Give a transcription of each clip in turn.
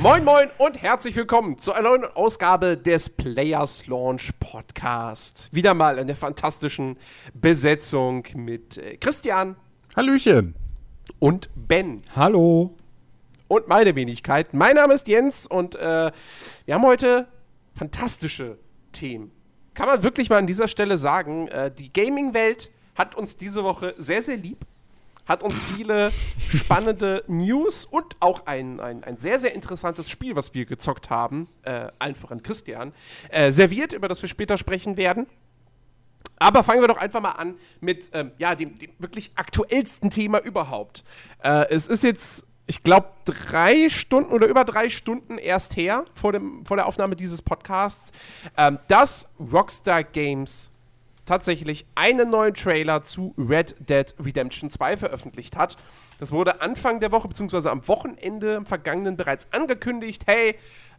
Moin Moin und herzlich willkommen zu einer neuen Ausgabe des Players Launch Podcast. Wieder mal in der fantastischen Besetzung mit Christian. Hallöchen. Und Ben. Hallo. Und meine Wenigkeit. Mein Name ist Jens und wir haben heute fantastische Themen. Kann man wirklich mal an dieser Stelle sagen, die Gaming-Welt hat uns diese Woche sehr, sehr lieb. Hat uns viele spannende News und auch ein sehr, sehr interessantes Spiel, was wir gezockt haben, allen voran Christian, serviert, über das wir später sprechen werden. Aber fangen wir doch einfach mal an mit dem wirklich aktuellsten Thema überhaupt. Es ist jetzt, ich glaube, 3 Stunden oder über 3 Stunden erst her, vor der Aufnahme dieses Podcasts, dass Rockstar Games tatsächlich einen neuen Trailer zu Red Dead Redemption 2 veröffentlicht hat. Das wurde Anfang der Woche, beziehungsweise am Wochenende im Vergangenen bereits angekündigt. Hey,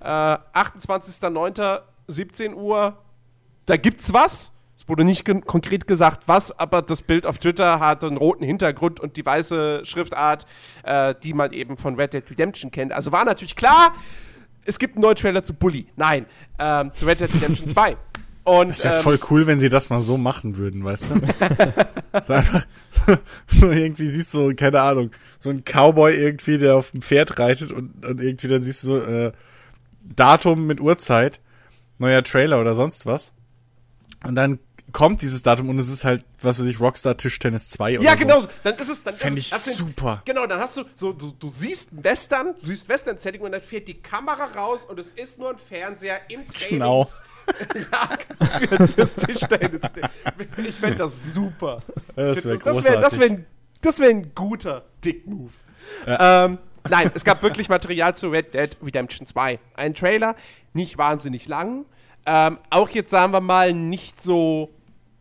28.09., 17 Uhr, da gibt's was. Es wurde nicht konkret gesagt, was, aber das Bild auf Twitter hat einen roten Hintergrund und die weiße Schriftart, die man eben von Red Dead Redemption kennt. Also war natürlich klar, es gibt einen neuen Trailer zu Bully. Nein, zu Red Dead Redemption 2. Und, das wäre voll cool, wenn sie das mal so machen würden, weißt du? So einfach, so irgendwie siehst du, keine Ahnung, so ein Cowboy irgendwie, der auf dem Pferd reitet und irgendwie dann siehst du so Datum mit Uhrzeit, neuer Trailer oder sonst was. Und dann kommt dieses Datum und es ist halt, was weiß ich, Rockstar Tischtennis 2 oder so. Ja, genau so. Dann ist es, fände ich super. Genau, dann hast du so, du siehst Western-Setting und dann fährt die Kamera raus und es ist nur ein Fernseher im Trainings. Genau. Fürs Tischtennis. Ich fände das super. Das wäre großartig. Das wär ein guter Dick-Move. Ja. Nein, es gab wirklich Material zu Red Dead Redemption 2. Ein Trailer, nicht wahnsinnig lang. Auch jetzt, sagen wir mal, nicht so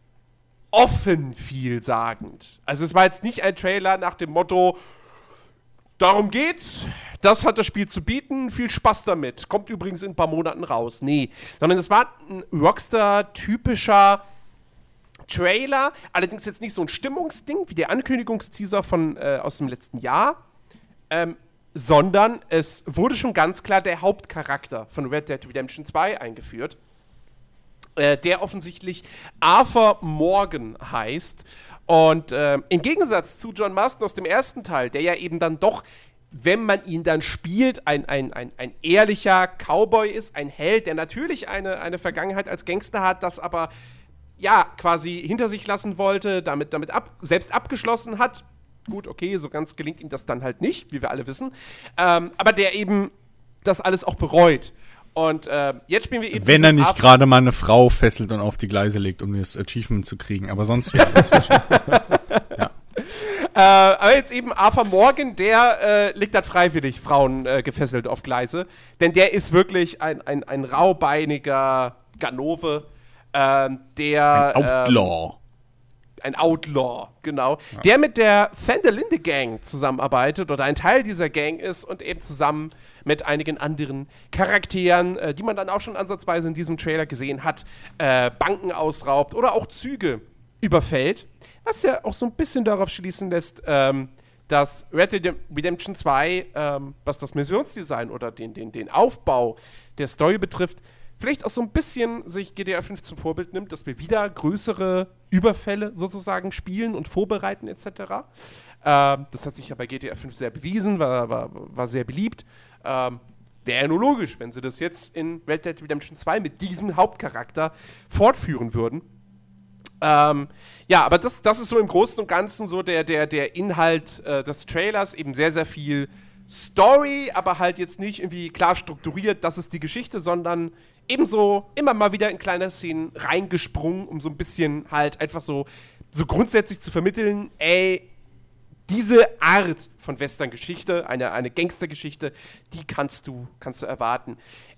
offen vielsagend. Also es war jetzt nicht ein Trailer nach dem Motto, darum geht's, das hat das Spiel zu bieten, viel Spaß damit. Kommt übrigens in ein paar Monaten raus. Nee, sondern es war ein Rockstar-typischer Trailer, allerdings jetzt nicht so ein Stimmungsding wie der Ankündigungsteaser aus dem letzten Jahr, sondern es wurde schon ganz klar der Hauptcharakter von Red Dead Redemption 2 eingeführt, der offensichtlich Arthur Morgan heißt. Und im Gegensatz zu John Marston aus dem ersten Teil, der ja eben dann doch, wenn man ihn dann spielt, ein ehrlicher Cowboy ist, ein Held, der natürlich eine Vergangenheit als Gangster hat, das aber ja quasi hinter sich lassen wollte, damit selbst abgeschlossen hat. Gut, okay, so ganz gelingt ihm das dann halt nicht, wie wir alle wissen. Aber der eben das alles auch bereut. Und jetzt spielen wir eben. Wenn er nicht gerade mal eine Frau fesselt und auf die Gleise legt, um das Achievement zu kriegen. Aber sonst ja, inzwischen. Ja. Aber jetzt eben Arthur Morgan, der legt dann freiwillig Frauen gefesselt auf Gleise. Denn der ist wirklich ein raubeiniger Ganove, der. Ein Outlaw. Ein Outlaw, genau. Ja. Der mit der Vanderlinde Gang zusammenarbeitet oder ein Teil dieser Gang ist und eben zusammen mit einigen anderen Charakteren, die man dann auch schon ansatzweise in diesem Trailer gesehen hat, Banken ausraubt oder auch Züge überfällt. Was ja auch so ein bisschen darauf schließen lässt, dass Red Dead Redemption 2, was das Missionsdesign oder den Aufbau der Story betrifft, vielleicht auch so ein bisschen sich GTA 5 zum Vorbild nimmt, dass wir wieder größere Überfälle sozusagen spielen und vorbereiten etc. Das hat sich ja bei GTA 5 sehr bewiesen, war sehr beliebt. Wäre ja nur logisch, wenn sie das jetzt in Red Dead Redemption 2 mit diesem Hauptcharakter fortführen würden. Ja, aber das ist so im Großen und Ganzen so der Inhalt des Trailers, eben sehr, sehr viel Story, aber halt jetzt nicht irgendwie klar strukturiert, das ist die Geschichte, sondern ebenso immer mal wieder in kleine Szenen reingesprungen, um so ein bisschen halt einfach so grundsätzlich zu vermitteln, ey, diese Art von Western-Geschichte, eine Gangster-Geschichte, die kannst du erwarten.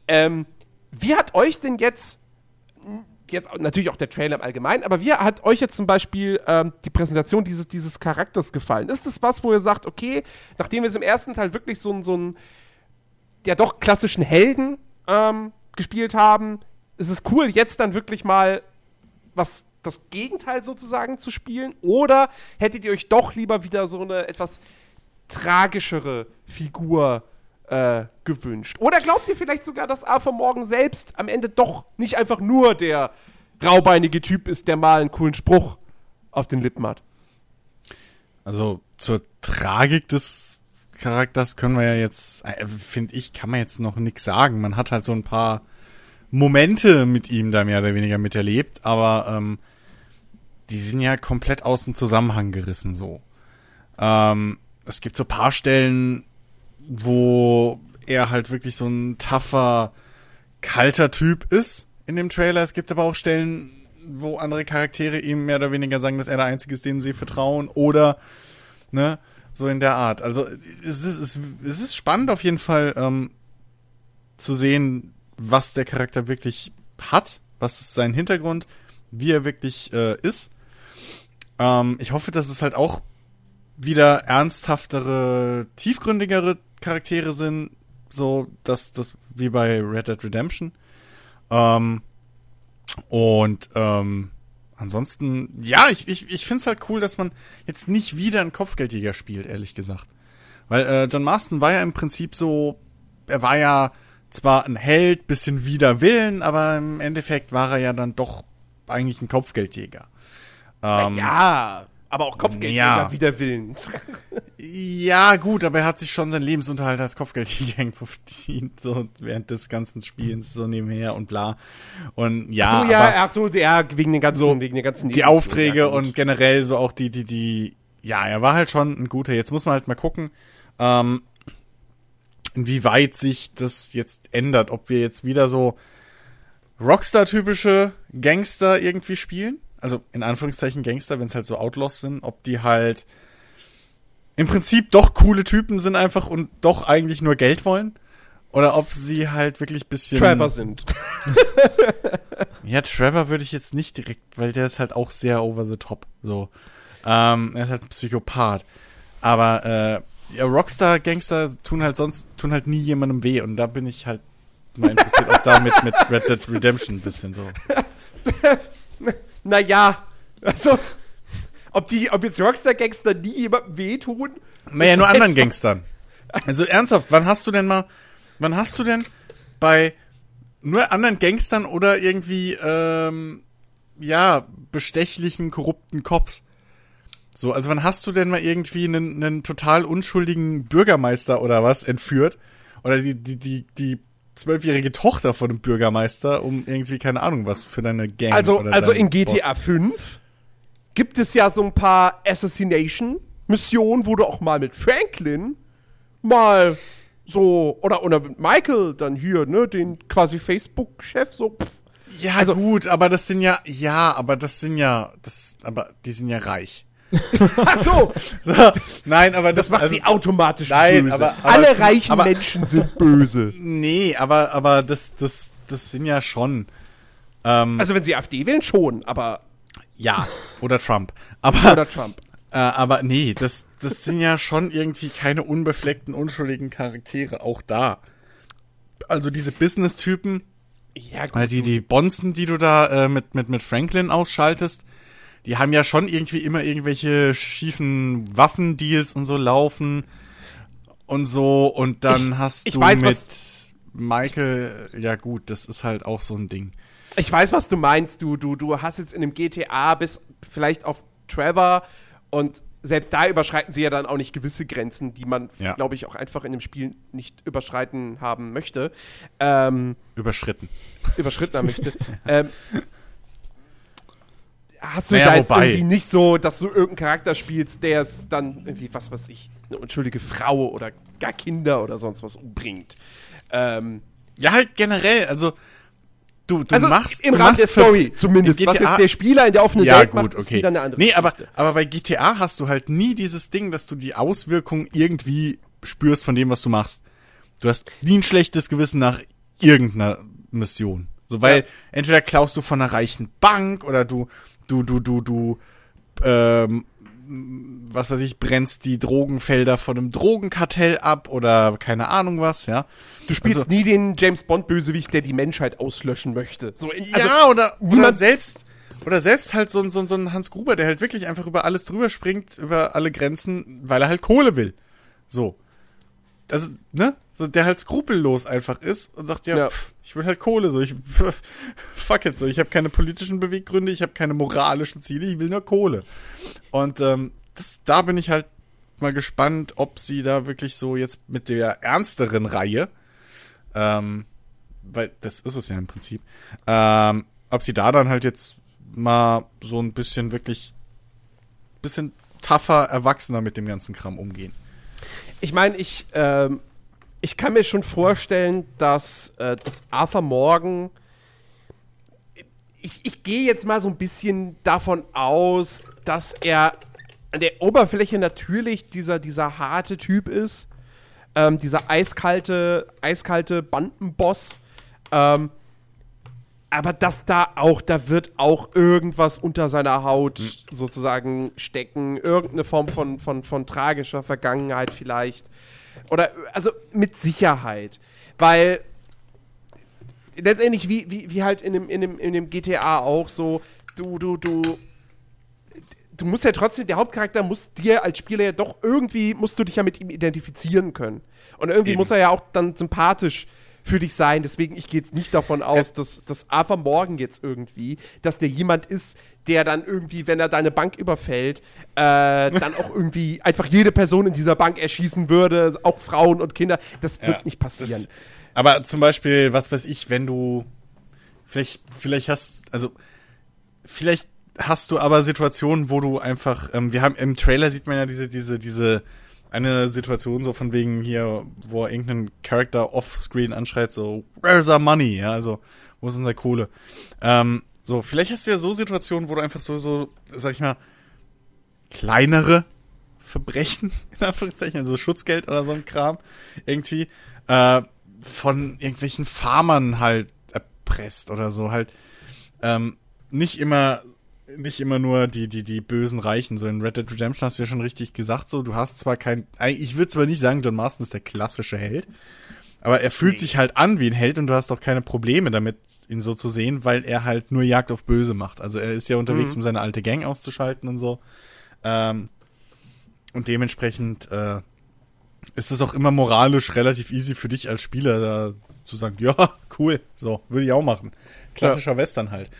Wie hat euch denn jetzt natürlich auch der Trailer im Allgemeinen, aber wie hat euch jetzt zum Beispiel die Präsentation dieses Charakters gefallen? Ist das was, wo ihr sagt, okay, nachdem wir es im ersten Teil wirklich so einen ja doch klassischen Helden gespielt haben, ist es cool, jetzt dann wirklich mal das Gegenteil sozusagen zu spielen? Oder hättet ihr euch doch lieber wieder so eine etwas tragischere Figur gewünscht? Oder glaubt ihr vielleicht sogar, dass Arthur Morgan selbst am Ende doch nicht einfach nur der raubeinige Typ ist, der mal einen coolen Spruch auf den Lippen hat? Also zur Tragik des Charakters können wir ja jetzt, finde ich, kann man jetzt noch nichts sagen. Man hat halt so ein paar Momente mit ihm da mehr oder weniger miterlebt, aber die sind ja komplett aus dem Zusammenhang gerissen so. Es gibt so ein paar Stellen, wo er halt wirklich so ein tougher, kalter Typ ist in dem Trailer. Es gibt aber auch Stellen, wo andere Charaktere ihm mehr oder weniger sagen, dass er der Einzige ist, denen sie vertrauen oder, ne, so in der Art. Also es ist spannend auf jeden Fall zu sehen, was der Charakter wirklich hat, was ist sein Hintergrund, wie er wirklich ist. Ich hoffe, dass es halt auch wieder ernsthaftere, tiefgründigere Charaktere sind, so das wie bei Red Dead Redemption. Ansonsten, ja, ich find's halt cool, dass man jetzt nicht wieder einen Kopfgeldjäger spielt, ehrlich gesagt. Weil John Marston war ja im Prinzip so, er war ja zwar ein Held, bisschen wider Willen, aber im Endeffekt war er ja dann doch eigentlich ein Kopfgeldjäger. Ja, aber auch Kopfgeldjäger wider Willen. Ja, gut, aber er hat sich schon seinen Lebensunterhalt als Kopfgeldjäger verdient, so während des ganzen Spielens, so nebenher und bla. Und ja, wegen den ganzen die Aufträge und generell so auch die, ja, er war halt schon ein guter. Jetzt muss man halt mal gucken, inwieweit sich das jetzt ändert, ob wir jetzt wieder so Rockstar-typische Gangster irgendwie spielen. Also in Anführungszeichen Gangster, wenn es halt so Outlaws sind, ob die halt im Prinzip doch coole Typen sind einfach und doch eigentlich nur Geld wollen. Oder ob sie halt wirklich bisschen Trevor sind. Ja, Trevor würde ich jetzt nicht direkt, weil der ist halt auch sehr over the top. So, er ist halt ein Psychopath. Aber ja, Rockstar-Gangster tun halt nie jemandem weh. Und da bin ich halt mal interessiert, ob da mit Red Dead Redemption ein bisschen so. Naja, also, ob jetzt Rockstar-Gangster nie jemandem wehtun? Naja, nur anderen Gangstern. Also ernsthaft, wann hast du denn bei nur anderen Gangstern oder irgendwie, bestechlichen, korrupten Cops? So, also wann hast du denn mal irgendwie einen total unschuldigen Bürgermeister oder was entführt? Oder die 12-jährige Tochter von einem Bürgermeister, um irgendwie, keine Ahnung, was für deine Gang Also in GTA 5 gibt es ja so ein paar Assassination-Missionen, wo du auch mal mit Franklin mal so, oder mit Michael dann hier, ne, den quasi Facebook-Chef, so, Ja, also gut, aber die sind ja reich. Ach so. Nein, aber das macht sie automatisch nein, böse. Aber alle reichen Menschen sind böse. Nee, aber das sind ja schon. Also wenn sie AfD wählen, schon, aber. Ja, oder Trump. Aber nee, das sind ja schon irgendwie keine unbefleckten, unschuldigen Charaktere, auch da. Also diese Business-Typen, ja, gut, die Bonzen, die du da mit Franklin ausschaltest, die haben ja schon irgendwie immer irgendwelche schiefen Waffendeals und so laufen und so. Und dann hast du mit Michael, ja gut, das ist halt auch so ein Ding. Ich weiß, was du meinst. Du hast jetzt in dem GTA bis vielleicht auf Trevor und selbst da überschreiten sie ja dann auch nicht gewisse Grenzen, die man, glaube ich, auch einfach in dem Spiel nicht überschreiten haben möchte. Überschritten haben möchte. Hast du da jetzt irgendwie nicht so, dass du irgendeinen Charakter spielst, der es dann irgendwie, was weiß ich, eine unschuldige Frau oder gar Kinder oder sonst was umbringt? Ja, halt generell, also du machst im Rahmen der Story zumindest, GTA, was jetzt der Spieler in der offenen Welt macht, ist wieder eine andere Geschichte. aber bei GTA hast du halt nie dieses Ding, dass du die Auswirkungen irgendwie spürst von dem, was du machst. Du hast nie ein schlechtes Gewissen nach irgendeiner Mission. So, weil entweder klaust du von einer reichen Bank oder du was weiß ich, brennst die Drogenfelder von einem Drogenkartell ab oder keine Ahnung was, ja. Du spielst nie den James-Bond-Bösewicht, der die Menschheit auslöschen möchte. So, oder selbst halt so ein Hans Gruber, der halt wirklich einfach über alles drüber springt, über alle Grenzen, weil er halt Kohle will. So. also, ne? So, der halt skrupellos einfach ist und sagt, ich will halt Kohle, so, fuck it, so, ich habe keine politischen Beweggründe, ich habe keine moralischen Ziele, ich will nur Kohle. Und da bin ich halt mal gespannt, ob sie da wirklich so jetzt mit der ernsteren Reihe, weil das ist es ja im Prinzip, ob sie da dann halt jetzt mal so ein bisschen tougher, erwachsener mit dem ganzen Kram umgehen. Ich meine, ich kann mir schon vorstellen, dass Arthur Morgan, ich gehe jetzt mal so ein bisschen davon aus, dass er an der Oberfläche natürlich dieser harte Typ ist, dieser eiskalte Bandenboss, aber dass da wird auch irgendwas unter seiner Haut sozusagen stecken, irgendeine Form von tragischer Vergangenheit vielleicht. Oder, also mit Sicherheit. Weil letztendlich wie halt in dem GTA auch so, du musst ja trotzdem, der Hauptcharakter muss dir als Spieler ja doch irgendwie, musst du dich ja mit ihm identifizieren können. Und irgendwie muss er ja auch dann sympathisch für dich sein. Deswegen, ich gehe jetzt nicht davon aus, dass Arthur Morgan jetzt irgendwie, dass der jemand ist, der dann irgendwie, wenn er deine Bank überfällt, dann auch irgendwie einfach jede Person in dieser Bank erschießen würde, auch Frauen und Kinder. Das wird nicht passieren. Aber zum Beispiel, was weiß ich, wenn du vielleicht hast du aber Situationen, wo du einfach, wir haben im Trailer sieht man ja diese eine Situation so von wegen hier, wo irgendein Charakter offscreen anschreit, so, where's our money? Ja, also, wo ist unsere Kohle? So, vielleicht hast du ja so Situationen, wo du einfach so, sag ich mal, kleinere Verbrechen, in Anführungszeichen, also Schutzgeld oder so ein Kram, irgendwie, von irgendwelchen Farmern halt erpresst oder so, halt, nicht immer nur die bösen Reichen. So in Red Dead Redemption hast du ja schon richtig gesagt, so, du hast zwar ich würde zwar nicht sagen, John Marston ist der klassische Held, aber er fühlt sich halt an wie ein Held und du hast auch keine Probleme damit, ihn so zu sehen, weil er halt nur Jagd auf Böse macht. Also er ist ja unterwegs, um seine alte Gang auszuschalten und so. Und dementsprechend ist es auch immer moralisch relativ easy für dich als Spieler da zu sagen, ja, cool, so, würde ich auch machen. Klassischer Western halt.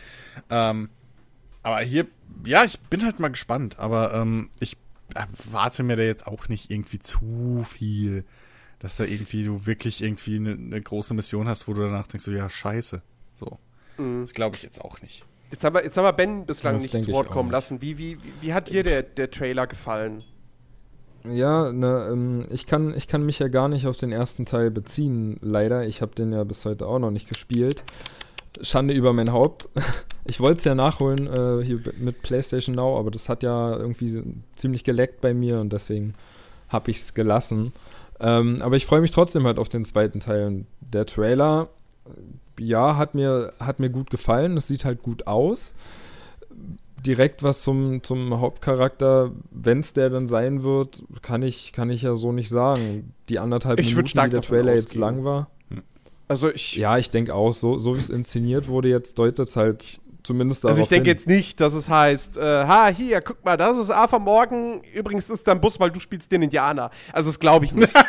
Aber hier, ja, ich bin halt mal gespannt, aber ich erwarte mir da jetzt auch nicht irgendwie zu viel, dass da irgendwie du wirklich irgendwie eine große Mission hast, wo du danach denkst, so, ja, scheiße. So. Das glaube ich jetzt auch nicht. Jetzt haben wir Ben bislang nicht zu Wort kommen lassen. Wie hat dir der Trailer gefallen? Ja, ich kann mich ja gar nicht auf den ersten Teil beziehen, leider. Ich habe den ja bis heute auch noch nicht gespielt. Schande über mein Haupt. Ich wollte es ja nachholen hier mit PlayStation Now, aber das hat ja irgendwie ziemlich geleckt bei mir und deswegen habe ich es gelassen. Aber ich freue mich trotzdem halt auf den zweiten Teil. Und der Trailer, ja, hat mir gut gefallen. Das sieht halt gut aus. Direkt was zum Hauptcharakter, wenn es der dann sein wird, kann ich ja so nicht sagen. Die 1,5 Minuten, die der Trailer jetzt lang war. Also ich denke auch, so wie es inszeniert wurde, jetzt deutet es halt zumindest darauf hin. Also ich denke jetzt nicht, dass es heißt, hier, guck mal, das ist Arthur Morgan, übrigens ist dein Bus, weil du spielst den Indianer. Also das glaube ich nicht.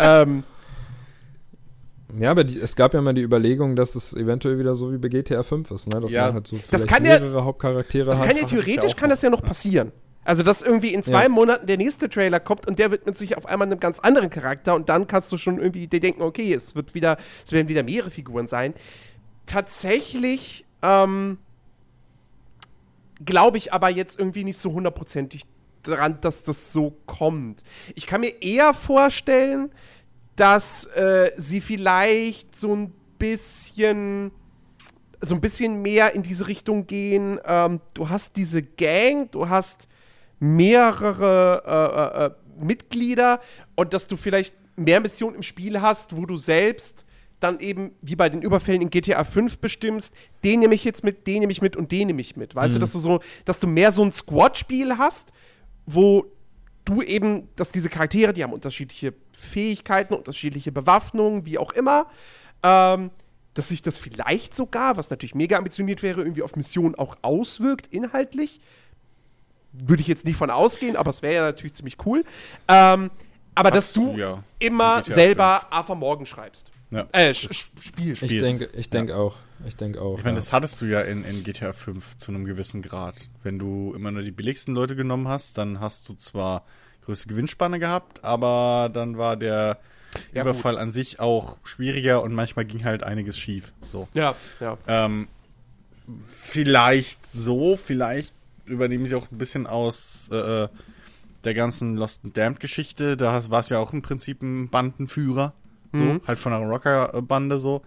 Ja, aber es gab ja mal die Überlegung, dass es eventuell wieder so wie bei GTA 5 ist, ne? Dass man halt so vielleicht mehrere Hauptcharaktere hat. Das kann ja theoretisch noch passieren. Also, dass irgendwie in 2 Monaten der nächste Trailer kommt und der widmet sich auf einmal einem ganz anderen Charakter und dann kannst du schon irgendwie dir denken, okay, es werden wieder mehrere Figuren sein. Tatsächlich glaube ich aber jetzt irgendwie nicht so 100%ig daran, dass das so kommt. Ich kann mir eher vorstellen, dass sie vielleicht so ein bisschen mehr in diese Richtung gehen. Du hast diese Gang, du hast mehrere Mitglieder und dass du vielleicht mehr Missionen im Spiel hast, wo du selbst dann eben, wie bei den Überfällen in GTA 5 bestimmst, den nehme ich jetzt mit, den nehme ich mit und den nehme ich mit. Weißt du, dass du mehr so ein Squad-Spiel hast, wo du eben, dass diese Charaktere, die haben unterschiedliche Fähigkeiten, unterschiedliche Bewaffnungen, wie auch immer, dass sich das vielleicht sogar, was natürlich mega ambitioniert wäre, irgendwie auf Missionen auch auswirkt, inhaltlich. Würde ich jetzt nicht von ausgehen, aber es wäre ja natürlich ziemlich cool. Aber dass du immer selber AFA Morgan schreibst. Ja. Spielst. Ich denke auch. Ich meine, das hattest du ja in GTA 5 zu einem gewissen Grad. Wenn du immer nur die billigsten Leute genommen hast, dann hast du zwar größte Gewinnspanne gehabt, aber dann war der Überfall an sich auch schwieriger und manchmal ging halt einiges schief. So. Ja. Vielleicht übernehmen sie auch ein bisschen aus der ganzen Lost and Damned-Geschichte. Da war es ja auch im Prinzip ein Bandenführer. So, halt von einer Rocker-Bande so.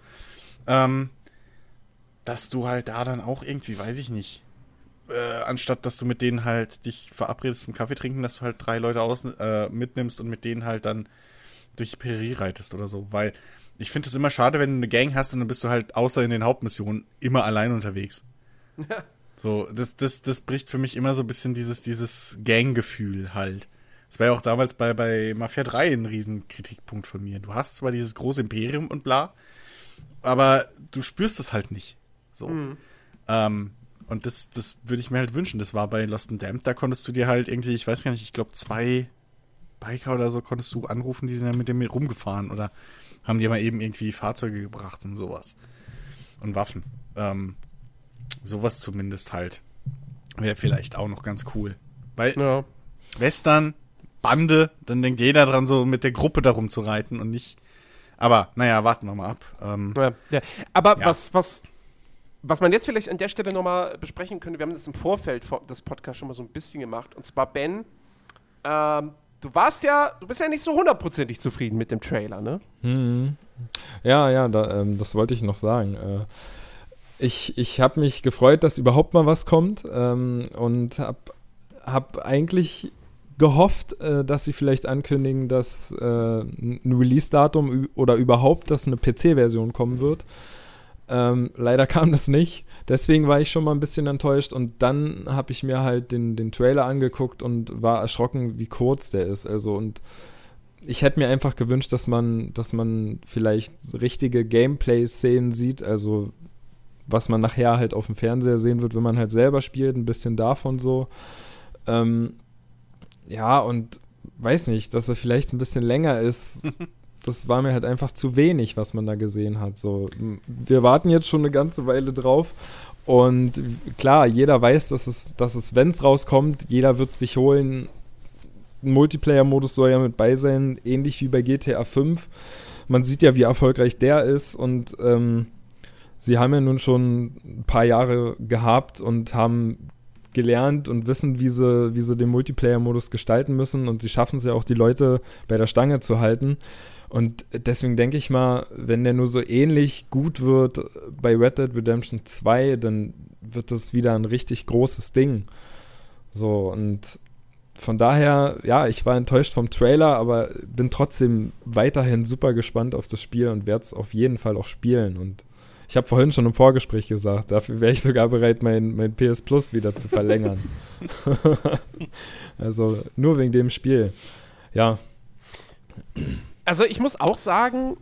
Dass du halt da dann auch irgendwie, weiß ich nicht, anstatt dass du mit denen halt dich verabredest zum Kaffee trinken, dass du halt 3 Leute mitnimmst und mit denen halt dann durch die Prärie reitest oder so. Weil ich finde es immer schade, wenn du eine Gang hast und dann bist du halt außer in den Hauptmissionen immer allein unterwegs. So, das bricht für mich immer so ein bisschen dieses Gang-Gefühl halt. Das war ja auch damals bei Mafia 3 ein riesen Kritikpunkt von mir. Du hast zwar dieses große Imperium und bla, aber du spürst es halt nicht. So. Und das würde ich mir halt wünschen. Das war bei Lost and Damned, da konntest du dir halt irgendwie, ich weiß gar nicht, ich glaube 2 Biker oder so konntest du anrufen, die sind dann mit dem rumgefahren oder haben dir mal eben irgendwie Fahrzeuge gebracht und sowas. Und Waffen. Sowas zumindest halt. Wäre vielleicht auch noch ganz cool. Weil Western, Bande, dann denkt jeder dran, so mit der Gruppe darum zu reiten und nicht. Aber, naja, warten wir mal ab. Aber was man jetzt vielleicht an der Stelle nochmal besprechen könnte, wir haben das im Vorfeld des Podcasts schon mal so ein bisschen gemacht. Und zwar, Ben, du bist ja nicht so 100%ig zufrieden mit dem Trailer, ne? Ja, das wollte ich noch sagen. Ich habe mich gefreut, dass überhaupt mal was kommt und hab eigentlich gehofft, dass sie vielleicht ankündigen, dass ein Release-Datum oder überhaupt, dass eine PC-Version kommen wird. Leider kam das nicht. Deswegen war ich schon mal ein bisschen enttäuscht und dann habe ich mir halt den Trailer angeguckt und war erschrocken, wie kurz der ist. Also und ich hätte mir einfach gewünscht, dass man vielleicht richtige Gameplay-Szenen sieht, also was man nachher halt auf dem Fernseher sehen wird, wenn man halt selber spielt, ein bisschen davon so. Ja, und weiß nicht, dass er vielleicht ein bisschen länger ist. Das war mir halt einfach zu wenig, was man da gesehen hat. So, wir warten jetzt schon eine ganze Weile drauf. Und klar, jeder weiß, dass es, wenn es rauskommt, jeder wird es sich holen. Ein Multiplayer-Modus soll ja mit bei sein, ähnlich wie bei GTA 5. Man sieht ja, wie erfolgreich der ist. Und sie haben ja nun schon ein paar Jahre gehabt und haben gelernt und wissen, wie sie den Multiplayer-Modus gestalten müssen. Und sie schaffen es ja auch, die Leute bei der Stange zu halten. Und deswegen denke ich mal, wenn der nur so ähnlich gut wird bei Red Dead Redemption 2, dann wird das wieder ein richtig großes Ding. So, und von daher, ja, ich war enttäuscht vom Trailer, aber bin trotzdem weiterhin super gespannt auf das Spiel und werde es auf jeden Fall auch spielen. Und ich habe vorhin schon im Vorgespräch gesagt, dafür wäre ich sogar bereit, mein PS Plus wieder zu verlängern. Also nur wegen dem Spiel. Ja. Also ich muss auch sagen,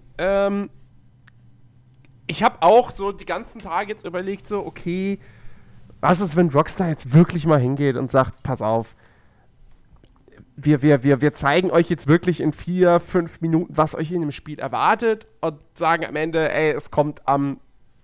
ich habe auch so die ganzen Tage jetzt überlegt, so, okay, was ist, wenn Rockstar jetzt wirklich mal hingeht und sagt, pass auf, wir zeigen euch jetzt wirklich in 4-5 Minuten, was euch in dem Spiel erwartet und sagen am Ende, ey, es kommt am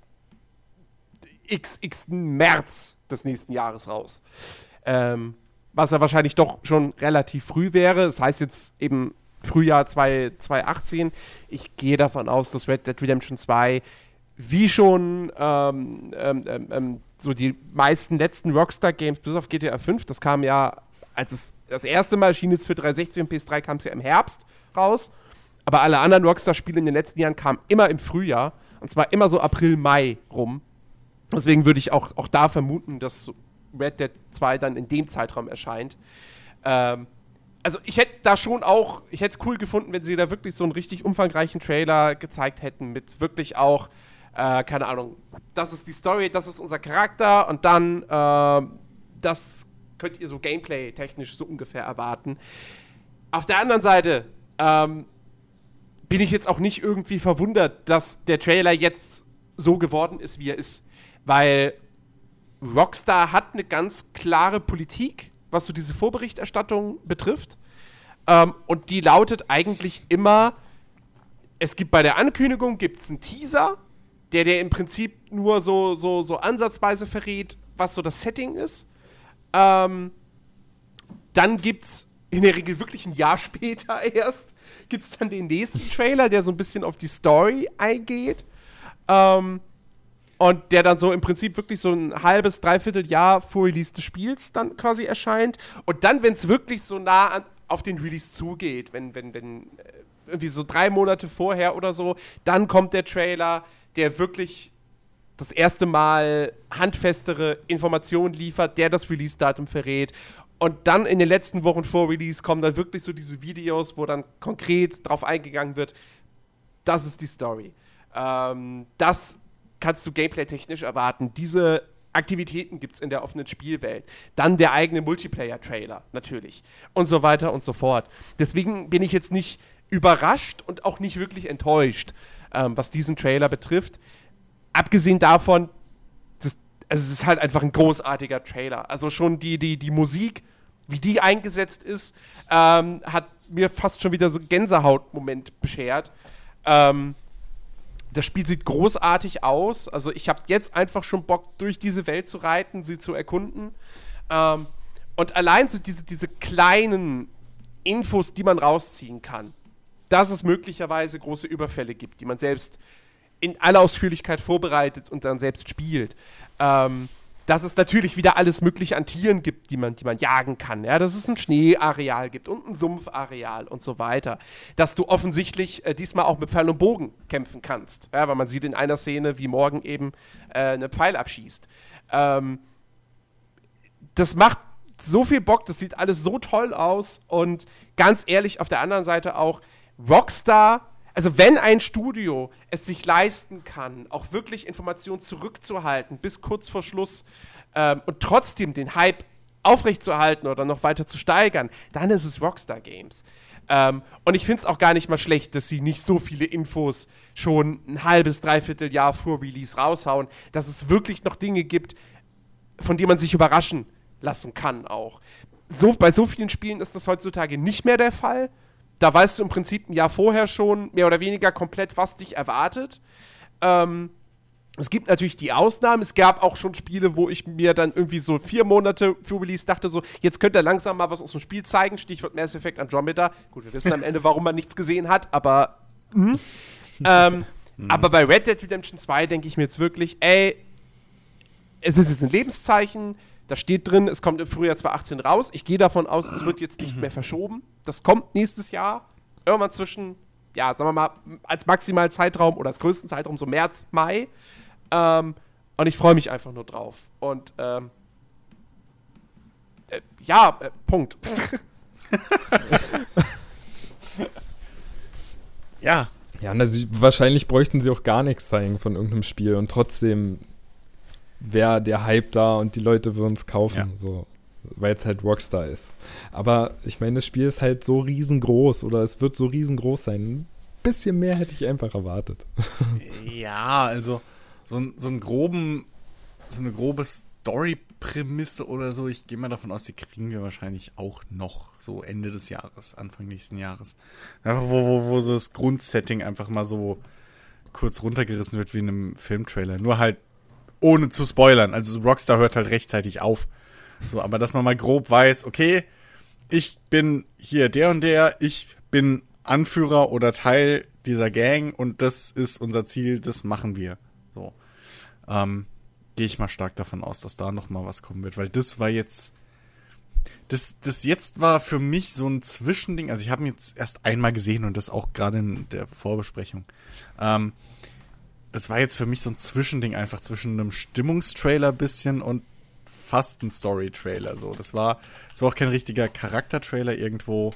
x März des nächsten Jahres raus. Was ja wahrscheinlich doch schon relativ früh wäre. Das heißt jetzt eben Frühjahr 2018. Ich gehe davon aus, dass Red Dead Redemption 2 wie schon so die meisten letzten Rockstar-Games, bis auf GTA 5, das kam ja, als es das erste Mal erschien ist für 360 und PS3, kam es ja im Herbst raus. Aber alle anderen Rockstar-Spiele in den letzten Jahren kamen immer im Frühjahr. Und zwar immer so April, Mai rum. Deswegen würde ich auch da vermuten, dass Red Dead 2 dann in dem Zeitraum erscheint. Also ich hätte da schon auch, ich hätte es cool gefunden, wenn sie da wirklich so einen richtig umfangreichen Trailer gezeigt hätten, mit wirklich auch, keine Ahnung, das ist die Story, das ist unser Charakter und dann, das könnt ihr so Gameplay-technisch so ungefähr erwarten. Auf der anderen Seite bin ich jetzt auch nicht irgendwie verwundert, dass der Trailer jetzt so geworden ist, wie er ist. Weil Rockstar hat eine ganz klare Politik, was so diese Vorberichterstattung betrifft. Und die lautet eigentlich immer, es gibt bei der Ankündigung gibt's einen Teaser, der im Prinzip nur so ansatzweise verrät, was so das Setting ist. Dann gibt's in der Regel wirklich ein Jahr später erst, gibt's dann den nächsten Trailer, der so ein bisschen auf die Story eingeht. Und der dann so im Prinzip wirklich so ein halbes, dreiviertel Jahr vor Release des Spiels dann quasi erscheint. Und dann, wenn es wirklich so nah auf den Release zugeht, wenn irgendwie so 3 Monate vorher oder so, dann kommt der Trailer, der wirklich das erste Mal handfestere Informationen liefert, der das Release-Datum verrät. Und dann in den letzten Wochen vor Release kommen dann wirklich so diese Videos, wo dann konkret drauf eingegangen wird, das ist die Story. Das kannst du gameplay-technisch erwarten. Diese Aktivitäten gibt es in der offenen Spielwelt. Dann der eigene Multiplayer-Trailer, natürlich. Und so weiter und so fort. Deswegen bin ich jetzt nicht überrascht und auch nicht wirklich enttäuscht, was diesen Trailer betrifft. Abgesehen davon, es ist halt einfach ein großartiger Trailer. Also schon die Musik, wie die eingesetzt ist, hat mir fast schon wieder so einen Gänsehautmoment beschert. Das Spiel sieht großartig aus. Also ich habe jetzt einfach schon Bock, durch diese Welt zu reiten, sie zu erkunden. Und allein so diese kleinen Infos, die man rausziehen kann, dass es möglicherweise große Überfälle gibt, die man selbst in aller Ausführlichkeit vorbereitet und dann selbst spielt. Dass es natürlich wieder alles mögliche an Tieren gibt, die man jagen kann. Ja? Dass es ein Schneeareal gibt und ein Sumpfareal und so weiter. Dass du offensichtlich diesmal auch mit Pfeil und Bogen kämpfen kannst. Ja? Weil man sieht in einer Szene, wie Morgan eben einen Pfeil abschießt. Das macht so viel Bock, das sieht alles so toll aus. Und ganz ehrlich, auf der anderen Seite auch, Rockstar, also wenn ein Studio es sich leisten kann, auch wirklich Informationen zurückzuhalten bis kurz vor Schluss und trotzdem den Hype aufrechtzuerhalten oder noch weiter zu steigern, dann ist es Rockstar Games. Und ich finde es auch gar nicht mal schlecht, dass sie nicht so viele Infos schon ein halbes, dreiviertel Jahr vor Release raushauen, dass es wirklich noch Dinge gibt, von denen man sich überraschen lassen kann auch. Bei so vielen Spielen ist das heutzutage nicht mehr der Fall. Da weißt du im Prinzip ein Jahr vorher schon mehr oder weniger komplett, was dich erwartet. Es gibt natürlich die Ausnahmen. Es gab auch schon Spiele, wo ich mir dann irgendwie so 4 Monate für Release dachte, so, jetzt könnte er langsam mal was aus dem Spiel zeigen. Stichwort Mass Effect Andromeda. Gut, wir wissen am Ende, warum man nichts gesehen hat, aber aber bei Red Dead Redemption 2 denke ich mir jetzt wirklich, es ist jetzt ein Lebenszeichen. Da steht drin, es kommt im Frühjahr 2018 raus. Ich gehe davon aus, es wird jetzt nicht mehr verschoben. Das kommt nächstes Jahr. Irgendwann zwischen, ja, sagen wir mal, als maximalen Zeitraum oder als größten Zeitraum so März, Mai. Und ich freue mich einfach nur drauf. Und Punkt. Ja. Ja, also wahrscheinlich bräuchten sie auch gar nichts zeigen von irgendeinem Spiel und trotzdem wäre der Hype da und die Leute würden es kaufen, so, weil es halt Rockstar ist. Aber ich meine, das Spiel ist halt so riesengroß oder es wird so riesengroß sein. Ein bisschen mehr hätte ich einfach erwartet. Ja, also so eine grobe Story-Prämisse oder so, ich gehe mal davon aus, die kriegen wir wahrscheinlich auch noch so Ende des Jahres, Anfang nächsten Jahres. Einfach wo so das Grundsetting einfach mal so kurz runtergerissen wird wie in einem Filmtrailer. Nur halt ohne zu spoilern. Also Rockstar hört halt rechtzeitig auf. So, aber dass man mal grob weiß, okay, ich bin hier der und der, ich bin Anführer oder Teil dieser Gang und das ist unser Ziel, das machen wir. So. Gehe ich mal stark davon aus, dass da noch mal was kommen wird, weil das war jetzt das jetzt war für mich so ein Zwischending, also ich habe ihn jetzt erst einmal gesehen und das auch gerade in der Vorbesprechung. Das war jetzt für mich so ein Zwischending einfach zwischen einem Stimmungstrailer bisschen und fast ein Story-Trailer. So. Das war auch kein richtiger Charaktertrailer irgendwo.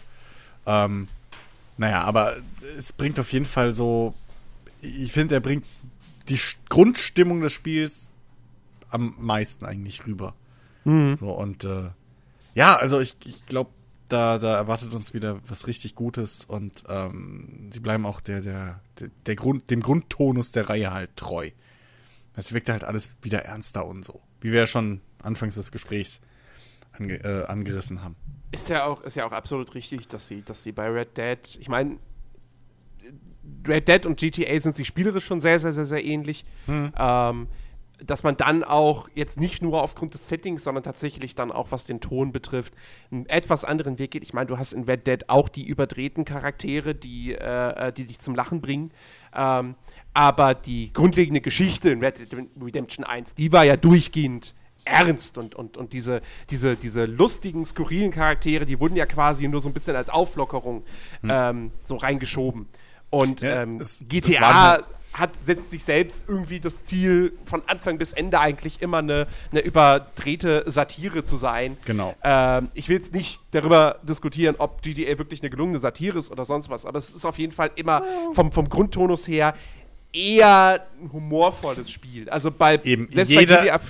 Aber es bringt auf jeden Fall so, ich finde, er bringt die Grundstimmung des Spiels am meisten eigentlich rüber. Mhm. So, und also ich glaube, da erwartet uns wieder was richtig Gutes und sie bleiben auch dem Grundtonus der Reihe halt treu. Es wirkt halt alles wieder ernster und so. Wie wir ja schon anfangs des Gesprächs angerissen haben. Ist ja auch absolut richtig, dass sie bei Red Dead, ich meine, Red Dead und GTA sind sich spielerisch schon sehr, sehr, sehr, sehr ähnlich. Dass man dann auch jetzt nicht nur aufgrund des Settings, sondern tatsächlich dann auch, was den Ton betrifft, einen etwas anderen Weg geht. Ich meine, du hast in Red Dead auch die überdrehten Charaktere, die dich zum Lachen bringen. Aber die grundlegende Geschichte in Red Dead Redemption 1, die war ja durchgehend ernst und diese lustigen, skurrilen Charaktere, die wurden ja quasi nur so ein bisschen als Auflockerung so reingeschoben. Und GTA setzt sich selbst irgendwie das Ziel, von Anfang bis Ende eigentlich immer eine überdrehte Satire zu sein. Genau. Ich will jetzt nicht darüber diskutieren, ob GTA wirklich eine gelungene Satire ist oder sonst was, aber es ist auf jeden Fall immer vom Grundtonus her eher ein humorvolles Spiel. Also selbst bei GTA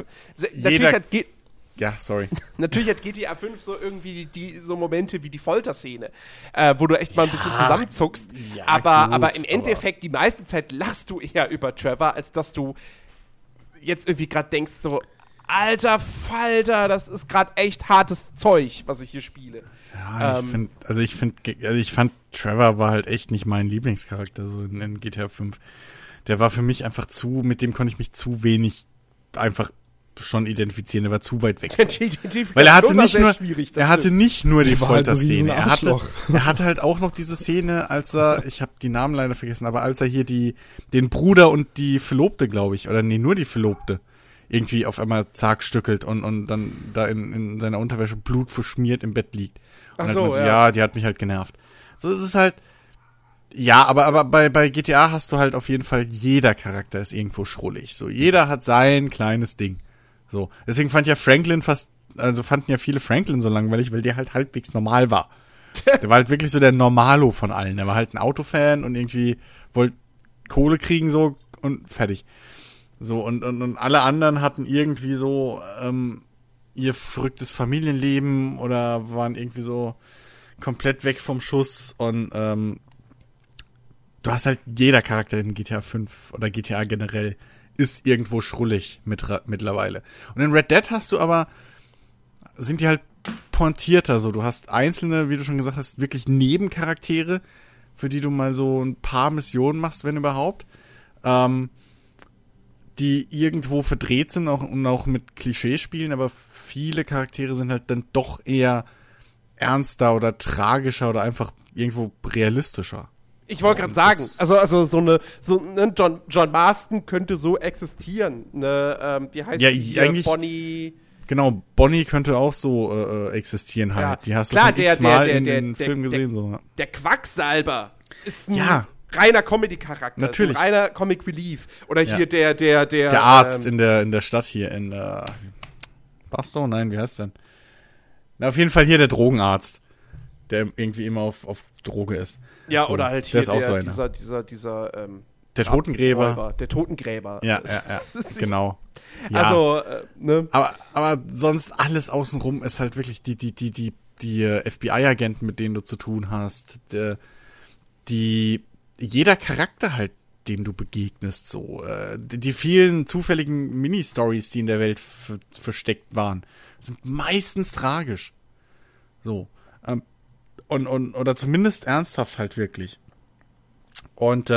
Natürlich hat GTA 5 so irgendwie so Momente wie die Folterszene, wo du echt mal ein bisschen zusammenzuckst. Ja, aber im Endeffekt, die meiste Zeit lachst du eher über Trevor, als dass du jetzt irgendwie gerade denkst so, alter Falter, das ist gerade echt hartes Zeug, was ich hier spiele. Ja, ich fand Trevor war halt echt nicht mein Lieblingscharakter so in GTA 5. Der war für mich einfach mit dem konnte ich mich zu wenig einfach schon identifizieren, der war zu weit weg. Weil er hatte nicht nur die Folterszene. Er hatte halt auch noch diese Szene, ich habe die Namen leider vergessen, aber als er hier den Bruder und die Verlobte, glaube ich, oder nee, nur die Verlobte, irgendwie auf einmal zerstückelt und dann da in seiner Unterwäsche Blut verschmiert im Bett liegt. Und die hat mich halt genervt. So ist es halt. Ja, aber bei GTA hast du halt auf jeden Fall, jeder Charakter ist irgendwo schrullig. So, jeder hat sein kleines Ding. So, deswegen fanden ja viele Franklin so langweilig, weil der halt halbwegs normal war. Der war halt wirklich so der Normalo von allen. Der war halt ein Autofan und irgendwie wollte Kohle kriegen so und fertig. So, und alle anderen hatten irgendwie so ihr verrücktes Familienleben oder waren irgendwie so komplett weg vom Schuss und du hast halt, jeder Charakter in GTA 5 oder GTA generell ist irgendwo schrullig mittlerweile. Und in Red Dead sind die halt pointierter so. Du hast einzelne, wie du schon gesagt hast, wirklich Nebencharaktere, für die du mal so ein paar Missionen machst, wenn überhaupt, die irgendwo verdreht sind und auch mit Klischees spielen, aber viele Charaktere sind halt dann doch eher ernster oder tragischer oder einfach irgendwo realistischer. Ich wollte gerade sagen, also John Marston könnte so existieren. Wie heißt die? Bonnie? Genau, Bonnie könnte auch so existieren halt. Ja. Die hast klar, du schon x-mal in den Filmen gesehen. So. Der Quacksalber ist ein reiner Comedy-Charakter. Natürlich. Ein reiner Comic Relief. Oder hier der Arzt in der Stadt hier in Bastow? Nein, wie heißt der denn? Na, auf jeden Fall hier der Drogenarzt, der irgendwie immer auf Droge ist. Ja, so, oder halt hier dieser der Totengräber. Der Totengräber. Ja, genau. Ja. Also, ne? Aber sonst alles außenrum ist halt wirklich die FBI-Agenten, mit denen du zu tun hast. Jeder Charakter halt, dem du begegnest, so. Die vielen zufälligen Mini-Stories, die in der Welt versteckt waren, sind meistens tragisch. So. Oder zumindest ernsthaft halt wirklich. Und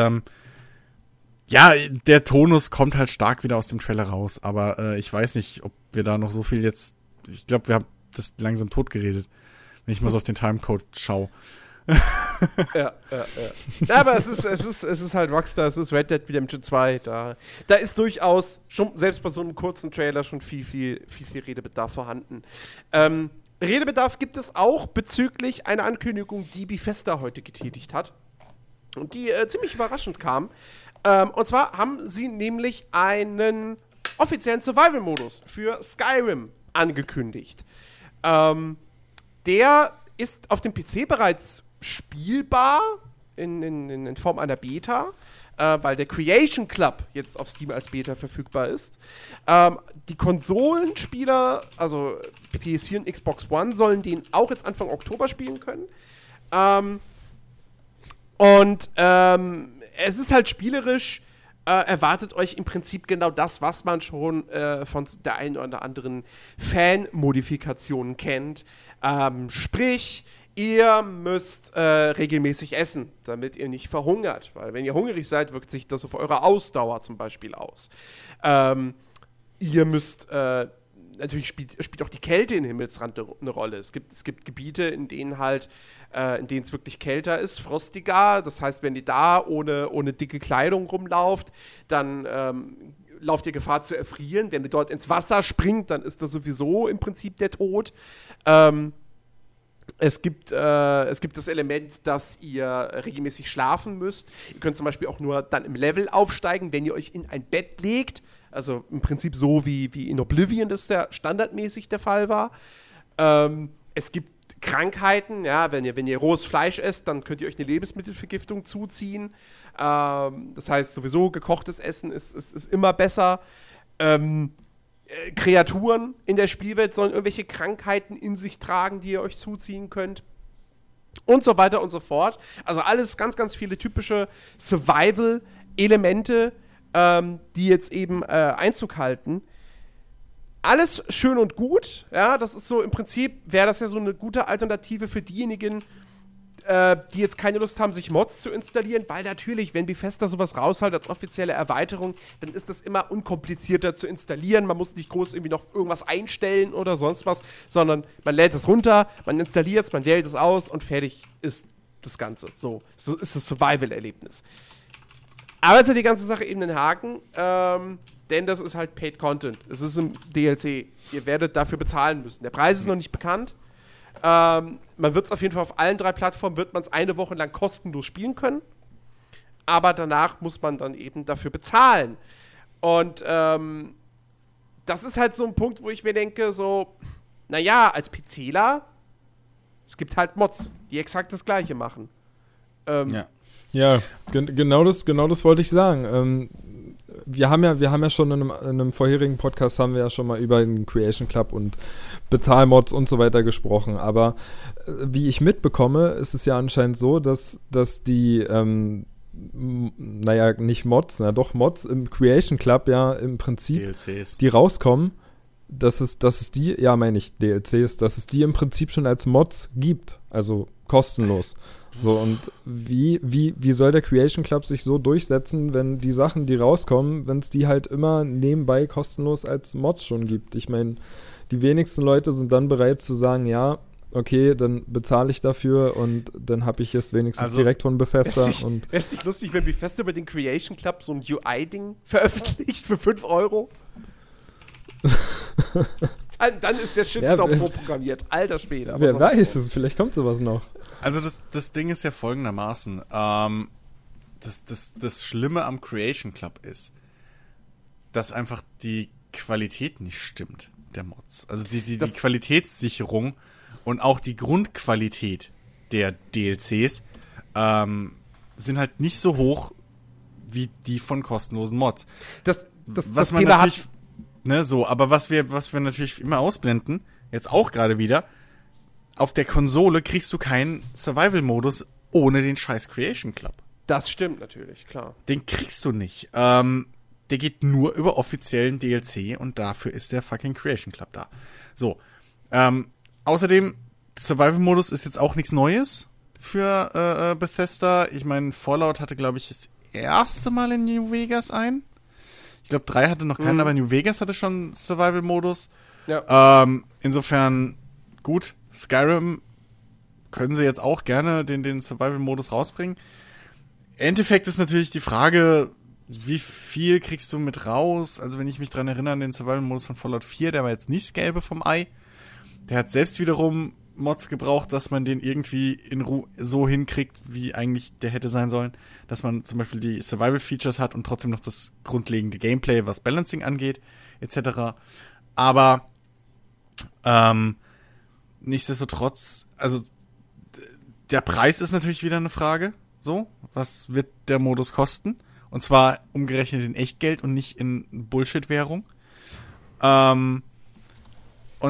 der Tonus kommt halt stark wieder aus dem Trailer raus, aber ich weiß nicht, ob wir da noch so viel jetzt, ich glaube, wir haben das langsam tot geredet, wenn ich mal so auf den Timecode schaue. Ja, aber es ist halt Rockstar, es ist Red Dead Redemption 2, da ist durchaus schon, selbst bei so einem kurzen Trailer, schon viel Redebedarf vorhanden. Redebedarf gibt es auch bezüglich einer Ankündigung, die Bethesda heute getätigt hat und die ziemlich überraschend kam. Und zwar haben sie nämlich einen offiziellen Survival-Modus für Skyrim angekündigt. Der ist auf dem PC bereits spielbar in Form einer Beta, weil der Creation Club jetzt auf Steam als Beta verfügbar ist. Die Konsolenspieler, also PS4 und Xbox One, sollen den auch jetzt Anfang Oktober spielen können. Es ist halt spielerisch erwartet euch im Prinzip genau das, was man schon von der einen oder anderen Fan-Modifikation kennt. Sprich, ihr müsst regelmäßig essen, damit ihr nicht verhungert. Weil wenn ihr hungrig seid, wirkt sich das auf eure Ausdauer zum Beispiel aus. Ihr müsst, natürlich spielt auch die Kälte in Himmelsrand eine Rolle. Es gibt Gebiete, in denen es wirklich kälter ist, frostiger. Das heißt, wenn ihr da ohne dicke Kleidung rumlauft, dann lauft ihr Gefahr zu erfrieren. Wenn ihr dort ins Wasser springt, dann ist das sowieso im Prinzip der Tod. Es gibt das Element, dass ihr regelmäßig schlafen müsst. Ihr könnt zum Beispiel auch nur dann im Level aufsteigen, wenn ihr euch in ein Bett legt. Also im Prinzip so wie in Oblivion das der standardmäßig der Fall war. Es gibt Krankheiten, ja, wenn ihr rohes Fleisch esst, dann könnt ihr euch eine Lebensmittelvergiftung zuziehen. Das heißt, sowieso gekochtes Essen ist immer besser. Kreaturen in der Spielwelt sollen irgendwelche Krankheiten in sich tragen, die ihr euch zuziehen könnt. Und so weiter und so fort. Also alles ganz, ganz viele typische Survival-Elemente, die jetzt eben Einzug halten. Alles schön und gut, ja, das ist so, im Prinzip wäre das ja so eine gute Alternative für diejenigen, die jetzt keine Lust haben, sich Mods zu installieren, weil natürlich, wenn Bethesda sowas rausholt als offizielle Erweiterung, dann ist das immer unkomplizierter zu installieren, man muss nicht groß irgendwie noch irgendwas einstellen oder sonst was, sondern man lädt es runter, man installiert es, man wählt es aus und fertig ist das Ganze. So ist das Survival-Erlebnis. Aber jetzt hat die ganze Sache eben einen Haken, denn das ist halt Paid Content. Es ist im DLC. Ihr werdet dafür bezahlen müssen. Der Preis ist noch nicht bekannt. Man wird es auf jeden Fall auf allen 3 Plattformen, wird man es eine Woche lang kostenlos spielen können. Aber danach muss man dann eben dafür bezahlen. Und das ist halt so ein Punkt, wo ich mir denke, so, naja, als PCler, es gibt halt Mods, die exakt das Gleiche machen. Ja, genau das wollte ich sagen. Wir haben ja schon in einem vorherigen Podcast haben wir ja schon mal über den Creation Club und Bezahlmods und so weiter gesprochen. Aber wie ich mitbekomme, ist es ja anscheinend so, dass die nicht Mods, doch Mods im Creation Club ja im Prinzip DLCs, die rauskommen, dass es die, ja meine ich DLCs, dass es die im Prinzip schon als Mods gibt, also kostenlos. So, und wie soll der Creation Club sich so durchsetzen, wenn die Sachen, die rauskommen, wenn es die halt immer nebenbei kostenlos als Mods schon gibt? Ich meine, die wenigsten Leute sind dann bereit zu sagen, ja, okay, dann bezahle ich dafür und dann habe ich es wenigstens direkt von Bethesda. Wäre es nicht lustig, wenn Bethesda über den Creation Club so ein UI-Ding veröffentlicht für 5 €? Dann ist der Shitstorm vorprogrammiert. Alter Schwede. Wer weiß, vielleicht kommt sowas noch. Also das Ding ist ja folgendermaßen. Das Schlimme am Creation Club ist, dass einfach die Qualität nicht stimmt, der Mods. Also die Qualitätssicherung und auch die Grundqualität der DLCs sind halt nicht so hoch wie die von kostenlosen Mods. Das Thema natürlich, aber was wir natürlich immer ausblenden, jetzt auch gerade wieder, auf der Konsole kriegst du keinen Survival-Modus ohne den scheiß Creation Club. Das stimmt natürlich, klar. Den kriegst du nicht. Der geht nur über offiziellen DLC und dafür ist der fucking Creation Club da. So. Außerdem, Survival-Modus ist jetzt auch nichts Neues für Bethesda. Ich meine, Fallout hatte, glaube ich, das erste Mal in New Vegas ein. Ich glaube, 3 hatte noch keinen, aber New Vegas hatte schon Survival-Modus. Ja. Insofern, gut, Skyrim können sie jetzt auch gerne den Survival-Modus rausbringen. Im Endeffekt ist natürlich die Frage, wie viel kriegst du mit raus? Also wenn ich mich dran erinnere an den Survival-Modus von Fallout 4, der war jetzt nicht das Gelbe vom Ei. Der hat selbst wiederum Mods gebraucht, dass man den irgendwie so hinkriegt, wie eigentlich der hätte sein sollen. Dass man zum Beispiel die Survival-Features hat und trotzdem noch das grundlegende Gameplay, was Balancing angeht, etc. Aber nichtsdestotrotz, also der Preis ist natürlich wieder eine Frage. So, was wird der Modus kosten? Und zwar umgerechnet in Echtgeld und nicht in Bullshit-Währung. Und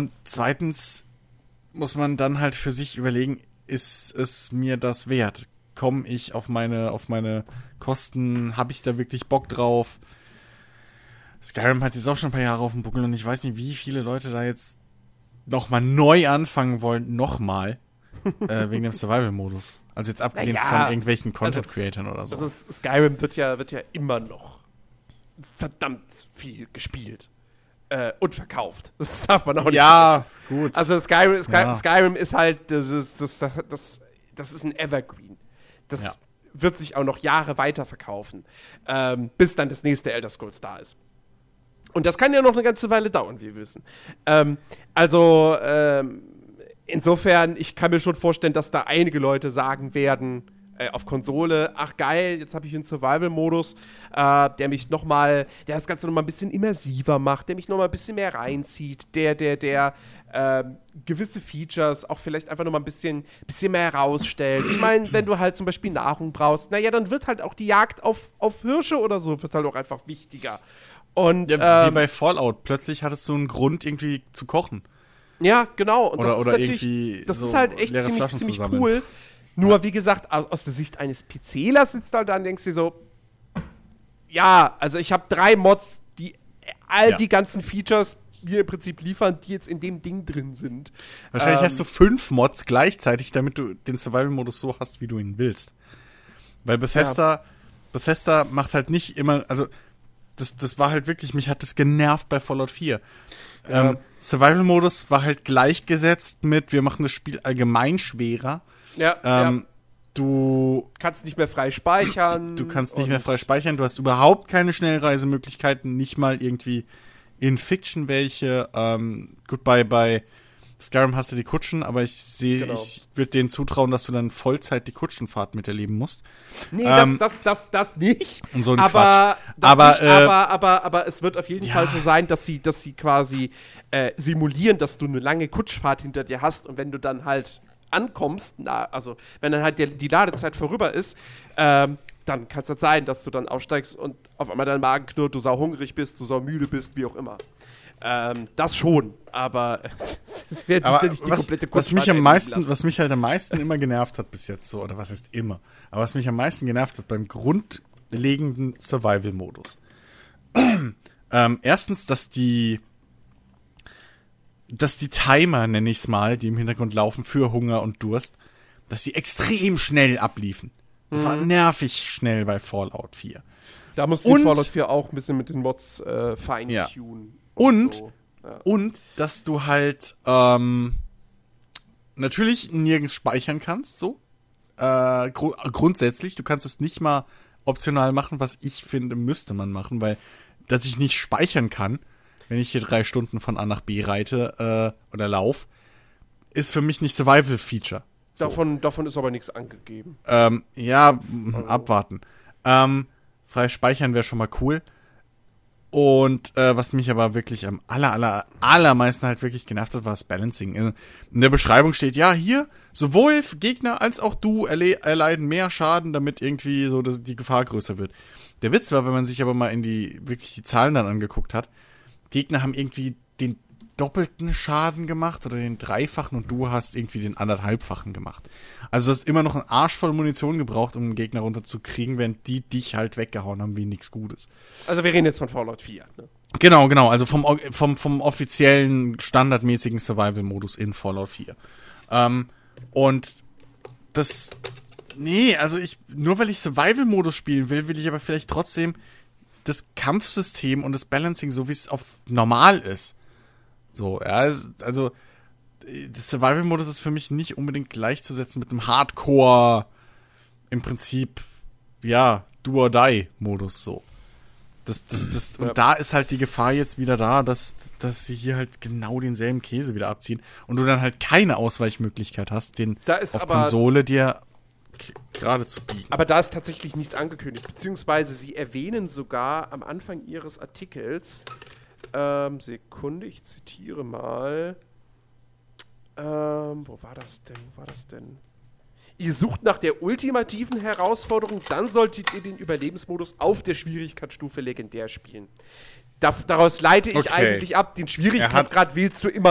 zweitens muss man dann halt für sich überlegen, ist es mir das wert? komme ich auf meine Kosten, habe ich da wirklich Bock drauf? Skyrim hat jetzt auch schon ein paar Jahre auf dem Buckel und ich weiß nicht, wie viele Leute da jetzt nochmal neu anfangen wollen, wegen dem Survival-Modus. Also jetzt abgesehen von irgendwelchen Content-Creatern oder so. Also Skyrim wird ja immer noch verdammt viel gespielt und verkauft. Das darf man auch nicht vergessen. Gut. Also Skyrim ist halt, das ist ein Evergreen. Das wird sich auch noch Jahre weiter verkaufen, bis dann das nächste Elder Scrolls da ist. Und das kann ja noch eine ganze Weile dauern, wie wir wissen. Insofern, ich kann mir schon vorstellen, dass da einige Leute sagen werden, auf Konsole, ach geil, jetzt habe ich einen Survival-Modus, der das Ganze nochmal ein bisschen immersiver macht, der mich nochmal ein bisschen mehr reinzieht, der gewisse Features auch vielleicht einfach nochmal ein bisschen mehr herausstellt. Ich meine, wenn du halt zum Beispiel Nahrung brauchst, naja, dann wird halt auch die Jagd auf Hirsche oder so, wird halt auch einfach wichtiger. Und, wie bei Fallout, plötzlich hattest du einen Grund, irgendwie zu kochen. Ja, genau. Und das ist halt echt ziemlich cool. Nur, wie gesagt, aus der Sicht eines PClers sitzt du halt da und denkst dir so, ja, also ich habe 3 Mods, die die ganzen Features mir im Prinzip liefern, die jetzt in dem Ding drin sind. Wahrscheinlich hast du 5 Mods gleichzeitig, damit du den Survival-Modus so hast, wie du ihn willst. Weil Bethesda macht halt nicht immer, also das war halt wirklich, mich hat das genervt bei Fallout 4. Survival-Modus war halt gleichgesetzt mit, wir machen das Spiel allgemein schwerer. Du kannst nicht mehr frei speichern. Du hast überhaupt keine Schnellreisemöglichkeiten, nicht mal irgendwie in Fiction welche. Gut, bei Skyrim hast du die Kutschen, aber ich würde denen zutrauen, dass du dann Vollzeit die Kutschenfahrt miterleben musst. Nee, das nicht. Und so ein Quatsch. Aber es wird auf jeden Fall so sein, dass sie quasi simulieren, dass du eine lange Kutschfahrt hinter dir hast und wenn du dann halt ankommst, also wenn dann halt die Ladezeit vorüber ist, dann kann es halt sein, dass du dann aussteigst und auf einmal dein Magen knurrt, du sauhungrig bist, du saumüde bist, wie auch immer. Das schon, aber es wird nicht die komplette Kurzfahrt. Was mich halt am meisten immer genervt hat bis jetzt so, oder was heißt immer, aber was mich am meisten genervt hat beim grundlegenden Survival-Modus. Erstens, dass die Timer, nenne ich es mal, die im Hintergrund laufen für Hunger und Durst, dass sie extrem schnell abliefen. Das war nervig schnell bei Fallout 4. Da mussten die Fallout 4 auch ein bisschen mit den Mods feintunen. Und dass du halt natürlich nirgends speichern kannst, so. Grundsätzlich, du kannst es nicht mal optional machen, was ich finde, müsste man machen, weil, dass ich nicht speichern kann, wenn ich hier 3 Stunden von A nach B reite oder lauf, ist für mich nicht Survival-Feature. So. Davon ist aber nichts angegeben. Abwarten. Frei speichern wäre schon mal cool. Und was mich aber wirklich am allermeisten halt wirklich genervt hat, war das Balancing. In der Beschreibung steht, ja, hier, sowohl Gegner als auch du erleiden mehr Schaden, damit irgendwie so die Gefahr größer wird. Der Witz war, wenn man sich aber mal die Zahlen dann angeguckt hat, Gegner haben irgendwie den doppelten Schaden gemacht oder den 3-fachen und du hast irgendwie den 1,5-fachen gemacht. Also du hast immer noch einen Arsch voll Munition gebraucht, um einen Gegner runterzukriegen, während die dich halt weggehauen haben wie nichts Gutes. Also wir reden jetzt von Fallout 4, ne? Genau, also vom offiziellen, standardmäßigen Survival-Modus in Fallout 4. Und das, nur weil ich Survival-Modus spielen will ich aber vielleicht trotzdem das Kampfsystem und das Balancing, so wie es auf normal ist. So, ja, also das Survival-Modus ist für mich nicht unbedingt gleichzusetzen mit dem Hardcore, im Prinzip, Do-or-Die-Modus so. Und da ist halt die Gefahr jetzt wieder da, dass sie hier halt genau denselben Käse wieder abziehen und du dann halt keine Ausweichmöglichkeit hast, den auf Konsole dir gerade zu biegen. Aber da ist tatsächlich nichts angekündigt, beziehungsweise sie erwähnen sogar am Anfang ihres Artikels, Sekunde, ich zitiere mal. Wo war das denn? Ihr sucht nach der ultimativen Herausforderung, dann solltet ihr den Überlebensmodus auf der Schwierigkeitsstufe legendär spielen. Daraus leite ich eigentlich ab, den Schwierigkeitsgrad wählst du immer noch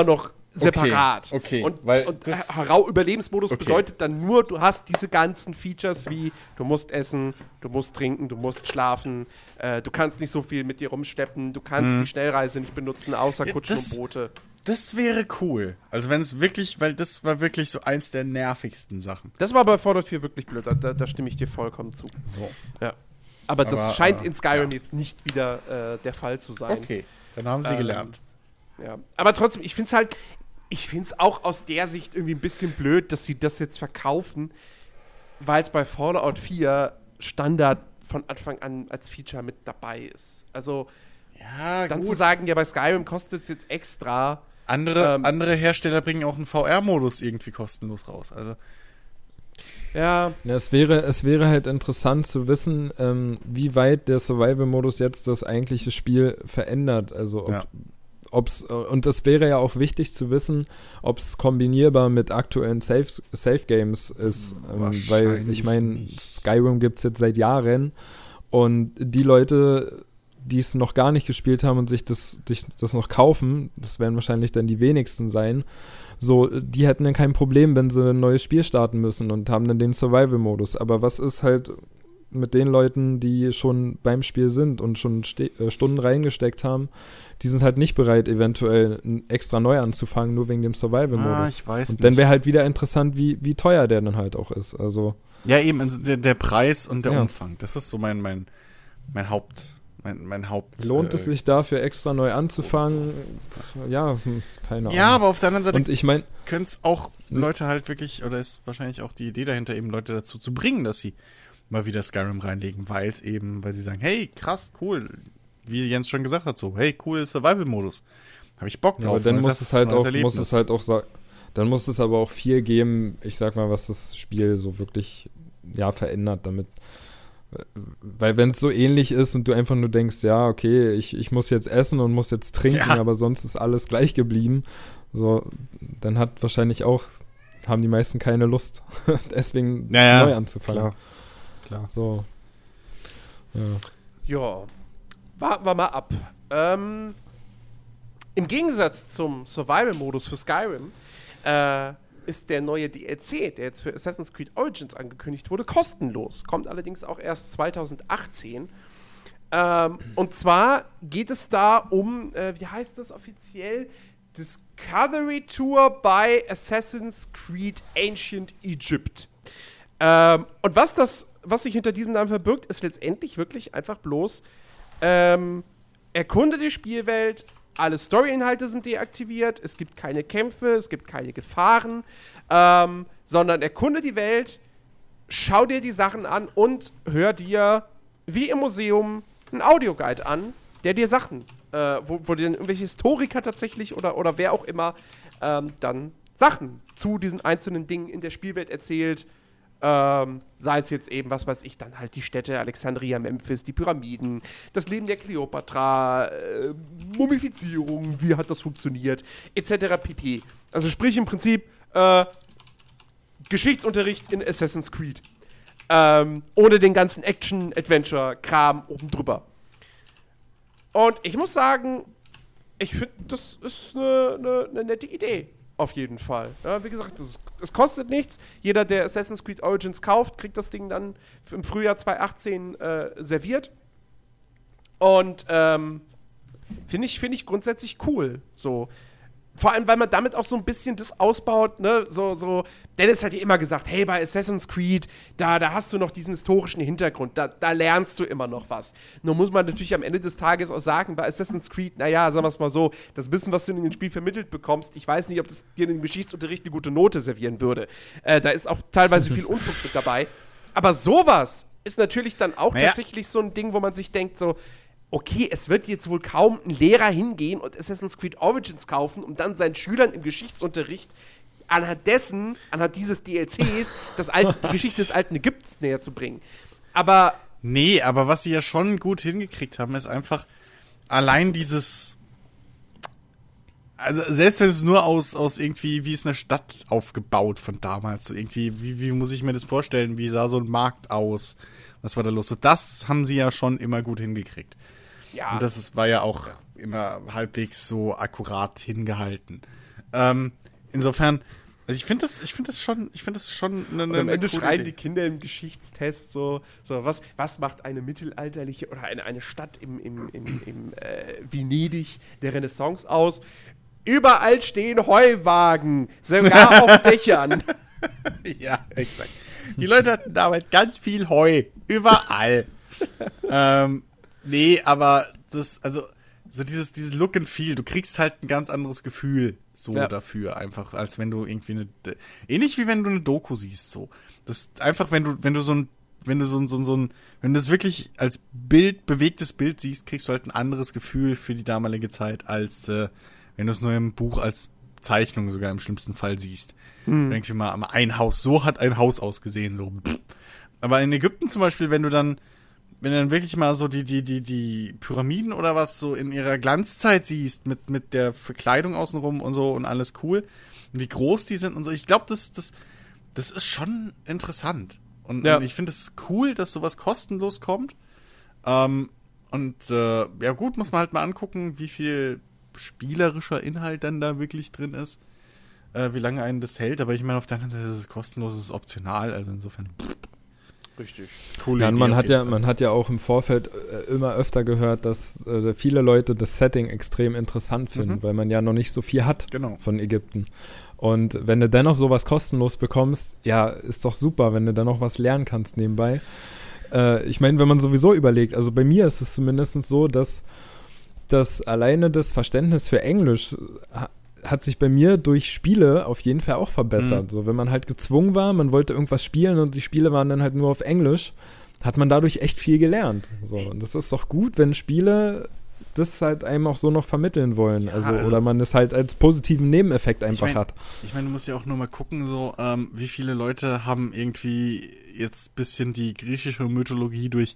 separat. Okay, Und das Überlebensmodus bedeutet dann nur, du hast diese ganzen Features wie, du musst essen, du musst trinken, du musst schlafen, du kannst nicht so viel mit dir rumschleppen, du kannst die Schnellreise nicht benutzen, außer Kutschen und Boote. Das wäre cool. Also wenn es wirklich, weil das war wirklich so eins der nervigsten Sachen. Das war bei Fallout 4 wirklich blöd, da stimme ich dir vollkommen zu. So. Ja. Aber das scheint in Skyrim jetzt nicht wieder der Fall zu sein. Okay, dann haben sie gelernt. Ja. Aber trotzdem, ich finde es auch aus der Sicht irgendwie ein bisschen blöd, dass sie das jetzt verkaufen, weil es bei Fallout 4 Standard von Anfang an als Feature mit dabei ist. Also dann zu sagen, ja, bei Skyrim kostet es jetzt extra. Andere Hersteller bringen auch einen VR-Modus irgendwie kostenlos raus. Also ja, es wäre halt interessant zu wissen, wie weit der Survival-Modus jetzt das eigentliche Spiel verändert. Also und das wäre ja auch wichtig zu wissen, ob es kombinierbar mit aktuellen Safe-Games ist. Weil ich meine, Skyrim gibt es jetzt seit Jahren und die Leute, die es noch gar nicht gespielt haben und sich das noch kaufen, das werden wahrscheinlich dann die wenigsten sein, so, die hätten dann kein Problem, wenn sie ein neues Spiel starten müssen und haben dann den Survival-Modus. Aber was ist halt mit den Leuten, die schon beim Spiel sind und schon Stunden reingesteckt haben, die sind halt nicht bereit, eventuell extra neu anzufangen, nur wegen dem Survival-Modus. Ich weiß nicht. Und dann wäre halt wieder interessant, wie teuer der dann halt auch ist. Also ja, eben, also der Preis und der Umfang. Das ist so mein Haupt. Lohnt es sich dafür extra neu anzufangen? Ja, keine Ahnung. Ja, aber auf der anderen Seite und ich meine, können es auch Leute halt wirklich, oder ist wahrscheinlich auch die Idee dahinter, eben Leute dazu zu bringen, dass sie mal wieder Skyrim reinlegen, weil sie sagen, hey, krass, cool, wie Jens schon gesagt hat, so, hey, cool, Survival-Modus. Habe ich Bock drauf. Aber dann muss es aber auch viel geben, ich sag mal, was das Spiel so wirklich verändert damit. Weil wenn es so ähnlich ist und du einfach nur denkst, ja, okay, ich muss jetzt essen und muss jetzt trinken, aber sonst ist alles gleich geblieben, so, dann haben die meisten keine Lust, deswegen neu anzufangen. Klar. So. Ja, warten wir mal ab. Im Gegensatz zum Survival-Modus für Skyrim ist der neue DLC, der jetzt für Assassin's Creed Origins angekündigt wurde, kostenlos. Kommt allerdings auch erst 2018. Und zwar geht es da um, wie heißt das offiziell? Discovery Tour by Assassin's Creed Ancient Egypt. Und was sich hinter diesem Namen verbirgt, ist letztendlich wirklich einfach bloß erkunde die Spielwelt. Alle Story-Inhalte sind deaktiviert, es gibt keine Kämpfe, es gibt keine Gefahren, sondern erkunde die Welt, schau dir die Sachen an und hör dir, wie im Museum, einen Audioguide an, der dir Sachen, wo dir irgendwelche Historiker tatsächlich oder wer auch immer dann Sachen zu diesen einzelnen Dingen in der Spielwelt erzählt, sei es jetzt eben, was weiß ich, dann halt die Städte Alexandria, Memphis, die Pyramiden, das Leben der Kleopatra, Mumifizierung, wie hat das funktioniert, etc. pp. Also sprich im Prinzip Geschichtsunterricht in Assassin's Creed. Ohne den ganzen Action-Adventure-Kram oben drüber. Und ich muss sagen, ich finde, das ist eine nette Idee. Auf jeden Fall. Ja, wie gesagt, es kostet nichts. Jeder, der Assassin's Creed Origins kauft, kriegt das Ding dann im Frühjahr 2018 serviert. Und finde ich grundsätzlich cool. So. Vor allem, weil man damit auch so ein bisschen das ausbaut, ne, so, Dennis hat ja immer gesagt, hey, bei Assassin's Creed, da hast du noch diesen historischen Hintergrund, da lernst du immer noch was. Nur muss man natürlich am Ende des Tages auch sagen, bei Assassin's Creed, naja, sagen wir es mal so, das Wissen, was du in dem Spiel vermittelt bekommst, ich weiß nicht, ob das dir in dem Geschichtsunterricht eine gute Note servieren würde. Da ist auch teilweise viel Unfug mit dabei. Aber sowas ist natürlich dann auch tatsächlich so ein Ding, wo man sich denkt, so, okay, es wird jetzt wohl kaum ein Lehrer hingehen und Assassin's Creed Origins kaufen, um dann seinen Schülern im Geschichtsunterricht anhand dieses DLCs, die Geschichte des alten Ägyptens näher zu bringen. Aber nee, aber was sie ja schon gut hingekriegt haben, ist einfach allein dieses, also selbst wenn es nur aus irgendwie, wie ist eine Stadt aufgebaut von damals, so irgendwie, wie muss ich mir das vorstellen, wie sah so ein Markt aus, was war da los, so das haben sie ja schon immer gut hingekriegt. Ja. Und war ja auch immer halbwegs so akkurat hingehalten. Insofern, also ich finde das schon eine Und am Ende coole schreien Idee. die Kinder im Geschichtstest so was macht eine mittelalterliche oder eine Stadt im Venedig der Renaissance aus? Überall stehen Heuwagen, sogar auf Dächern. Ja, exakt. Die Leute hatten damals ganz viel Heu. Überall. Nee, aber so dieses Look and Feel, du kriegst halt ein ganz anderes Gefühl dafür, einfach, als wenn du irgendwie ähnlich wie wenn du eine Doku siehst, so. Das einfach, wenn du das wirklich als bewegtes Bild siehst, kriegst du halt ein anderes Gefühl für die damalige Zeit, als wenn du es nur im Buch als Zeichnung sogar im schlimmsten Fall siehst. Irgendwie mal ein Haus, so hat ein Haus ausgesehen, so. Aber in Ägypten zum Beispiel, wenn du dann wirklich mal so die Pyramiden oder was so in ihrer Glanzzeit siehst, mit der Verkleidung außenrum und so und alles cool, und wie groß die sind und so, ich glaube, das ist schon interessant. Und ich finde es cool, dass sowas kostenlos kommt. Ja gut, muss man halt mal angucken, wie viel spielerischer Inhalt dann da wirklich drin ist, wie lange einen das hält. Aber ich meine, auf der anderen Seite ist es kostenlos, es ist optional, also insofern Richtig. Coole Ja, und Idee man hat ja auch im Vorfeld immer öfter gehört, dass viele Leute das Setting extrem interessant finden, weil man ja noch nicht so viel hat von Ägypten. Und wenn du dennoch sowas kostenlos bekommst, ja, ist doch super, wenn du dann noch was lernen kannst nebenbei. Ich meine, wenn man sowieso überlegt, also bei mir ist es zumindest so, dass alleine das Verständnis für Englisch hat sich bei mir durch Spiele auf jeden Fall auch verbessert. So, wenn man halt gezwungen war, man wollte irgendwas spielen und die Spiele waren dann halt nur auf Englisch, hat man dadurch echt viel gelernt. So, und das ist doch gut, wenn Spiele das halt einem auch so noch vermitteln wollen. Ja, also, oder man es halt als positiven Nebeneffekt einfach hat. Ich meine, du musst ja auch nur mal gucken, so, wie viele Leute haben irgendwie jetzt ein bisschen die griechische Mythologie durch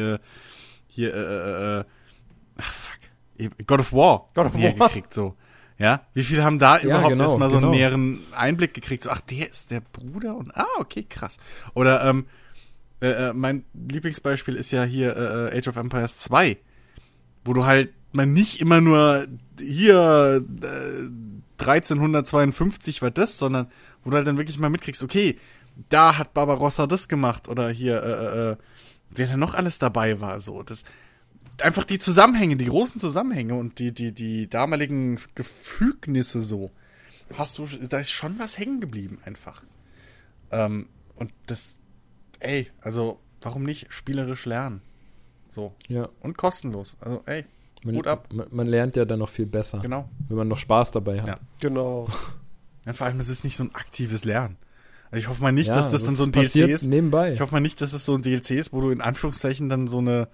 God of War gekriegt, so. Ja, wie viele haben da überhaupt erstmal so einen näheren Einblick gekriegt? So, ach, der ist der Bruder und okay, krass. Oder mein Lieblingsbeispiel ist ja hier Age of Empires 2, wo du halt mal nicht immer nur hier 1352 war das, sondern wo du halt dann wirklich mal mitkriegst, okay, da hat Barbarossa das gemacht oder hier wer da noch alles dabei war, so. Das einfach die Zusammenhänge, die großen Zusammenhänge und die damaligen Gefügnisse so. Da ist schon was hängen geblieben einfach. Und das, also warum nicht spielerisch lernen? So. Ja. Und kostenlos. Also, Hut ab. Man lernt ja dann noch viel besser. Genau. Wenn man noch Spaß dabei hat. Ja. Genau. Ja, vor allem, es ist nicht so ein aktives Lernen. Also ich hoffe mal nicht, dass das dann so ein DLC ist. Nebenbei. Ich hoffe mal nicht, dass es so ein DLC ist, wo du in Anführungszeichen dann so eine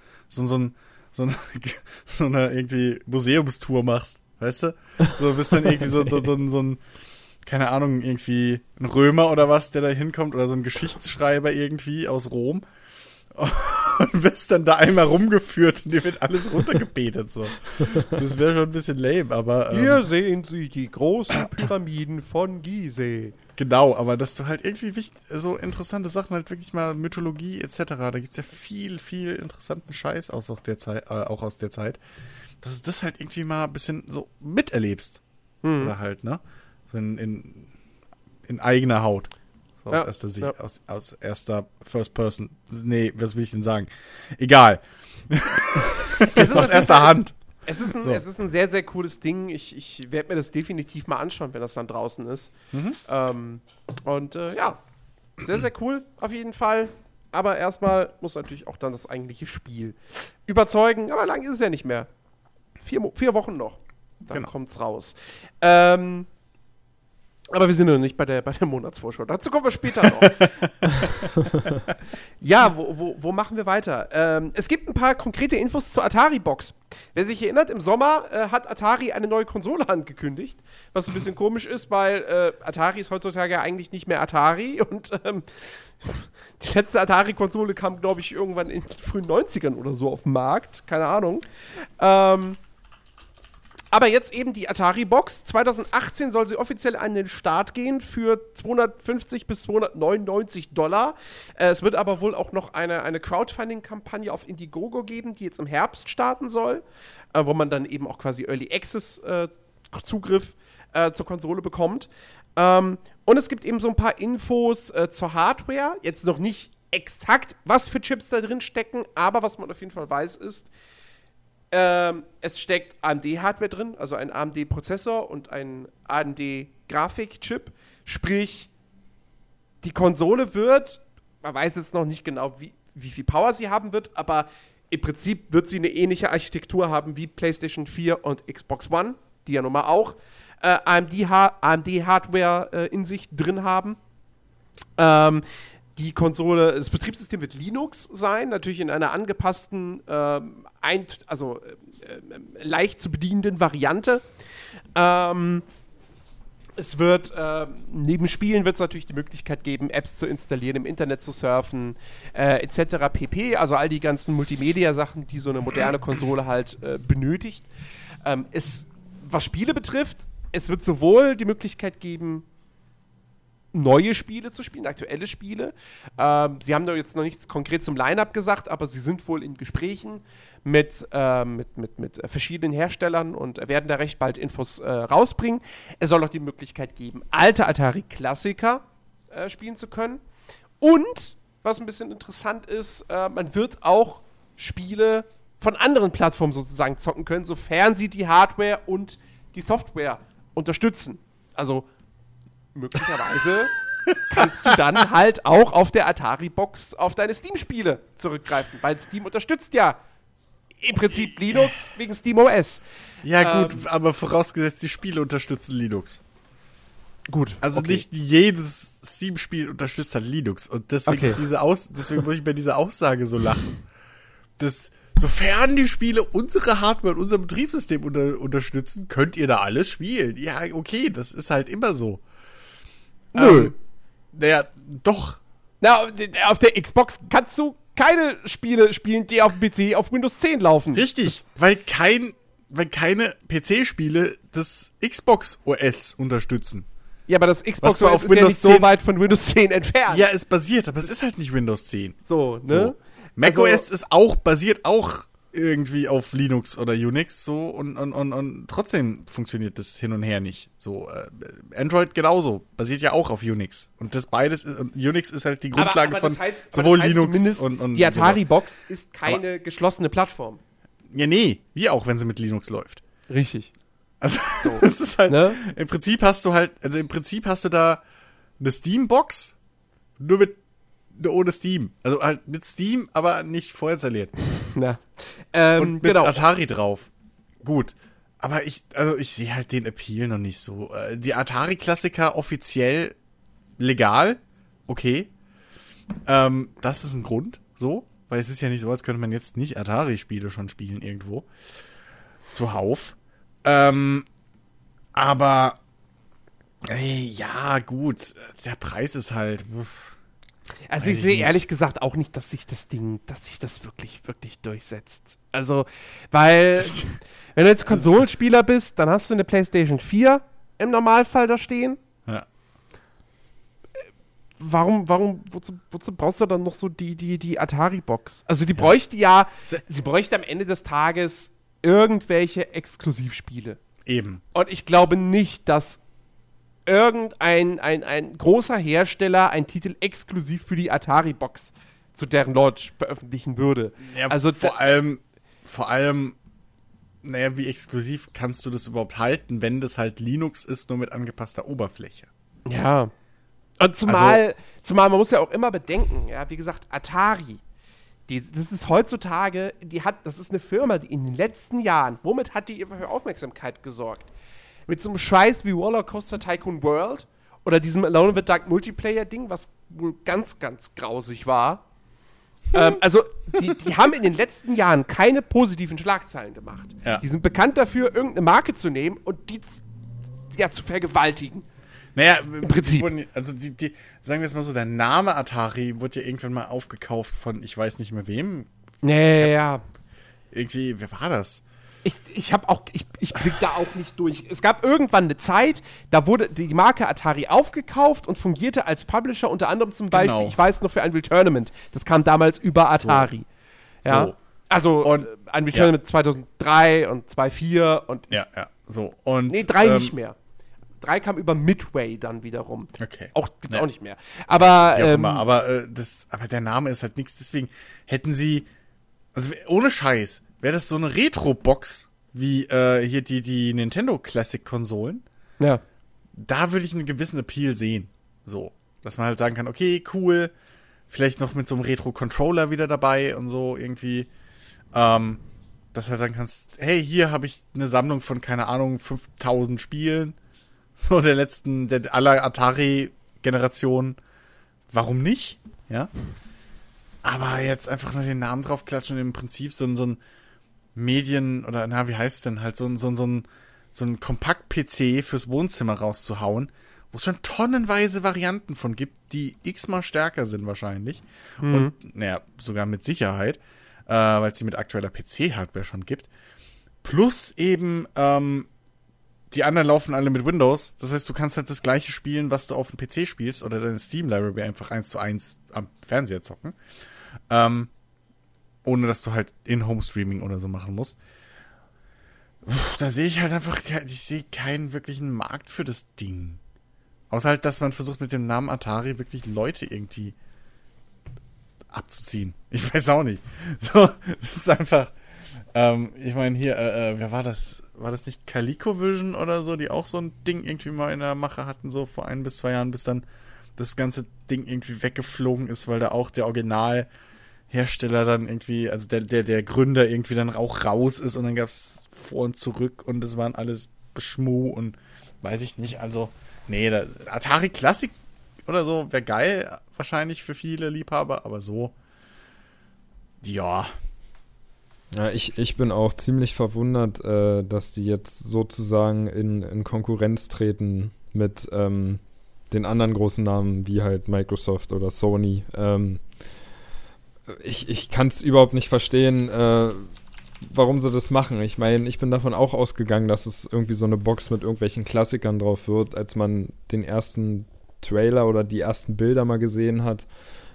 irgendwie Museumstour machst, weißt du? So bist dann irgendwie so ein, keine Ahnung, irgendwie ein Römer oder was, der da hinkommt, oder so ein Geschichtsschreiber irgendwie aus Rom und wirst dann da einmal rumgeführt und dir wird alles runtergebetet, so. Das wäre schon ein bisschen lame, aber hier sehen Sie die großen Pyramiden von Gizeh. Genau, aber dass du halt irgendwie so interessante Sachen, halt wirklich mal Mythologie etc., da gibt's ja viel, viel interessanten Scheiß auch aus der Zeit, dass du das halt irgendwie mal ein bisschen so miterlebst. Oder halt, ne? So in eigener Haut. So aus erster Sicht, aus erster First Person. Nee, was will ich denn sagen? Egal. Aus erster Hand. Es ist ein sehr, sehr cooles Ding. Ich werde mir das definitiv mal anschauen, wenn das dann draußen ist. Sehr, sehr cool auf jeden Fall. Aber erstmal muss natürlich auch dann das eigentliche Spiel überzeugen. Aber lang ist es ja nicht mehr. 4 Wochen noch. Dann kommt's raus. Aber wir sind noch nicht bei der Monatsvorschau. Dazu kommen wir später noch. Ja, wo machen wir weiter? Es gibt ein paar konkrete Infos zur Atari-Box. Wer sich erinnert, im Sommer hat Atari eine neue Konsole angekündigt, was ein bisschen komisch ist, weil Atari ist heutzutage ja eigentlich nicht mehr Atari und die letzte Atari-Konsole kam, glaube ich, irgendwann in den frühen 90ern oder so auf den Markt. Keine Ahnung. Aber jetzt eben die Atari-Box. 2018 soll sie offiziell an den Start gehen für $250 bis $299. Es wird aber wohl auch noch eine Crowdfunding-Kampagne auf Indiegogo geben, die jetzt im Herbst starten soll, wo man dann eben auch quasi Early Access Zugriff zur Konsole bekommt. Und es gibt eben so ein paar Infos zur Hardware. Jetzt noch nicht exakt, was für Chips da drin stecken, aber was man auf jeden Fall weiß ist, es steckt AMD-Hardware drin, also ein AMD-Prozessor und ein AMD-Grafikchip. Sprich, die Konsole wird, man weiß jetzt noch nicht genau, wie viel Power sie haben wird, aber im Prinzip wird sie eine ähnliche Architektur haben wie PlayStation 4 und Xbox One, die ja nun mal auch AMD-Hardware in sich drin haben. Die Konsole, das Betriebssystem wird Linux sein, natürlich in einer angepassten, leicht zu bedienenden Variante. Es wird, neben Spielen wird es natürlich die Möglichkeit geben, Apps zu installieren, im Internet zu surfen, etc. pp. Also all die ganzen Multimedia-Sachen, die so eine moderne Konsole halt benötigt. Was Spiele betrifft, es wird sowohl die Möglichkeit geben, neue Spiele zu spielen, aktuelle Spiele. Sie haben da jetzt noch nichts konkret zum Line-Up gesagt, aber sie sind wohl in Gesprächen mit verschiedenen Herstellern und werden da recht bald Infos rausbringen. Es soll auch die Möglichkeit geben, alte Atari-Klassiker spielen zu können. Und, was ein bisschen interessant ist, man wird auch Spiele von anderen Plattformen sozusagen zocken können, sofern sie die Hardware und die Software unterstützen. Also möglicherweise kannst du dann halt auch auf der Atari-Box auf deine Steam-Spiele zurückgreifen, weil Steam unterstützt ja im Prinzip Linux wegen SteamOS. Ja gut, aber vorausgesetzt, die Spiele unterstützen Linux. Gut. Also okay. Nicht jedes Steam-Spiel unterstützt halt Linux. Und deswegen deswegen muss ich bei dieser Aussage so lachen. Sofern die Spiele unsere Hardware und unser Betriebssystem unterstützen, könnt ihr da alles spielen. Ja, okay, das ist halt immer so. Nö. Naja, doch. Na, auf der Xbox kannst du keine Spiele spielen, die auf dem PC auf Windows 10 laufen. Richtig, weil keine PC-Spiele das Xbox OS unterstützen. Ja, aber das Xbox OS ist ja nicht so weit von Windows 10 entfernt. Ja, es basiert, aber es ist halt nicht Windows 10. So, ne? So. macOS ist basiert auch irgendwie auf Linux oder Unix so und trotzdem funktioniert das hin und her nicht. So, Android genauso, basiert ja auch auf Unix. Und das beides und Unix ist halt die Grundlage aber von sowohl Linux und die Atari-Box ist keine geschlossene Plattform. Ja, nee, wie auch, wenn sie mit Linux läuft. Richtig. Also, so. es ist halt, ne? im Prinzip hast du da eine Steam-Box, nur ohne Steam. Also halt mit Steam, aber nicht vorinstalliert. Na. Und mit Atari drauf. Gut. Aber ich sehe halt den Appeal noch nicht so. Die Atari-Klassiker offiziell legal, okay. Das ist ein Grund, so. Weil es ist ja nicht so, als könnte man jetzt nicht Atari-Spiele schon spielen irgendwo. Zuhauf. Aber ja, gut. Der Preis ist halt. Also ich sehe ehrlich gesagt auch nicht, dass sich das wirklich, wirklich durchsetzt. Also, weil, wenn du jetzt Konsolenspieler bist, dann hast du eine PlayStation 4 im Normalfall da stehen. Ja. Wozu brauchst du dann noch so die Atari-Box? Also die bräuchte sie bräuchte am Ende des Tages irgendwelche Exklusivspiele. Eben. Und ich glaube nicht, dass ein großer Hersteller einen Titel exklusiv für die Atari-Box zu deren Launch veröffentlichen würde. Ja, also vor allem, naja, wie exklusiv kannst du das überhaupt halten, wenn das halt Linux ist, nur mit angepasster Oberfläche? Ja. Und zumal man muss ja auch immer bedenken, ja, wie gesagt, Atari, das ist heutzutage, das ist eine Firma, die in den letzten Jahren, womit hat die für Aufmerksamkeit gesorgt? Mit so einem Scheiß wie Rollercoaster Tycoon World oder diesem Alone in the Dark Multiplayer-Ding, was wohl ganz, ganz grausig war. Also, die haben in den letzten Jahren keine positiven Schlagzeilen gemacht. Ja. Die sind bekannt dafür, irgendeine Marke zu nehmen und die zu vergewaltigen. Naja, im Prinzip. Also die, sagen wir jetzt mal so, der Name Atari wurde ja irgendwann mal aufgekauft von, ich weiß nicht mehr wem. Ja. Irgendwie, wer war das? Ich blick da auch nicht durch. Es gab irgendwann eine Zeit, da wurde die Marke Atari aufgekauft und fungierte als Publisher, unter anderem zum Beispiel, Genau. ich weiß noch, für Unreal Tournament. Das kam damals über Atari. So. Ja. So. Also Und- Unreal Tournament 2003 und 2004 und Ja, so. Und, nee, 3 nicht mehr. 3 kam über Midway dann wiederum. Okay. Gibt's auch nicht mehr. Aber, Wie auch immer, aber der Name ist halt nichts, deswegen hätten sie, also ohne Scheiß, wäre das so eine Retro-Box wie hier die Nintendo Classic-Konsolen. ja. Da würde ich einen gewissen Appeal sehen. So, dass man halt sagen kann, okay, cool, vielleicht noch mit so einem Retro-Controller wieder dabei und so irgendwie. Dass du halt sagen kannst, hey, hier habe ich eine Sammlung von, keine Ahnung, 5000 Spielen. So der aller Atari-Generation. Warum nicht? Ja. Aber jetzt einfach nur den Namen draufklatschen und im Prinzip so ein Medien- oder, wie heißt es denn, halt so ein Kompakt-PC fürs Wohnzimmer rauszuhauen, wo es schon tonnenweise Varianten von gibt, die x-mal stärker sind wahrscheinlich. Und, sogar mit Sicherheit, weil es die mit aktueller PC-Hardware schon gibt. Plus eben, die anderen laufen alle mit Windows. Das heißt, du kannst halt das gleiche spielen, was du auf dem PC spielst, oder deine Steam-Library einfach 1:1 am Fernseher zocken. Ohne dass du halt In-Home-Streaming oder so machen musst. Da sehe ich halt einfach, ich sehe keinen wirklichen Markt für das Ding. Außer halt, dass man versucht mit dem Namen Atari wirklich Leute irgendwie abzuziehen. Ich weiß auch nicht. So, das ist einfach, ich meine hier, wer war das? War das nicht ColecoVision oder so, die auch so ein Ding irgendwie mal in der Mache hatten, so vor 1 bis 2 Jahren, bis dann das ganze Ding irgendwie weggeflogen ist, weil da auch der Originalhersteller dann irgendwie, also der Gründer irgendwie dann auch raus ist und dann gab's vor und zurück und das waren alles Beschmuh und weiß ich nicht, also nee, Atari Classic oder so wäre geil, wahrscheinlich für viele Liebhaber, aber so ja. Ja, ich bin auch ziemlich verwundert, dass die jetzt sozusagen in Konkurrenz treten mit den anderen großen Namen, wie halt Microsoft oder Sony. Ich kann es überhaupt nicht verstehen, warum sie das machen. Ich meine, ich bin davon auch ausgegangen, dass es irgendwie so eine Box mit irgendwelchen Klassikern drauf wird, als man den ersten Trailer oder die ersten Bilder mal gesehen hat.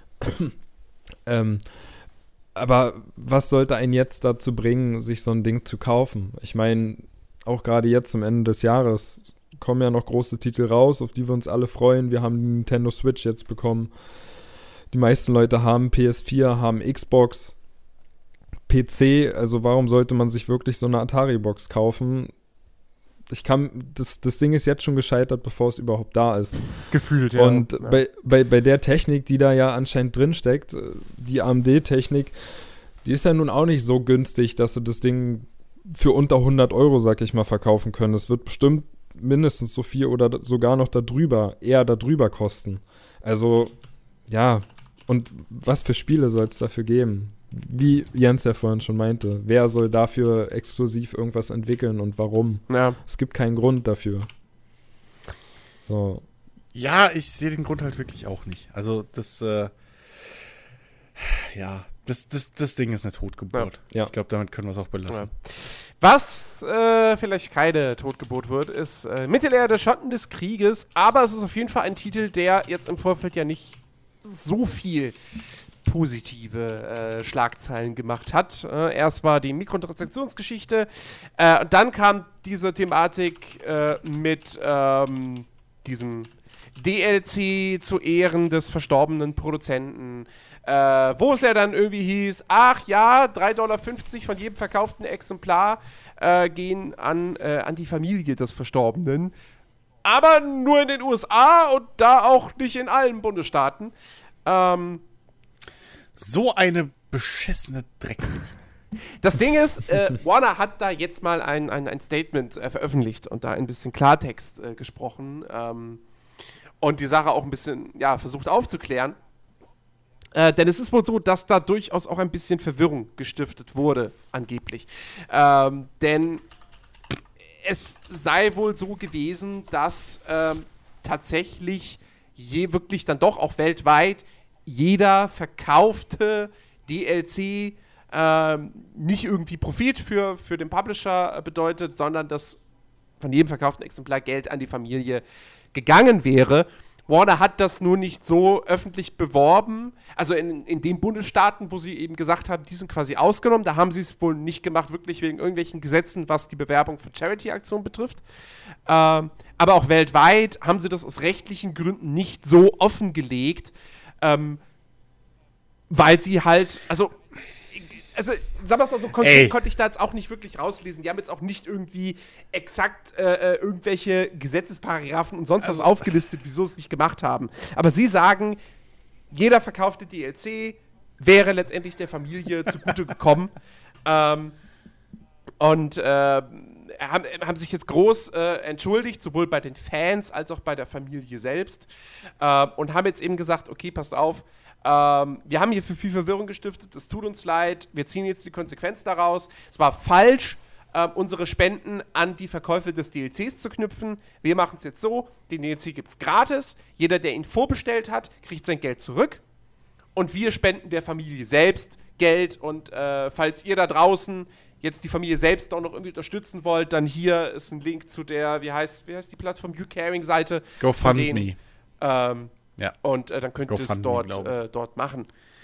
Aber was sollte einen jetzt dazu bringen, sich so ein Ding zu kaufen? Ich meine, auch gerade jetzt zum Ende des Jahres kommen ja noch große Titel raus, auf die wir uns alle freuen. Wir haben die Nintendo Switch jetzt bekommen. Die meisten Leute haben PS4, haben Xbox, PC. Also warum sollte man sich wirklich so eine Atari-Box kaufen? Das Ding ist jetzt schon gescheitert, bevor es überhaupt da ist. Gefühlt, ja. Und bei der Technik, die da ja anscheinend drin steckt, die AMD-Technik, die ist ja nun auch nicht so günstig, dass sie das Ding für unter 100 Euro, sag ich mal, verkaufen können. Es wird bestimmt mindestens so viel oder sogar noch eher darüber kosten. Also, ja, und was für Spiele soll es dafür geben? Wie Jens ja vorhin schon meinte, wer soll dafür exklusiv irgendwas entwickeln und warum? Ja. Es gibt keinen Grund dafür. So. Ja, ich sehe den Grund halt wirklich auch nicht. Also das Ding ist eine Totgeburt. Ja. Ich glaube, damit können wir es auch belassen. Ja. Was vielleicht keine Totgeburt wird, ist Mittelerde, Schatten des Krieges, aber es ist auf jeden Fall ein Titel, der jetzt im Vorfeld ja nicht so viel positive Schlagzeilen gemacht hat. Erst war die Mikrotransaktionsgeschichte, dann kam diese Thematik mit diesem DLC zu Ehren des verstorbenen Produzenten, wo es ja dann irgendwie hieß, ach ja, 3,50 Dollar von jedem verkauften Exemplar gehen an die Familie des Verstorbenen. Aber nur in den USA und da auch nicht in allen Bundesstaaten. So eine beschissene Drecksnuss. Das Ding ist, Warner hat da jetzt mal ein Statement veröffentlicht und da ein bisschen Klartext gesprochen und die Sache auch ein bisschen versucht aufzuklären. Denn es ist wohl so, dass da durchaus auch ein bisschen Verwirrung gestiftet wurde, angeblich. Denn es sei wohl so gewesen, dass tatsächlich wirklich dann doch auch weltweit jeder verkaufte DLC nicht irgendwie Profit für den Publisher bedeutet, sondern dass von jedem verkauften Exemplar Geld an die Familie gegangen wäre. Warner hat das nur nicht so öffentlich beworben. Also in den Bundesstaaten, wo sie eben gesagt haben, die sind quasi ausgenommen, da haben sie es wohl nicht gemacht, wirklich wegen irgendwelchen Gesetzen, was die Bewerbung für Charity-Aktionen betrifft. Aber auch weltweit haben sie das aus rechtlichen Gründen nicht so offengelegt, weil sie halt, also sagen wir es mal so, konkret konnte ich da jetzt auch nicht wirklich rauslesen. Die haben jetzt auch nicht irgendwie exakt irgendwelche Gesetzesparagraphen und sonst was aufgelistet, wieso sie es nicht gemacht haben. Aber sie sagen, jeder verkaufte DLC wäre letztendlich der Familie zugute gekommen. Und haben sich jetzt groß entschuldigt, sowohl bei den Fans als auch bei der Familie selbst. Und haben jetzt eben gesagt, okay, passt auf, wir haben hier für viel Verwirrung gestiftet, es tut uns leid, wir ziehen jetzt die Konsequenz daraus. Es war falsch, unsere Spenden an die Verkäufe des DLCs zu knüpfen. Wir machen es jetzt so, den DLC gibt es gratis, jeder, der ihn vorbestellt hat, kriegt sein Geld zurück und wir spenden der Familie selbst Geld und falls ihr da draußen jetzt die Familie selbst auch noch irgendwie unterstützen wollt, dann hier ist ein Link zu der, wie heißt die Plattform, YouCaring-Seite. GoFundMe. Ja. Und dann könnt ihr es dort machen.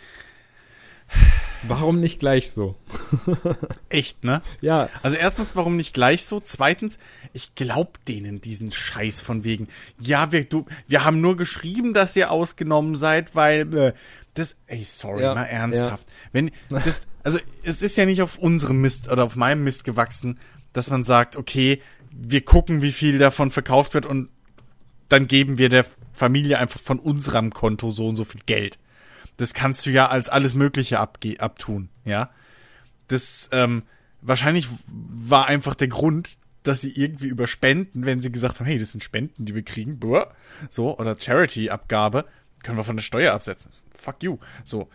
Warum nicht gleich so? Echt, ne? Ja. Also erstens, warum nicht gleich so? Zweitens, ich glaub denen diesen Scheiß von wegen, ja, wir haben nur geschrieben, dass ihr ausgenommen seid, weil mal ernsthaft. Ja. Also es ist ja nicht auf unserem Mist oder auf meinem Mist gewachsen, dass man sagt, okay, wir gucken, wie viel davon verkauft wird und dann geben wir der Familie einfach von unserem Konto so und so viel Geld. Das kannst du ja als alles Mögliche abtun, ja. Das, wahrscheinlich war einfach der Grund, dass sie irgendwie über Spenden, wenn sie gesagt haben, hey, das sind Spenden, die wir kriegen, so, oder Charity-Abgabe, können wir von der Steuer absetzen. Fuck you. So,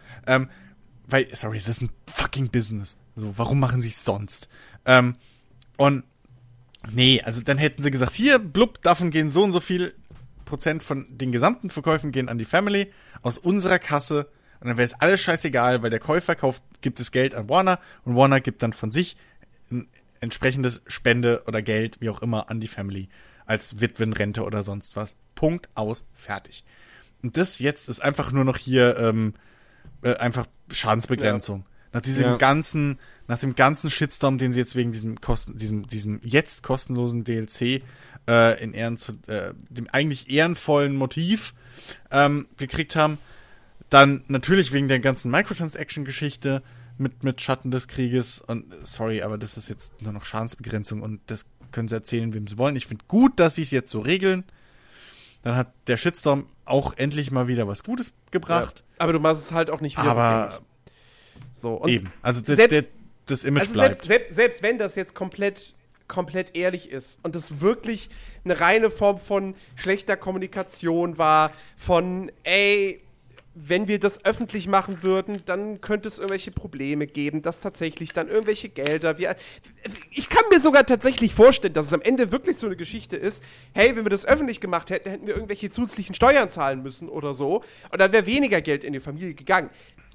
es ist ein fucking Business. So, warum machen sie es sonst? Und, nee, also dann hätten sie gesagt, hier, blub, davon gehen so und so viel Prozent von den gesamten Verkäufen gehen an die Family aus unserer Kasse und dann wäre es alles scheißegal, weil der Käufer gibt das Geld an Warner und Warner gibt dann von sich ein entsprechendes Spende oder Geld, wie auch immer, an die Family als Witwenrente oder sonst was. Punkt, aus, fertig. Und das jetzt ist einfach nur noch hier einfach Schadensbegrenzung. Ja. Nach dem ganzen Shitstorm, den sie jetzt wegen diesem jetzt kostenlosen DLC in Ehren zu dem eigentlich ehrenvollen Motiv gekriegt haben, dann natürlich wegen der ganzen Microtransaction-Geschichte mit Schatten des Krieges und sorry, aber das ist jetzt nur noch Schadensbegrenzung und das können sie erzählen, wem sie wollen. Ich finde gut, dass sie es jetzt so regeln. Dann hat der Shitstorm auch endlich mal wieder was Gutes gebracht. Ja, aber du machst es halt auch nicht wieder aber so, und eben, also das Image also bleibt. Selbst wenn das jetzt komplett ehrlich ist und das wirklich eine reine Form von schlechter Kommunikation war, von, wenn wir das öffentlich machen würden, dann könnte es irgendwelche Probleme geben, dass tatsächlich dann irgendwelche Gelder, ich kann mir sogar tatsächlich vorstellen, dass es am Ende wirklich so eine Geschichte ist, hey, wenn wir das öffentlich gemacht hätten, hätten wir irgendwelche zusätzlichen Steuern zahlen müssen oder so und dann wäre weniger Geld in die Familie gegangen.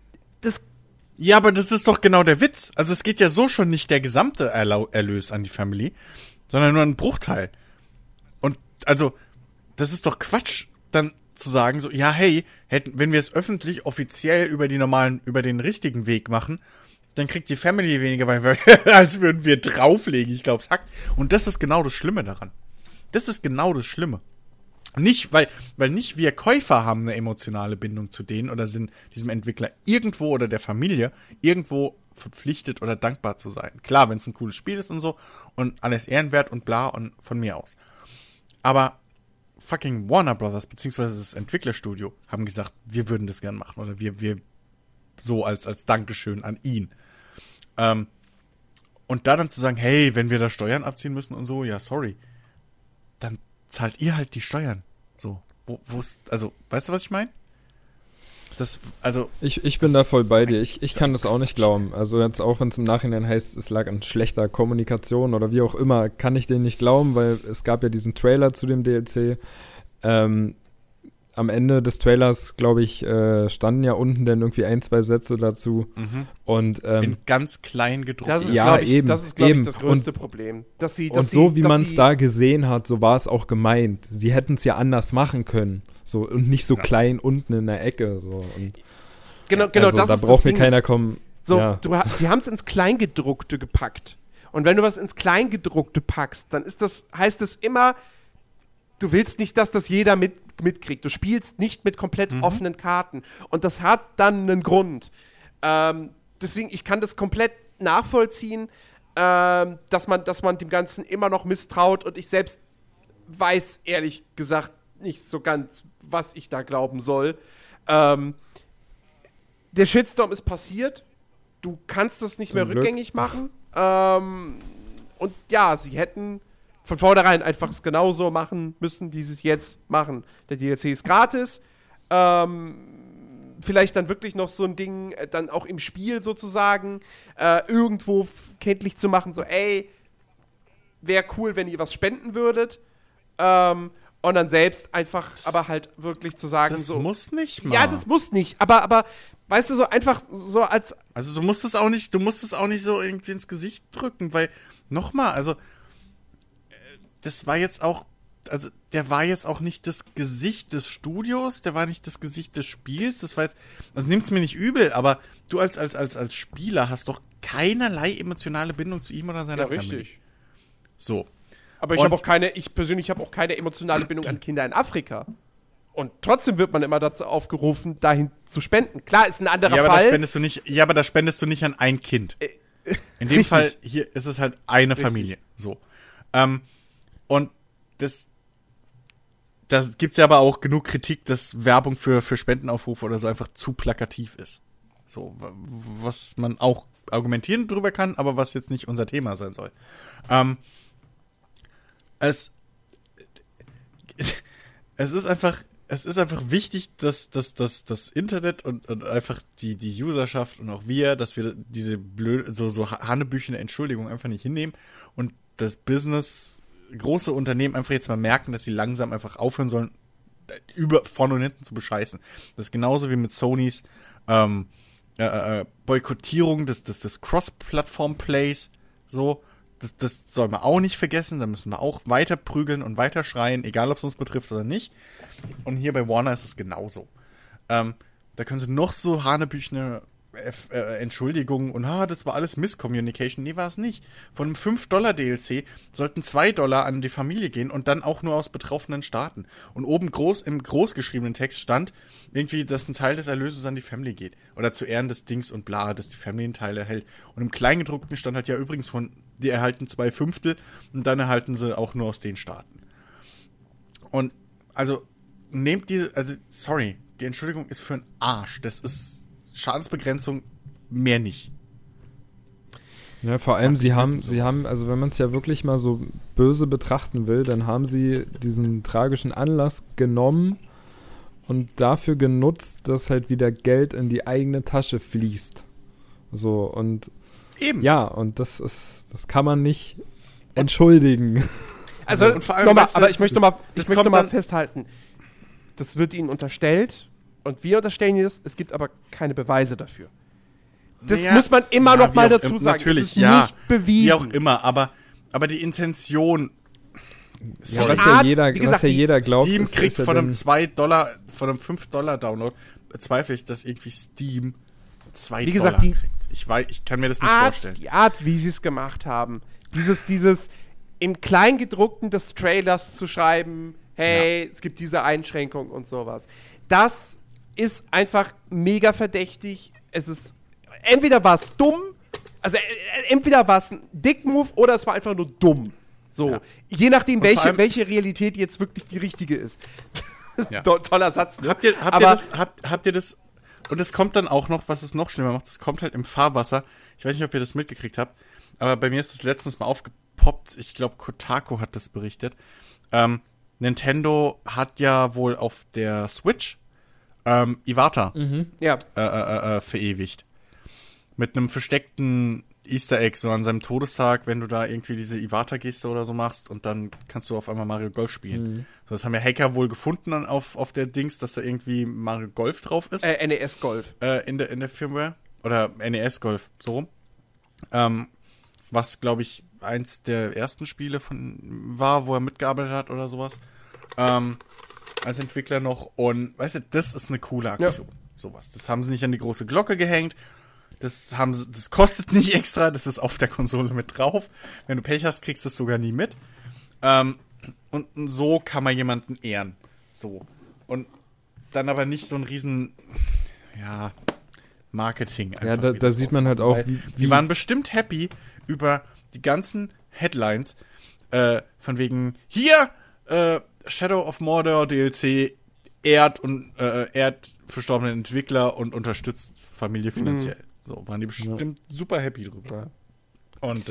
Ja, aber das ist doch genau der Witz. Also es geht ja so schon nicht der gesamte Erlös an die Family, sondern nur ein Bruchteil. Und also, das ist doch Quatsch, dann zu sagen so, ja, hey, wenn wir es öffentlich offiziell über den richtigen Weg machen, dann kriegt die Family weniger, weil als würden wir drauflegen. Ich glaube, es hackt. Und das ist genau das Schlimme daran. Das ist genau das Schlimme. Nicht, weil nicht wir Käufer haben eine emotionale Bindung zu denen oder sind diesem Entwickler irgendwo oder der Familie irgendwo verpflichtet oder dankbar zu sein. Klar, wenn es ein cooles Spiel ist und so und alles ehrenwert und bla und von mir aus. Aber fucking Warner Brothers beziehungsweise das Entwicklerstudio haben gesagt, wir würden das gern machen oder wir so als Dankeschön an ihn. Und da dann zu sagen, hey, wenn wir da Steuern abziehen müssen und so, ja, sorry, dann zahlt ihr halt die Steuern. So, also, weißt du, was ich meine? Ich bin da voll bei dir. Ich kann das auch nicht glauben. Also jetzt auch, wenn es im Nachhinein heißt, es lag an schlechter Kommunikation oder wie auch immer, kann ich denen nicht glauben, weil es gab ja diesen Trailer zu dem DLC. am Ende des Trailers, glaube ich, standen ja unten dann irgendwie 1, 2 Sätze dazu. Und in ganz klein gedruckt. Das ist, Ja, glaube ich, eben, das ist, glaub ich, eben. das größte Problem. Dass sie, so wie man es da gesehen hat, so war es auch gemeint. Sie hätten es ja anders machen können. So, und nicht so klein unten in der Ecke. So. Und genau, also, das da ist braucht das mir Ding. keiner kommen. So, Ja. sie haben es ins Kleingedruckte gepackt. Und wenn du was ins Kleingedruckte packst, dann heißt es immer, du willst nicht, dass das jeder mitkriegt. Du spielst nicht mit komplett offenen Karten. Und das hat dann einen Grund. Deswegen, ich kann das komplett nachvollziehen, dass man dem Ganzen immer noch misstraut. Und ich selbst weiß, ehrlich gesagt, nicht so ganz, was ich da glauben soll. Der Shitstorm ist passiert. Du kannst das nicht mehr Glück. rückgängig machen. Und ja, sie hätten von vornherein einfach es genauso machen müssen, wie sie es jetzt machen. Der DLC ist gratis. Vielleicht dann wirklich noch so ein Ding, dann auch im Spiel sozusagen, irgendwo kenntlich zu machen, so, ey, wäre cool, wenn ihr was spenden würdet. Und dann selbst einfach, aber halt wirklich zu sagen, Das so. muss nicht mal. Ja, das muss nicht, aber weißt du, so einfach so als. Also du musst es auch nicht so irgendwie ins Gesicht drücken, weil, nochmal, also das war jetzt auch, also der war jetzt auch nicht das Gesicht des Studios, der war nicht das Gesicht des Spiels, das war jetzt, also nimm's mir nicht übel, aber du als Spieler hast doch keinerlei emotionale Bindung zu ihm oder seiner Familie. Richtig. So. Aber ich persönlich habe auch keine emotionale Bindung an Kinder in Afrika. Und trotzdem wird man immer dazu aufgerufen, dahin zu spenden. Klar, ist ein anderer Aber Fall. da spendest du nicht an ein Kind. In dem richtig. Fall, hier ist es halt eine Familie. So. Und das gibt's ja aber auch genug Kritik, dass Werbung für Spendenaufrufe oder so einfach zu plakativ ist. So, was man auch argumentieren drüber kann, aber was jetzt nicht unser Thema sein soll. Es ist einfach wichtig, dass das Internet und einfach die Userschaft und auch wir, dass wir diese so hanebüchene Entschuldigung einfach nicht hinnehmen und das Business, große Unternehmen einfach jetzt mal merken, dass sie langsam einfach aufhören sollen, vorne und hinten zu bescheißen. Das ist genauso wie mit Sonys Boykottierung des Cross-Plattform-Plays, so. Das soll man auch nicht vergessen, da müssen wir auch weiter prügeln und weiter schreien, egal ob es uns betrifft oder nicht. Und hier bei Warner ist es genauso. Da können sie noch so hanebüchene Entschuldigungen und das war alles Misscommunication. Nee, war es nicht. Von einem $5 DLC sollten $2 an die Familie gehen und dann auch nur aus betroffenen Staaten. Und oben im großgeschriebenen Text stand irgendwie, dass ein Teil des Erlöses an die Family geht. Oder zu Ehren des Dings und bla, dass die Family einen Teil erhält. Und im Kleingedruckten stand halt ja übrigens die erhalten 2/5 und dann erhalten sie auch nur aus den Staaten. Und also die Entschuldigung ist für einen Arsch. Das ist Schadensbegrenzung, mehr nicht. Ja, vor allem, sie haben, also wenn man es ja wirklich mal so böse betrachten will, dann haben sie diesen tragischen Anlass genommen und dafür genutzt, dass halt wieder Geld in die eigene Tasche fließt. So, und eben. Ja, und das kann man nicht entschuldigen. Also, und vor allem, nochmal, weißt du, aber ich möchte nochmal dann festhalten, das wird ihnen unterstellt und wir unterstellen ihnen das, es gibt aber keine Beweise dafür. Das muss man immer noch mal dazu sagen. Natürlich, es ist nicht bewiesen. Wie auch immer, aber die Intention. Ja, was ja jeder glaubt, Steam ist, kriegt ist ja von einem $2, von einem $5 Download, bezweifle ich, dass irgendwie Steam $2 wie gesagt, kriegt. Ich kann mir das nicht vorstellen. Die Art, wie sie es gemacht haben, dieses im Kleingedruckten des Trailers zu schreiben, hey, es gibt diese Einschränkung und sowas. Das ist einfach mega verdächtig. Entweder war es dumm, also entweder war es ein Dick-Move oder es war einfach nur dumm. So, ja. Je nachdem, welche Realität jetzt wirklich die richtige ist. Das ist ein toller Satz. Ne? Habt ihr das, und es kommt dann auch noch, was es noch schlimmer macht, es kommt halt im Fahrwasser. Ich weiß nicht, ob ihr das mitgekriegt habt, aber bei mir ist das letztens mal aufgepoppt. Ich glaube, Kotaku hat das berichtet. Nintendo hat ja wohl auf der Switch Iwata verewigt. Mit einem versteckten Easter Egg, so an seinem Todestag, wenn du da irgendwie diese Iwata-Geste oder so machst und dann kannst du auf einmal Mario Golf spielen. So, das haben ja Hacker wohl gefunden dann auf der Dings, dass da irgendwie Mario Golf drauf ist. NES Golf. In der Firmware. Oder NES Golf, so rum. Was, glaube ich, eins der ersten Spiele war, wo er mitgearbeitet hat oder sowas. Als Entwickler noch. Und, weißt du, das ist eine coole Aktion. Ja. Sowas. Das haben sie nicht an die große Glocke gehängt. Das kostet nicht extra, das ist auf der Konsole mit drauf. Wenn du Pech hast, kriegst du es sogar nie mit. Und so kann man jemanden ehren. So. Und dann aber nicht so ein riesen, Marketing. Ja, da sieht man halt auch, die waren bestimmt happy über die ganzen Headlines, von wegen, hier, Shadow of Mordor DLC ehrt verstorbenen Entwickler und unterstützt Familie finanziell. So, waren die bestimmt super happy drüber. Ja. Und,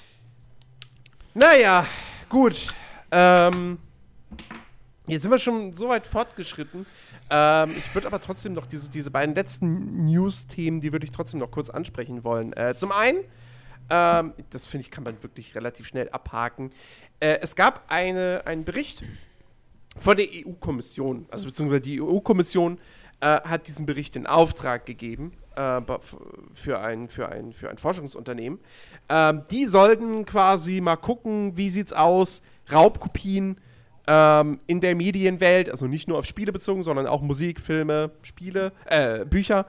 Naja, gut. Jetzt sind wir schon so weit fortgeschritten. Ich würde aber trotzdem noch diese beiden letzten News-Themen, die würde ich trotzdem noch kurz ansprechen wollen. Zum einen, das finde ich, kann man wirklich relativ schnell abhaken. Es gab einen Bericht von der EU-Kommission, also beziehungsweise die EU-Kommission hat diesen Bericht in Auftrag gegeben für ein Forschungsunternehmen. Die sollten quasi mal gucken, wie sieht's aus, Raubkopien in der Medienwelt, also nicht nur auf Spiele bezogen, sondern auch Musik, Filme, Spiele, Bücher.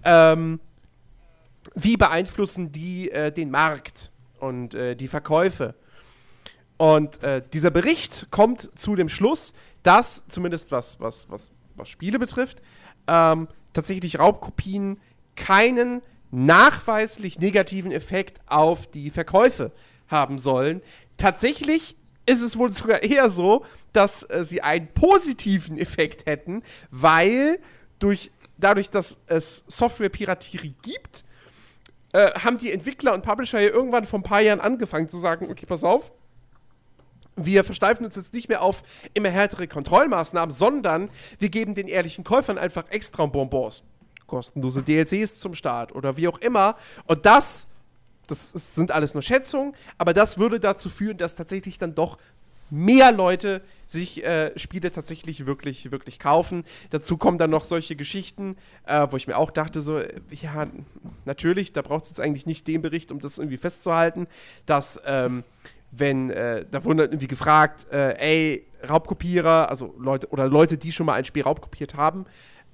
Wie beeinflussen die den Markt und die Verkäufe? Und dieser Bericht kommt zu dem Schluss, dass, zumindest was Spiele betrifft, tatsächlich Raubkopien keinen nachweislich negativen Effekt auf die Verkäufe haben sollen. Tatsächlich ist es wohl sogar eher so, dass sie einen positiven Effekt hätten, weil dadurch, dass es Software-Piraterie gibt, haben die Entwickler und Publisher ja irgendwann vor ein paar Jahren angefangen zu sagen, okay, pass auf, wir versteifen uns jetzt nicht mehr auf immer härtere Kontrollmaßnahmen, sondern wir geben den ehrlichen Käufern einfach extra Bonbons. Kostenlose DLCs zum Start oder wie auch immer. Und das sind alles nur Schätzungen, aber das würde dazu führen, dass tatsächlich dann doch mehr Leute sich Spiele tatsächlich wirklich, wirklich kaufen. Dazu kommen dann noch solche Geschichten, wo ich mir auch dachte, so, ja, natürlich, da braucht es jetzt eigentlich nicht den Bericht, um das irgendwie festzuhalten, dass da wurden irgendwie gefragt, Raubkopierer, also Leute, die schon mal ein Spiel raubkopiert haben,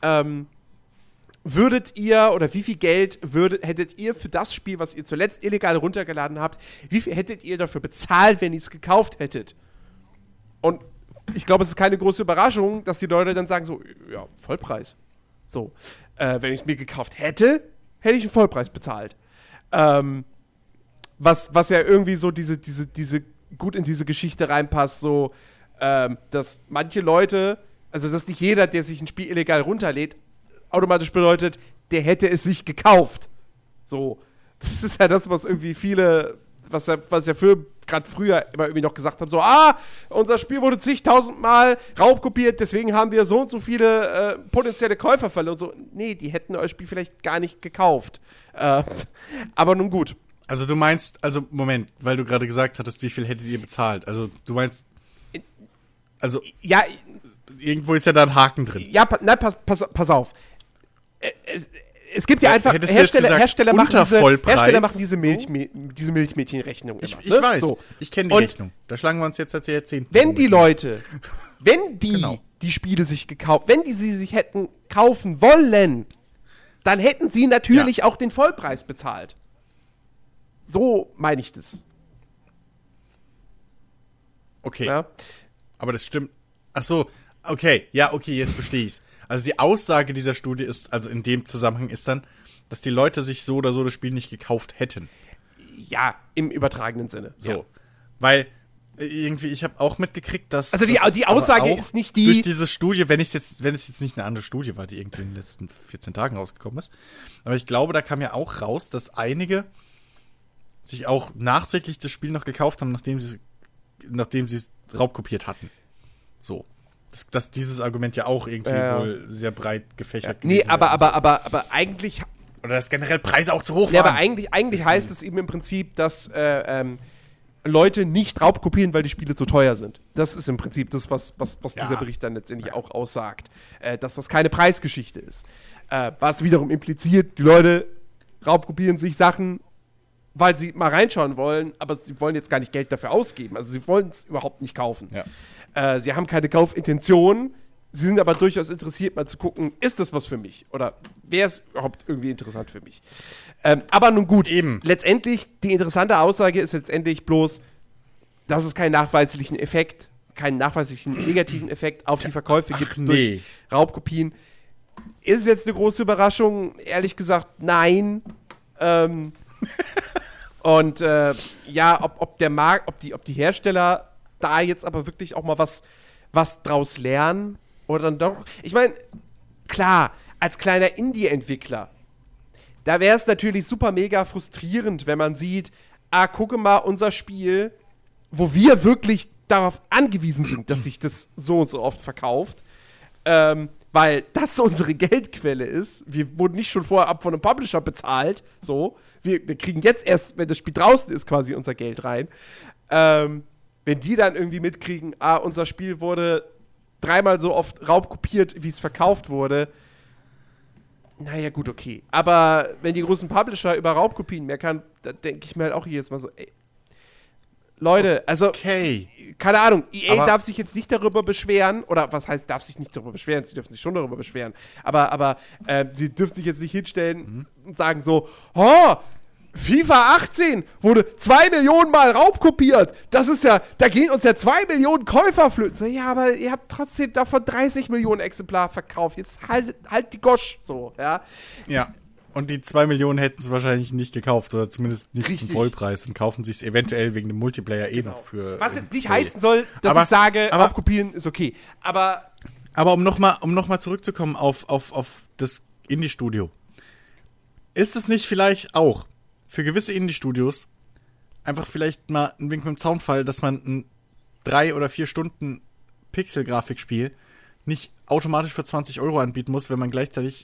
würdet ihr oder wie viel Geld hättet ihr für das Spiel, was ihr zuletzt illegal runtergeladen habt, wie viel hättet ihr dafür bezahlt, wenn ihr es gekauft hättet? Und ich glaube, es ist keine große Überraschung, dass die Leute dann sagen so, ja, Vollpreis. So, wenn ich es mir gekauft hätte, hätte ich einen Vollpreis bezahlt. Was ja irgendwie so diese gut in diese Geschichte reinpasst, so, dass manche Leute, also dass nicht jeder, der sich ein Spiel illegal runterlädt, automatisch bedeutet, der hätte es sich gekauft. So, das ist ja das, was irgendwie viele, was ja gerade früher immer irgendwie noch gesagt haben, so, unser Spiel wurde zigtausendmal raubkopiert, deswegen haben wir so und so viele potenzielle Käufer verloren. So, nee, die hätten euer Spiel vielleicht gar nicht gekauft. Aber nun gut. Also du meinst, Moment, weil du gerade gesagt hattest, wie viel hättet ihr bezahlt? Also du meinst, ja, irgendwo ist ja da ein Haken drin. Ja, pass auf. Es gibt ja einfach Hersteller machen diese Milchmädchenrechnung. Ich weiß, so. Ich kenne die Rechnung. Da schlagen wir uns jetzt seit Jahrzehnten. Wenn die Leute, die Spiele sich wenn die sie sich hätten kaufen wollen, dann hätten sie natürlich auch den Vollpreis bezahlt. So meine ich das. Okay. Ja? Aber das stimmt. Ach so, okay. Ja, okay, jetzt verstehe ich's. Also die Aussage dieser Studie ist, also in dem Zusammenhang ist dann, dass die Leute sich so oder so das Spiel nicht gekauft hätten. Ja, im übertragenen Sinne. So. Ja. Weil irgendwie, ich habe auch mitgekriegt, dass... Also die Aussage ist nicht die... Durch diese Studie, wenn es jetzt nicht eine andere Studie war, die irgendwie in den letzten 14 Tagen rausgekommen ist. Aber ich glaube, da kam ja auch raus, dass einige sich auch nachträglich das Spiel noch gekauft haben, nachdem sie es raubkopiert hatten. So. Dass dieses Argument ja auch irgendwie wohl sehr breit gefächert gewesen aber eigentlich Oder dass generell Preise auch zu hoch waren. Ja, aber eigentlich heißt es eben im Prinzip, dass Leute nicht Raubkopieren, weil die Spiele zu teuer sind. Das ist im Prinzip das, was dieser Bericht dann letztendlich auch aussagt. Dass das keine Preisgeschichte ist. Was wiederum impliziert, die Leute raubkopieren sich Sachen, weil sie mal reinschauen wollen, aber sie wollen jetzt gar nicht Geld dafür ausgeben. Also sie wollen es überhaupt nicht kaufen. Ja. Sie haben keine Kaufintention, sie sind aber durchaus interessiert, mal zu gucken, ist das was für mich? Oder wäre es überhaupt irgendwie interessant für mich? Aber nun gut, eben. Letztendlich, die interessante Aussage ist letztendlich bloß, dass es keinen nachweislichen negativen Effekt auf die Verkäufe gibt durch Raubkopien. Ist es jetzt eine große Überraschung? Ehrlich gesagt, nein. Und ob der Markt, ob die Hersteller da jetzt aber wirklich auch mal was draus lernen oder dann doch. Ich meine, klar, als kleiner Indie-Entwickler, da wäre es natürlich super mega frustrierend, wenn man sieht, gucke mal, unser Spiel, wo wir wirklich darauf angewiesen sind, dass sich das so und so oft verkauft, weil das unsere Geldquelle ist. Wir wurden nicht schon vorab von einem Publisher bezahlt, so. Wir kriegen jetzt erst, wenn das Spiel draußen ist, quasi unser Geld rein. Wenn die dann irgendwie mitkriegen, unser Spiel wurde 3-mal so oft raubkopiert, wie es verkauft wurde, naja, gut, okay. Aber wenn die großen Publisher über Raubkopien meckern, da denke ich mir halt auch jedes Mal so, ey, Leute, also, keine Ahnung, EA darf sich jetzt nicht darüber beschweren, oder was heißt, darf sich nicht darüber beschweren, sie dürfen sich schon darüber beschweren, aber sie dürfen sich jetzt nicht hinstellen und sagen so, FIFA 18 wurde 2 Millionen Mal raubkopiert, das ist ja, da gehen uns ja 2 Millionen Käufer flöten. So, ja, aber ihr habt trotzdem davon 30 Millionen Exemplare verkauft, jetzt halt die Gosch, so, ja. Ja. Und die 2 Millionen hätten es wahrscheinlich nicht gekauft oder zumindest nicht zum Vollpreis und kaufen sich es eventuell wegen dem Multiplayer noch für. Was jetzt nicht heißen soll, dass ich sage, Raubkopieren ist okay. Aber um noch mal zurückzukommen auf das Indie-Studio. Ist es nicht vielleicht auch für gewisse Indie-Studios einfach vielleicht mal ein Wink mit dem Zaunfall, dass man ein 3 oder 4 Stunden Pixel-Grafikspiel nicht automatisch für 20 € anbieten muss, wenn man gleichzeitig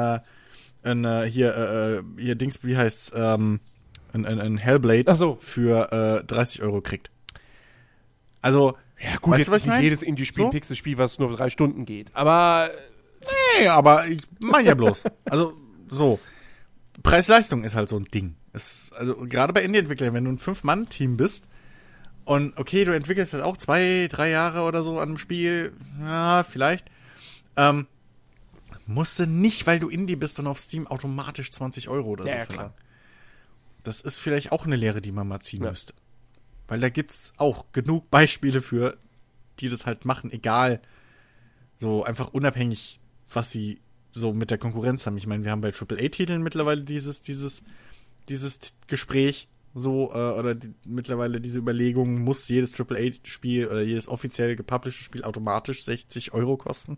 hier Dings, wie heißt's, ein Hellblade für 30 € kriegt. Also, ja gut, weißt jetzt ist nicht jedes Indie-Spiel so? Pixel-Spiel, was nur 3 Stunden geht. Aber nee, aber ich meine ja bloß. Also, so. Preis-Leistung ist halt so ein Ding. Also, gerade bei Indie-Entwicklern, wenn du ein 5-Mann-Team bist und okay, du entwickelst halt auch 2-3 Jahre oder so an einem Spiel, ja, vielleicht, musst du nicht, weil du Indie bist und auf Steam automatisch 20 € oder so verlangen. Das ist vielleicht auch eine Lehre, die man mal ziehen müsste. Weil da gibt's auch genug Beispiele für, die das halt machen, egal, so einfach unabhängig, was sie so mit der Konkurrenz haben. Ich meine, wir haben bei AAA-Titeln mittlerweile dieses Gespräch so, oder mittlerweile diese Überlegung, muss jedes AAA-Spiel oder jedes offiziell gepublishte Spiel automatisch 60 € kosten.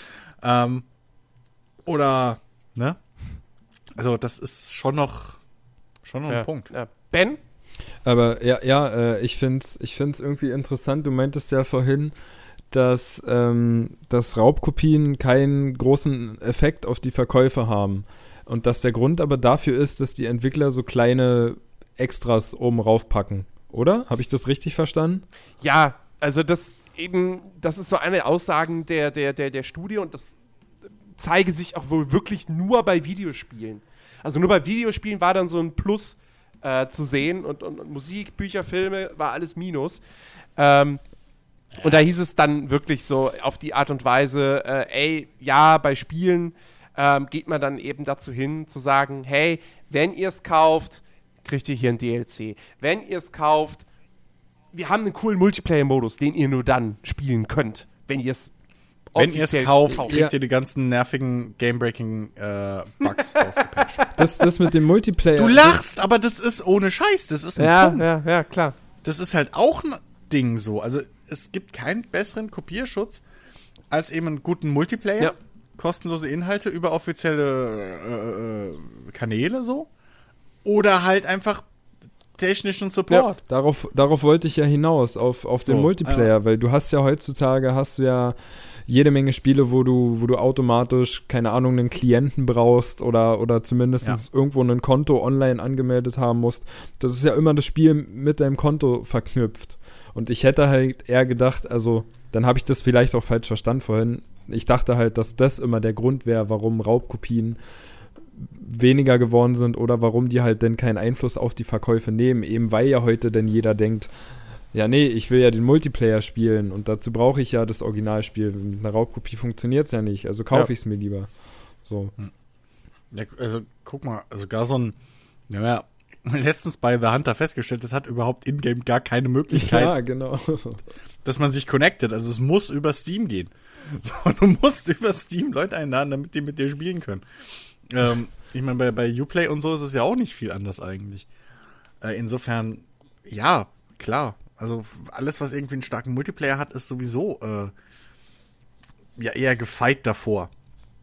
Oder, ne? Also, das ist schon noch ein Punkt. Ja. Ben? Aber ich find's irgendwie interessant. Du meintest ja vorhin, dass Raubkopien keinen großen Effekt auf die Verkäufe haben. Und dass der Grund aber dafür ist, dass die Entwickler so kleine Extras oben raufpacken. Oder? Habe ich das richtig verstanden? Ja, also das ist so eine Aussage der Studie und das zeige sich auch wohl wirklich nur bei Videospielen. Also nur bei Videospielen war dann so ein Plus zu sehen und Musik, Bücher, Filme war alles Minus. Und da hieß es dann wirklich so auf die Art und Weise, bei Spielen geht man dann eben dazu hin, zu sagen, hey, wenn ihr es kauft, kriegt ihr hier ein DLC. Wenn ihr es kauft, wir haben einen coolen Multiplayer-Modus, den ihr nur dann spielen könnt, wenn ihr es kauft, kriegt ihr die ganzen nervigen Game-Breaking Bugs ausgepatcht. Das mit dem Multiplayer. Du lachst, aber das ist ohne Scheiß, das ist ein Punkt. Ja, klar. Das ist halt auch ein Ding so. Also es gibt keinen besseren Kopierschutz als eben einen guten Multiplayer, kostenlose Inhalte über offizielle Kanäle so. Oder halt einfach technischen Support. Ja, darauf wollte ich ja hinaus, auf den Multiplayer, weil du hast ja heutzutage, jede Menge Spiele, wo du automatisch, keine Ahnung, einen Klienten brauchst oder zumindest irgendwo ein Konto online angemeldet haben musst. Das ist ja immer das Spiel mit deinem Konto verknüpft. Und ich hätte halt eher gedacht, also dann habe ich das vielleicht auch falsch verstanden vorhin. Ich dachte halt, dass das immer der Grund wäre, warum Raubkopien weniger geworden sind oder warum die halt denn keinen Einfluss auf die Verkäufe nehmen. Eben weil ja heute denn jeder denkt, ja, nee, ich will ja den Multiplayer spielen und dazu brauche ich ja das Originalspiel. Mit einer Raubkopie funktioniert es ja nicht, also kaufe ich es mir lieber. So. Ja, also guck mal, also gar so ein, ja, letztens bei The Hunter festgestellt, das hat überhaupt in-game gar keine Möglichkeit, ja, genau, dass man sich connectet. Also es muss über Steam gehen. So, du musst über Steam Leute einladen, damit die mit dir spielen können. Ich meine, bei Uplay und so ist es ja auch nicht viel anders eigentlich. Insofern, ja, klar. Also alles, was irgendwie einen starken Multiplayer hat, ist sowieso ja eher gefeit davor,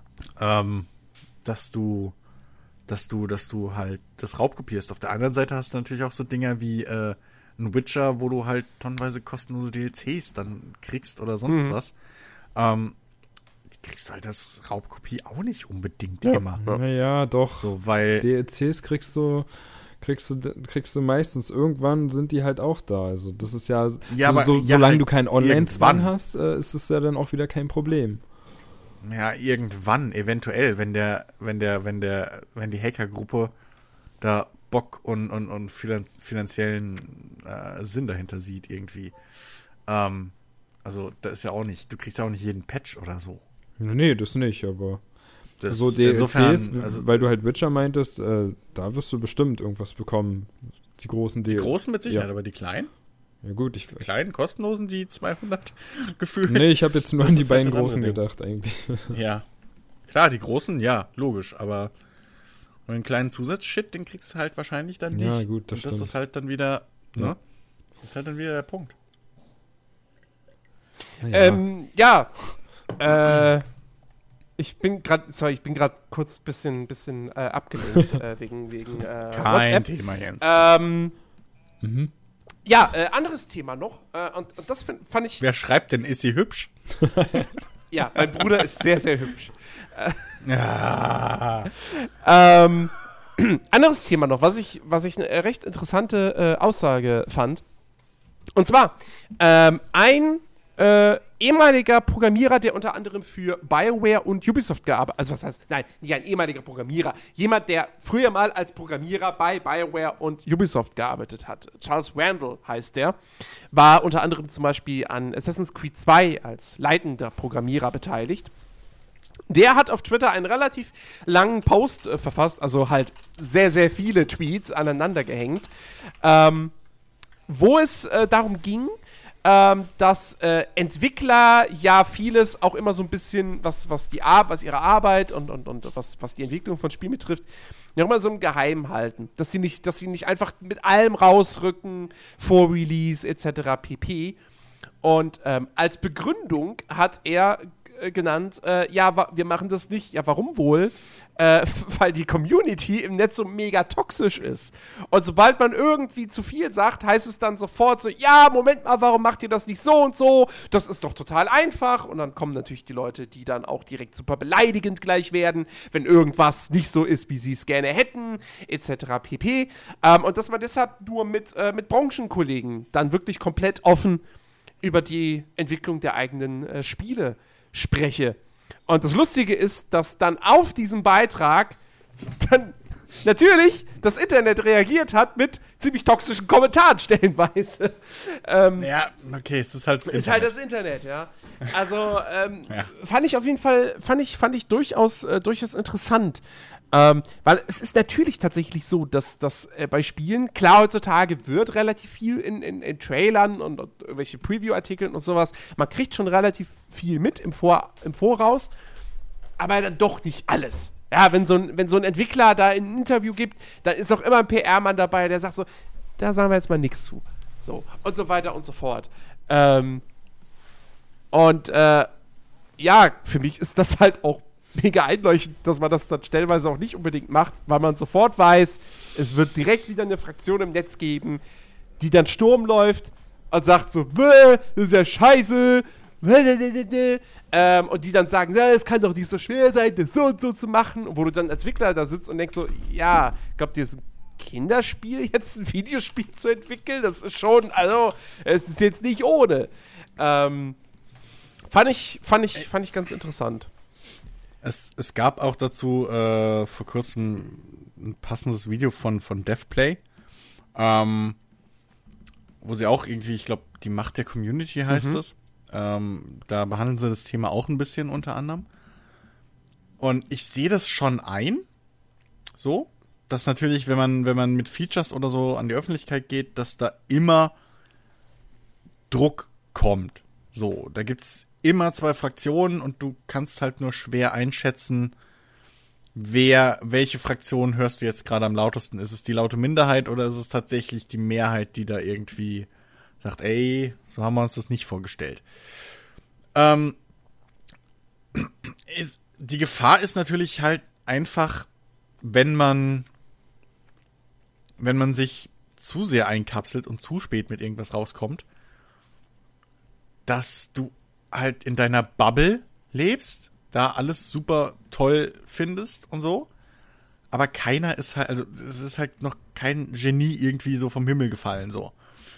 dass du halt das raubkopierst. Auf der anderen Seite hast du natürlich auch so Dinger wie ein Witcher, wo du halt tonnenweise kostenlose DLCs dann kriegst oder sonst was. Die kriegst du halt als Raubkopie auch nicht unbedingt immer. Naja, doch. So, weil DLCs kriegst du meistens. Irgendwann sind die halt auch da. Also das ist ja, solange halt du keinen Online-Zwang hast, ist es ja dann auch wieder kein Problem. Ja, irgendwann, eventuell, wenn die Hackergruppe da Bock und finanziellen Sinn dahinter sieht irgendwie. Also da ist ja auch nicht, du kriegst ja auch nicht jeden Patch oder so. Nee, das nicht, aber das so DLCs, insofern, also, weil du halt Witcher meintest, da wirst du bestimmt irgendwas bekommen. Die großen Die großen mit Sicherheit, aber die kleinen? Ja gut, die kleinen, kostenlosen, die 200 gefühlt. Nee, ich habe jetzt nur an die beiden halt großen gedacht eigentlich. Ja, klar, die großen, ja, logisch, aber einen kleinen Zusatzshit, den kriegst du halt wahrscheinlich dann nicht. Ja gut, das und das ist halt dann wieder, ne? Das ist halt dann wieder der Punkt. Ich bin gerade kurz bisschen abgelenkt wegen kein WhatsApp. Thema, Jens. Ja, anderes Thema noch. Und das fand ich. Wer schreibt denn, ist sie hübsch? Ja, mein Bruder ist sehr, sehr hübsch. Ja. Anderes Thema noch, was ich eine recht interessante Aussage fand. Und zwar, ein ehemaliger Programmierer, der unter anderem für BioWare und Ubisoft gearbeitet hat. Also was heißt, nein, nicht ein ehemaliger Programmierer. Jemand, der früher mal als Programmierer bei BioWare und Ubisoft gearbeitet hat. Charles Randall heißt der. War unter anderem zum Beispiel an Assassin's Creed 2 als leitender Programmierer beteiligt. Der hat auf Twitter einen relativ langen Post verfasst, also halt sehr, sehr viele Tweets aneinander gehängt, wo es darum ging, dass Entwickler ja vieles auch immer so ein bisschen, was ihre Arbeit und was die Entwicklung von Spielen betrifft, ja immer so im Geheimen halten. Dass sie nicht einfach mit allem rausrücken, vor Release etc. pp. Und als Begründung hat er genannt, wir machen das nicht. Ja, warum wohl? Weil die Community im Netz so mega toxisch ist. Und sobald man irgendwie zu viel sagt, heißt es dann sofort so, ja, Moment mal, warum macht ihr das nicht so und so? Das ist doch total einfach. Und dann kommen natürlich die Leute, die dann auch direkt super beleidigend gleich werden, wenn irgendwas nicht so ist, wie sie es gerne hätten, etc. pp. Und dass man deshalb nur mit Branchenkollegen dann wirklich komplett offen über die Entwicklung der eigenen Spiele spreche. Und das Lustige ist, dass dann auf diesem Beitrag dann natürlich das Internet reagiert hat mit ziemlich toxischen Kommentaren stellenweise. Ja, okay, es ist halt das Internet. Ist halt das Internet, ja. Also fand ich auf jeden Fall, fand ich durchaus interessant. Weil es ist natürlich tatsächlich so, dass bei Spielen, klar, heutzutage wird relativ viel in Trailern und irgendwelche Preview-Artikeln und sowas, man kriegt schon relativ viel mit im Voraus, aber dann doch nicht alles. Ja, wenn so ein Entwickler da ein Interview gibt, dann ist auch immer ein PR-Mann dabei, der sagt so, da sagen wir jetzt mal nichts zu. So, und so weiter und so fort. Für mich ist das halt auch mega einleuchtend, dass man das dann stellenweise auch nicht unbedingt macht, weil man sofort weiß, es wird direkt wieder eine Fraktion im Netz geben, die dann Sturm läuft und sagt so, das ist ja scheiße, und die dann sagen, es kann doch nicht so schwer sein, das so und so zu machen, und wo du dann als Entwickler da sitzt und denkst so, ja, glaubt ihr, es ist ein Kinderspiel, jetzt ein Videospiel zu entwickeln? Das ist schon, also, es ist jetzt nicht ohne. Fand ich ganz interessant. Es gab auch dazu vor kurzem ein passendes Video von DevPlay, wo sie auch irgendwie, ich glaube, die Macht der Community heißt es. Da behandeln sie das Thema auch ein bisschen unter anderem. Und ich sehe das schon ein, so, dass natürlich, wenn man mit Features oder so an die Öffentlichkeit geht, dass da immer Druck kommt. So, da gibt's immer zwei Fraktionen und du kannst halt nur schwer einschätzen, welche Fraktion hörst du jetzt gerade am lautesten? Ist es die laute Minderheit oder ist es tatsächlich die Mehrheit, die da irgendwie sagt, ey, so haben wir uns das nicht vorgestellt. Die Gefahr ist natürlich halt einfach, wenn man sich zu sehr einkapselt und zu spät mit irgendwas rauskommt, dass du halt in deiner Bubble lebst, da alles super toll findest und so, aber keiner ist halt, also es ist halt noch kein Genie irgendwie so vom Himmel gefallen, so.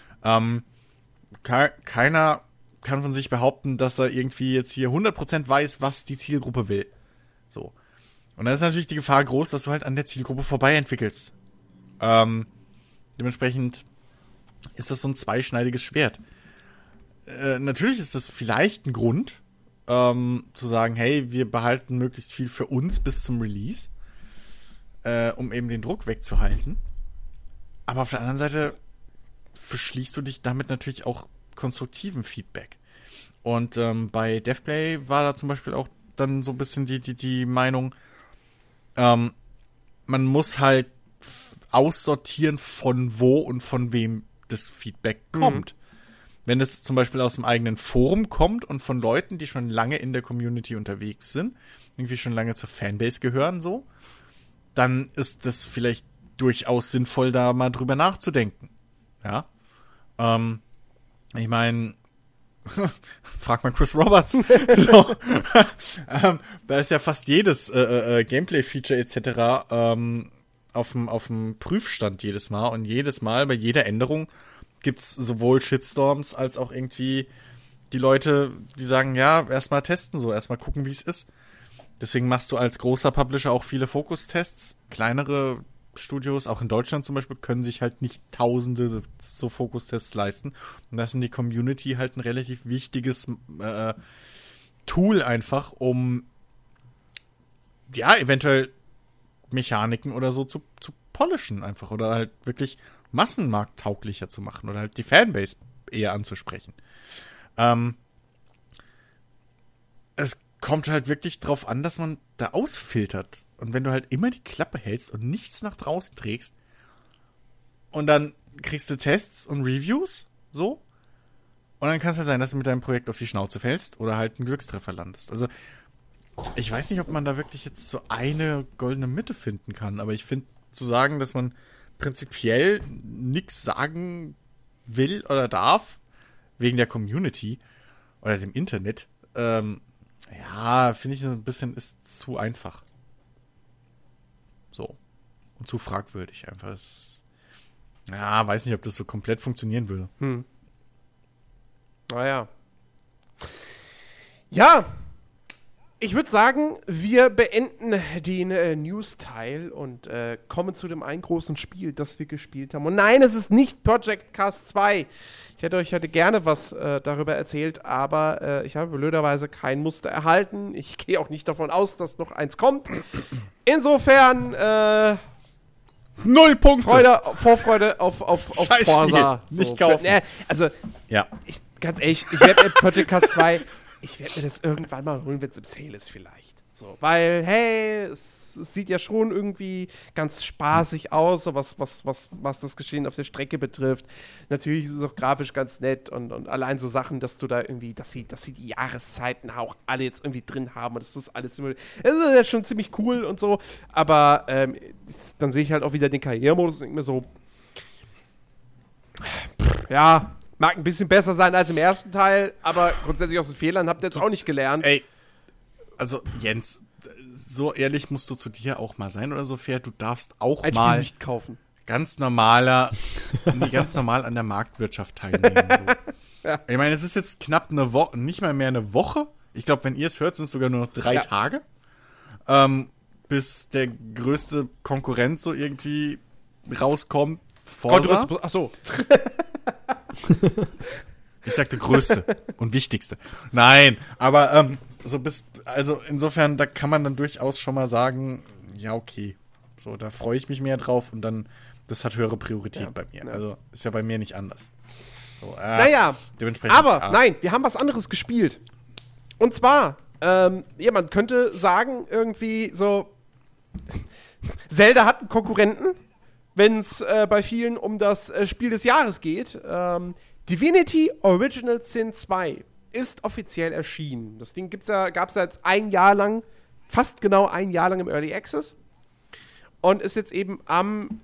Keiner kann von sich behaupten, dass er irgendwie jetzt hier 100% weiß, was die Zielgruppe will. So. Und dann ist natürlich die Gefahr groß, dass du halt an der Zielgruppe vorbei entwickelst. Dementsprechend ist das so ein zweischneidiges Schwert. Natürlich ist das vielleicht ein Grund, zu sagen, hey, wir behalten möglichst viel für uns bis zum Release, um eben den Druck wegzuhalten. Aber auf der anderen Seite verschließt du dich damit natürlich auch konstruktiven Feedback. Und bei DevPlay war da zum Beispiel auch dann so ein bisschen die Meinung, man muss halt aussortieren, von wo und von wem das Feedback kommt. Wenn es zum Beispiel aus dem eigenen Forum kommt und von Leuten, die schon lange in der Community unterwegs sind, irgendwie schon lange zur Fanbase gehören, so, dann ist das vielleicht durchaus sinnvoll, da mal drüber nachzudenken. Ja. Ich meine, frag mal Chris Roberts. So. Da ist ja fast jedes Gameplay-Feature etc. auf dem Prüfstand jedes Mal. Und jedes Mal, bei jeder Änderung, gibt's sowohl Shitstorms als auch irgendwie die Leute, die sagen, ja, erstmal testen, so, erstmal gucken, wie es ist. Deswegen machst du als großer Publisher auch viele Fokustests. Kleinere Studios, auch in Deutschland zum Beispiel, können sich halt nicht Tausende so Fokustests leisten. Und da ist in die Community halt ein relativ wichtiges Tool einfach, um ja, eventuell Mechaniken oder so zu polishen einfach. Oder halt wirklich massenmarkttauglicher zu machen. Oder halt die Fanbase eher anzusprechen. Es kommt halt wirklich drauf an, dass man da ausfiltert. Und wenn du halt immer die Klappe hältst und nichts nach draußen trägst und dann kriegst du Tests und Reviews, so, und dann kann es ja sein, dass du mit deinem Projekt auf die Schnauze fällst oder halt einen Glückstreffer landest. Also, ich weiß nicht, ob man da wirklich jetzt so eine goldene Mitte finden kann, aber ich finde, zu sagen, dass man prinzipiell nichts sagen will oder darf, wegen der Community oder dem Internet, ja, finde ich ein bisschen, ist zu einfach. So. Und zu fragwürdig einfach. Ja, weiß nicht, ob das so komplett funktionieren würde. Naja. Ja. Ich würde sagen, wir beenden den News-Teil und kommen zu dem einen großen Spiel, das wir gespielt haben. Und nein, es ist nicht Project Cast 2. Ich hätte euch gerne was darüber erzählt, aber ich habe blöderweise kein Muster erhalten. Ich gehe auch nicht davon aus, dass noch eins kommt. Insofern 0 Punkte. Vorfreude auf Forza. Nicht kaufen. Also, ja. Ganz ehrlich, ich werde mit Project Cast 2, ich werde mir das irgendwann mal holen, wenn es im Sale ist vielleicht. So, weil, hey, es sieht ja schon irgendwie ganz spaßig aus, so was das Geschehen auf der Strecke betrifft. Natürlich ist es auch grafisch ganz nett und allein so Sachen, dass du da irgendwie, dass sie die Jahreszeiten auch alle jetzt irgendwie drin haben und das ist alles immer, es ist ja schon ziemlich cool und so, aber dann sehe ich halt auch wieder den Karrieremodus und denke mir so, ja, mag ein bisschen besser sein als im ersten Teil, aber grundsätzlich aus den Fehlern habt ihr jetzt auch nicht gelernt. Ey, also Jens, so ehrlich musst du zu dir auch mal sein oder so fair, du darfst auch ein mal Spiel nicht kaufen. ganz normal an der Marktwirtschaft teilnehmen. So. Ja. Ich meine, es ist jetzt knapp eine Woche, nicht mal mehr eine Woche. Ich glaube, wenn ihr es hört, sind es sogar nur noch 3 Tage. Bis der größte Konkurrent so irgendwie rauskommt. Forza. Achso. Ich sagte größte und wichtigste. Nein, aber also insofern, da kann man dann durchaus schon mal sagen, ja, okay. So, da freue ich mich mehr drauf und dann, das hat höhere Priorität bei mir. Ja. Also ist ja bei mir nicht anders. So, naja, aber nein, wir haben was anderes gespielt. Und zwar, man könnte sagen, irgendwie so, Zelda hat einen Konkurrenten, wenn es bei vielen um das Spiel des Jahres geht. Divinity Original Sin 2 ist offiziell erschienen. Das Ding gab es ja jetzt fast genau ein Jahr lang im Early Access. Und ist jetzt eben am,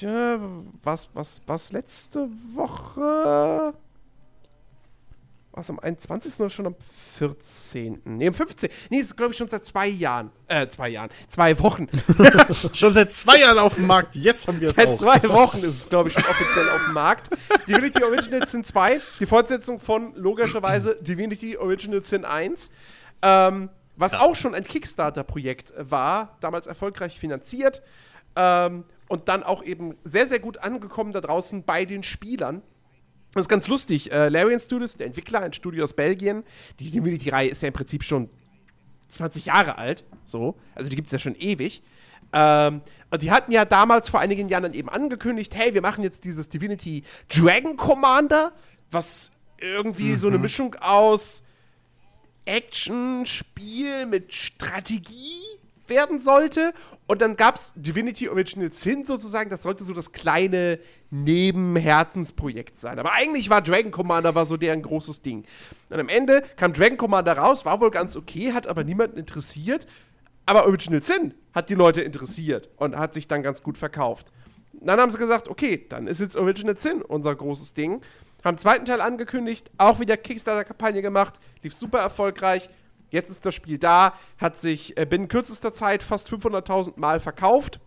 letzte Woche? Was, am 21. oder schon am 14.? Nee, am 15. Nee, ist, glaube ich, schon seit 2 Wochen. Schon seit 2 Jahren auf dem Markt, jetzt haben wir es auch. Seit 2 Wochen ist es, glaube ich, schon offiziell auf dem Markt. Divinity Original Sin 2, die Fortsetzung von, logischerweise, Divinity Original Sin 1. Was auch schon ein Kickstarter-Projekt war, damals erfolgreich finanziert. Und dann auch eben sehr, sehr gut angekommen da draußen bei den Spielern. Das ist ganz lustig. Larian Studios, der Entwickler, ein Studio aus Belgien. Die Divinity-Reihe ist ja im Prinzip schon 20 Jahre alt. So. Also die gibt es ja schon ewig. Und die hatten ja damals vor einigen Jahren dann eben angekündigt, hey, wir machen jetzt dieses Divinity Dragon Commander, was irgendwie so eine Mischung aus Action, Spiel mit Strategie werden sollte. Und dann gab es Divinity Original Sin sozusagen, das sollte so das kleine Nebenherzensprojekt sein. Aber eigentlich war Dragon Commander so deren großes Ding. Und am Ende kam Dragon Commander raus, war wohl ganz okay, hat aber niemanden interessiert. Aber Original Sin hat die Leute interessiert und hat sich dann ganz gut verkauft. Und dann haben sie gesagt, okay, dann ist jetzt Original Sin unser großes Ding. Haben den 2. Teil angekündigt, auch wieder Kickstarter-Kampagne gemacht, lief super erfolgreich. Jetzt ist das Spiel da, hat sich binnen kürzester Zeit fast 500.000 Mal verkauft.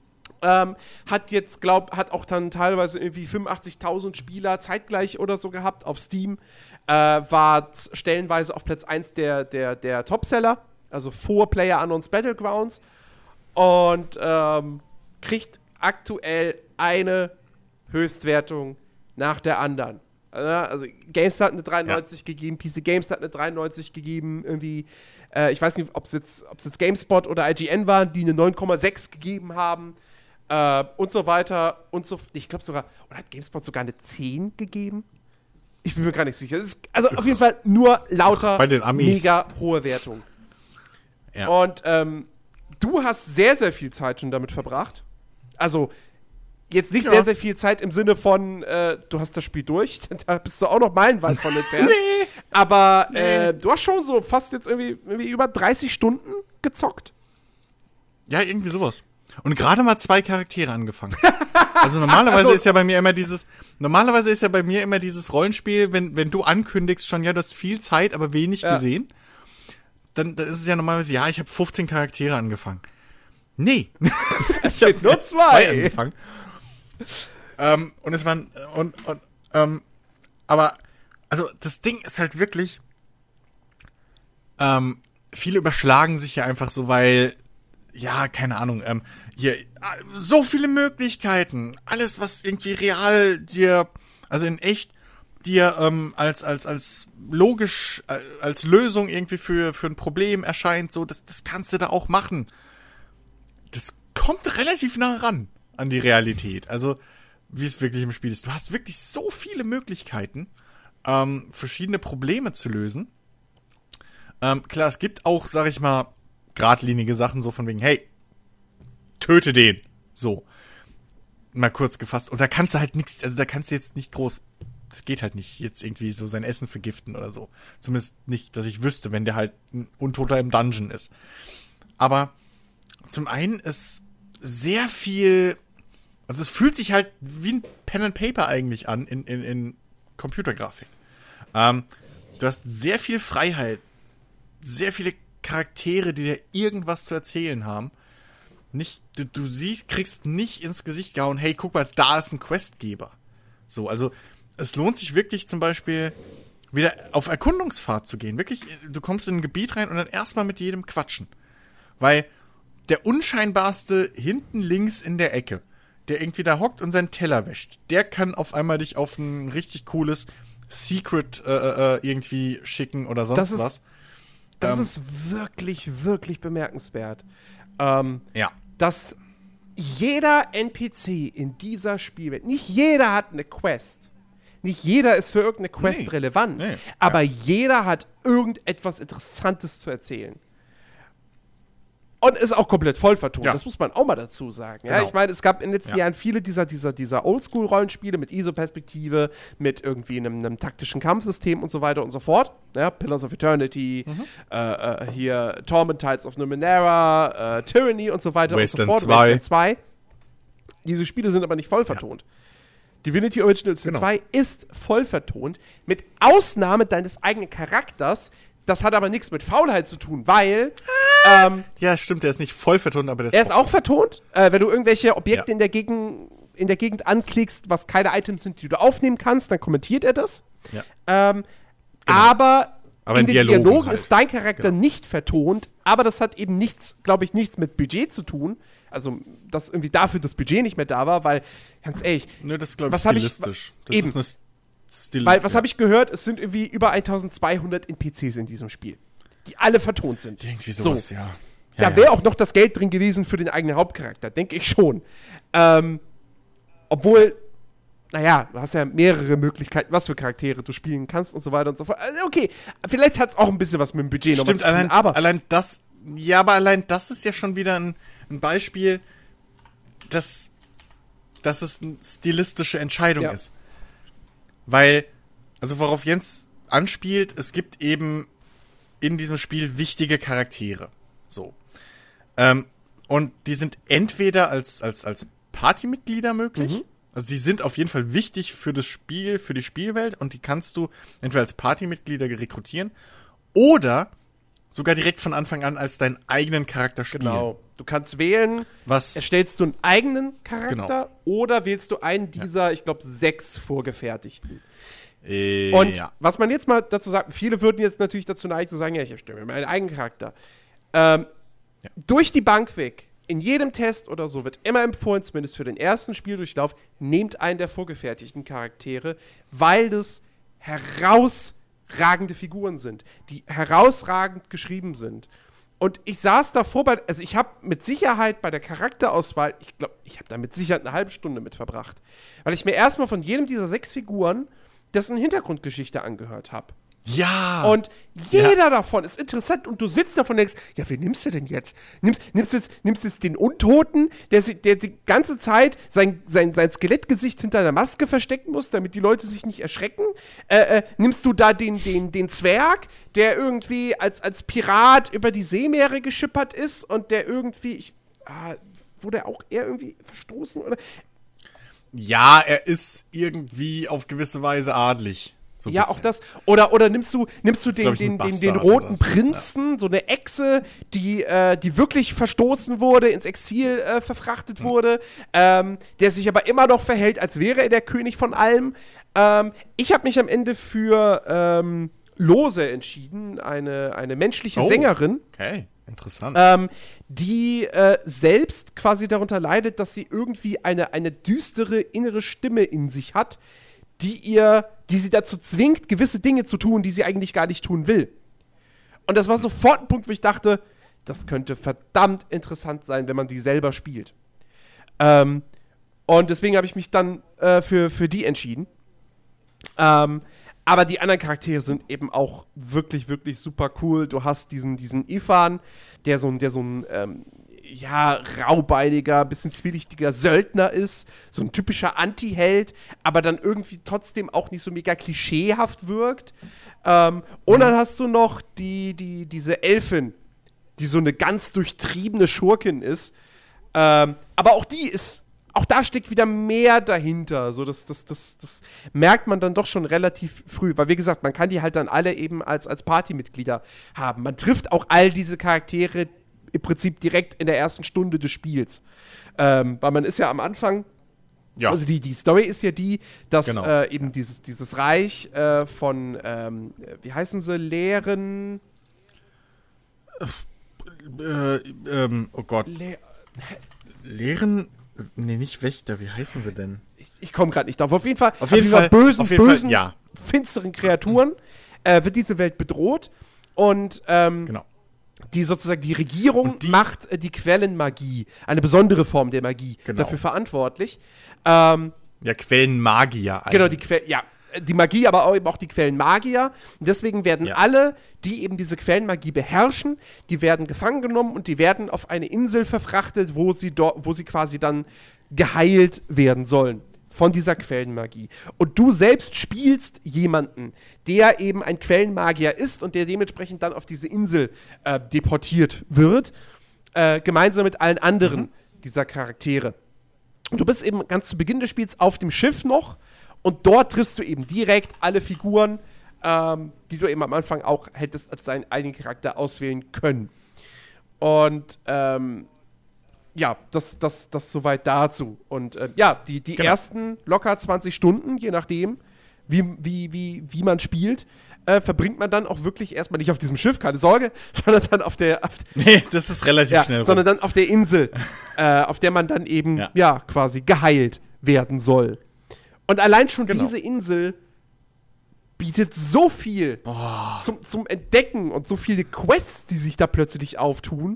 Hat auch dann teilweise irgendwie 85.000 Spieler zeitgleich oder so gehabt auf Steam. War stellenweise auf Platz 1 der Topseller, also vor PlayerUnknown's Battlegrounds. Und kriegt aktuell eine Höchstwertung nach der anderen. Also GameStar hat eine 93 gegeben, PC Games hat eine 93 gegeben, irgendwie, ich weiß nicht, ob es jetzt GameSpot oder IGN waren, die eine 9,6 gegeben haben, und so weiter und so, ich glaube sogar, oder hat GameSpot sogar eine 10 gegeben? Ich bin mir gar nicht sicher. Es ist also auf jeden Fall nur lauter bei den Amis. Mega hohe Wertung. Ja. Und du hast sehr, sehr viel Zeit schon damit verbracht. Also jetzt nicht sehr, sehr viel Zeit im Sinne von, du hast das Spiel durch, da bist du auch noch meilenweit von entfernt. Nee. Aber du hast schon so fast jetzt irgendwie über 30 Stunden gezockt. Ja, irgendwie sowas. Und gerade mal 2 Charaktere angefangen. Also normalerweise ist ja bei mir immer dieses Rollenspiel, wenn du ankündigst schon, ja, du hast viel Zeit, aber wenig gesehen, dann ist es ja normalerweise, ja, ich habe 15 Charaktere angefangen. Nee. Ich habe nur 2 angefangen. Und es waren, aber, also, das Ding ist halt wirklich, viele überschlagen sich ja einfach so, weil, ja, keine Ahnung, hier, so viele Möglichkeiten, alles, was irgendwie real dir, also in echt, dir, als logisch, als Lösung irgendwie für ein Problem erscheint, so, das kannst du da auch machen. Das kommt relativ nah ran an die Realität. Also, wie es wirklich im Spiel ist. Du hast wirklich so viele Möglichkeiten, verschiedene Probleme zu lösen. Klar, es gibt auch, sag ich mal, geradlinige Sachen, so von wegen, hey, töte den. So. Mal kurz gefasst. Und da kannst du halt nichts, also da kannst du jetzt nicht groß, das geht halt nicht, jetzt irgendwie so sein Essen vergiften oder so. Zumindest nicht, dass ich wüsste, wenn der halt ein Untoter im Dungeon ist. Aber zum einen ist sehr viel, also es fühlt sich halt wie ein Pen and Paper eigentlich an in Computergrafik. Du hast sehr viel Freiheit, sehr viele Charaktere, die dir irgendwas zu erzählen haben. Nicht, du siehst, kriegst nicht ins Gesicht gehauen, hey, guck mal, da ist ein Questgeber. So, also es lohnt sich wirklich zum Beispiel wieder auf Erkundungsfahrt zu gehen. Wirklich, du kommst in ein Gebiet rein und dann erstmal mit jedem quatschen. Weil der unscheinbarste hinten links in der Ecke, der irgendwie da hockt und seinen Teller wäscht, der kann auf einmal dich auf ein richtig cooles Secret irgendwie schicken oder sonst was. Das ist wirklich, wirklich bemerkenswert. Ja. Dass jeder NPC in dieser Spielwelt, nicht jeder hat eine Quest. Nicht jeder ist für irgendeine Quest relevant. Aber jeder hat irgendetwas Interessantes zu erzählen. Und ist auch komplett voll vertont. Ja. Das muss man auch mal dazu sagen. Ja? Genau. Ich meine, es gab in den letzten Jahren viele dieser Oldschool-Rollenspiele mit ISO-Perspektive, mit irgendwie einem taktischen Kampfsystem und so weiter und so fort. Ja? Pillars of Eternity, hier Torment Tides of Numenera, Tyranny und so weiter Wasteland und so fort. 2. Wasteland 2. Diese Spiele sind aber nicht voll vertont. Divinity Original Sin 2 ist voll vertont, mit Ausnahme deines eigenen Charakters. Das hat aber nichts mit Faulheit zu tun, weil ja, stimmt, der ist nicht voll vertont, aber der ist auch vertont. Wenn du irgendwelche Objekte in der Gegend anklickst, was keine Items sind, die du aufnehmen kannst, dann kommentiert er das. Ja. Genau. Aber in den Dialogen halt. ist dein Charakter nicht vertont, aber das hat eben nichts mit Budget zu tun. Also, dass irgendwie dafür das Budget nicht mehr da war, weil, ganz ehrlich, ne, das ist, glaube ich, stilistisch. Weil, was habe ich gehört? Es sind irgendwie über 1200 NPCs in diesem Spiel, die alle vertont sind. Irgendwie sowas, so. Ja. Da wäre auch noch das Geld drin gewesen für den eigenen Hauptcharakter, denke ich schon. Obwohl, naja, du hast ja mehrere Möglichkeiten, was für Charaktere du spielen kannst und so weiter und so fort. Also okay, vielleicht hat es auch ein bisschen was mit dem Budget noch zu tun. Allein das ist ja schon wieder ein Beispiel, dass es eine stilistische Entscheidung ist. Weil, also worauf Jens anspielt, es gibt eben in diesem Spiel wichtige Charaktere. So. Und die sind entweder als Partymitglieder möglich. Also die sind auf jeden Fall wichtig für das Spiel, für die Spielwelt, und die kannst du entweder als Partymitglieder rekrutieren oder sogar direkt von Anfang an als deinen eigenen Charakter spielen. Genau. Du kannst wählen, erstellst du einen eigenen Charakter oder wählst du einen dieser, ich glaube, 6 vorgefertigten. Und was man jetzt mal dazu sagt, viele würden jetzt natürlich dazu neigen zu sagen, ja, ich erstelle mir meinen eigenen Charakter. Durch die Bank weg, in jedem Test oder so, wird immer empfohlen, zumindest für den ersten Spieldurchlauf, nehmt einen der vorgefertigten Charaktere, weil das herausragende Figuren sind, die herausragend geschrieben sind. Und ich saß davor, also ich habe mit Sicherheit bei der Charakterauswahl, ich glaube, ich habe da mit Sicherheit eine halbe Stunde mit verbracht, weil ich mir erstmal von jedem dieser 6 Figuren dessen Hintergrundgeschichte angehört habe. Ja! Und jeder davon ist interessant und du sitzt davon und denkst, ja, wen nimmst du denn jetzt? Nimmst jetzt den Untoten, der die ganze Zeit sein Skelettgesicht hinter einer Maske verstecken muss, damit die Leute sich nicht erschrecken? Nimmst du da den Zwerg, der irgendwie als Pirat über die Seemeere geschippert ist und der irgendwie, wurde auch eher irgendwie verstoßen, oder? Ja, er ist irgendwie auf gewisse Weise adlig. So ja, auch das. Oder nimmst du den roten Prinzen, so eine Echse, die wirklich verstoßen wurde, ins Exil verfrachtet wurde, der sich aber immer noch verhält, als wäre er der König von allem. Ich habe mich am Ende für Lose entschieden, eine menschliche Sängerin. Okay, interessant. Die selbst quasi darunter leidet, dass sie irgendwie eine düstere innere Stimme in sich hat, die sie dazu zwingt, gewisse Dinge zu tun, die sie eigentlich gar nicht tun will. Und das war sofort ein Punkt, wo ich dachte, das könnte verdammt interessant sein, wenn man die selber spielt. Und deswegen habe ich mich dann für die entschieden. Aber die anderen Charaktere sind eben auch wirklich, wirklich super cool. Du hast diesen Ifan, der so ein raubeiniger, bisschen zwielichtiger Söldner ist, so ein typischer Anti-Held, aber dann irgendwie trotzdem auch nicht so mega klischeehaft wirkt. Und dann hast du noch diese Elfin, die so eine ganz durchtriebene Schurkin ist. Aber auch auch da steckt wieder mehr dahinter. So, das merkt man dann doch schon relativ früh. Weil, wie gesagt, man kann die halt dann alle eben als Partymitglieder haben. Man trifft auch all diese Charaktere im Prinzip direkt in der ersten Stunde des Spiels. Weil man ist ja am Anfang, also die Story ist ja die, dass eben dieses Reich von, wie heißen sie, Lehren... oh Gott. Lehren... Nee, nicht Wächter, wie heißen sie denn? Ich komme gerade nicht drauf. Auf jeden Fall bösen, finsteren Kreaturen wird diese Welt bedroht und genau. Die sozusagen die Regierung macht die Quellenmagie, eine besondere Form der Magie, dafür verantwortlich. Quellenmagier eigentlich. Genau, die Magie, aber auch eben auch die Quellenmagier. Und deswegen werden alle, die eben diese Quellenmagie beherrschen, die werden gefangen genommen und die werden auf eine Insel verfrachtet, wo sie quasi dann geheilt werden sollen von dieser Quellenmagie. Und du selbst spielst jemanden, der eben ein Quellenmagier ist und der dementsprechend dann auf diese Insel deportiert wird, gemeinsam mit allen anderen dieser Charaktere. Und du bist eben ganz zu Beginn des Spiels auf dem Schiff noch. Und dort triffst du eben direkt alle Figuren, die du eben am Anfang auch hättest als deinen eigenen Charakter auswählen können. Und das soweit dazu. Und die ersten locker 20 Stunden, je nachdem, wie man spielt, verbringt man dann auch wirklich erstmal nicht auf diesem Schiff, keine Sorge, sondern dann nee, das ist relativ schnell. Sondern dann auf der Insel, auf der man dann eben quasi geheilt werden soll. Und allein schon diese Insel bietet so viel zum Entdecken und so viele Quests, die sich da plötzlich auftun.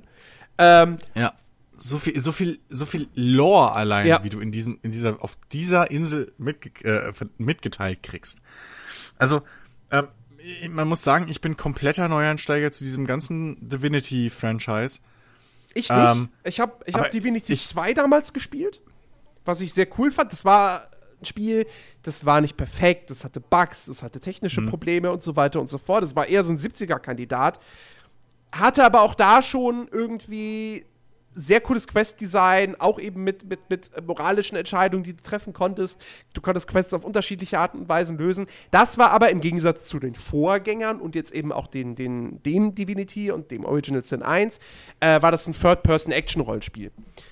So viel Lore allein, wie du auf dieser Insel mitgeteilt kriegst. Also, man muss sagen, ich bin kompletter Neueinsteiger zu diesem ganzen Divinity-Franchise. Ich nicht. Ich hab Divinity 2 damals gespielt, was ich sehr cool fand. Das war ein Spiel, das war nicht perfekt, das hatte Bugs, das hatte technische Probleme und so weiter und so fort. Das war eher so ein 70er-Kandidat. Hatte aber auch da schon irgendwie sehr cooles Quest-Design, auch eben mit moralischen Entscheidungen, die du treffen konntest. Du konntest Quests auf unterschiedliche Arten und Weisen lösen. Das war aber im Gegensatz zu den Vorgängern und jetzt eben auch dem Divinity und dem Original Sin 1, war das ein Third-Person-Action-Rollenspiel.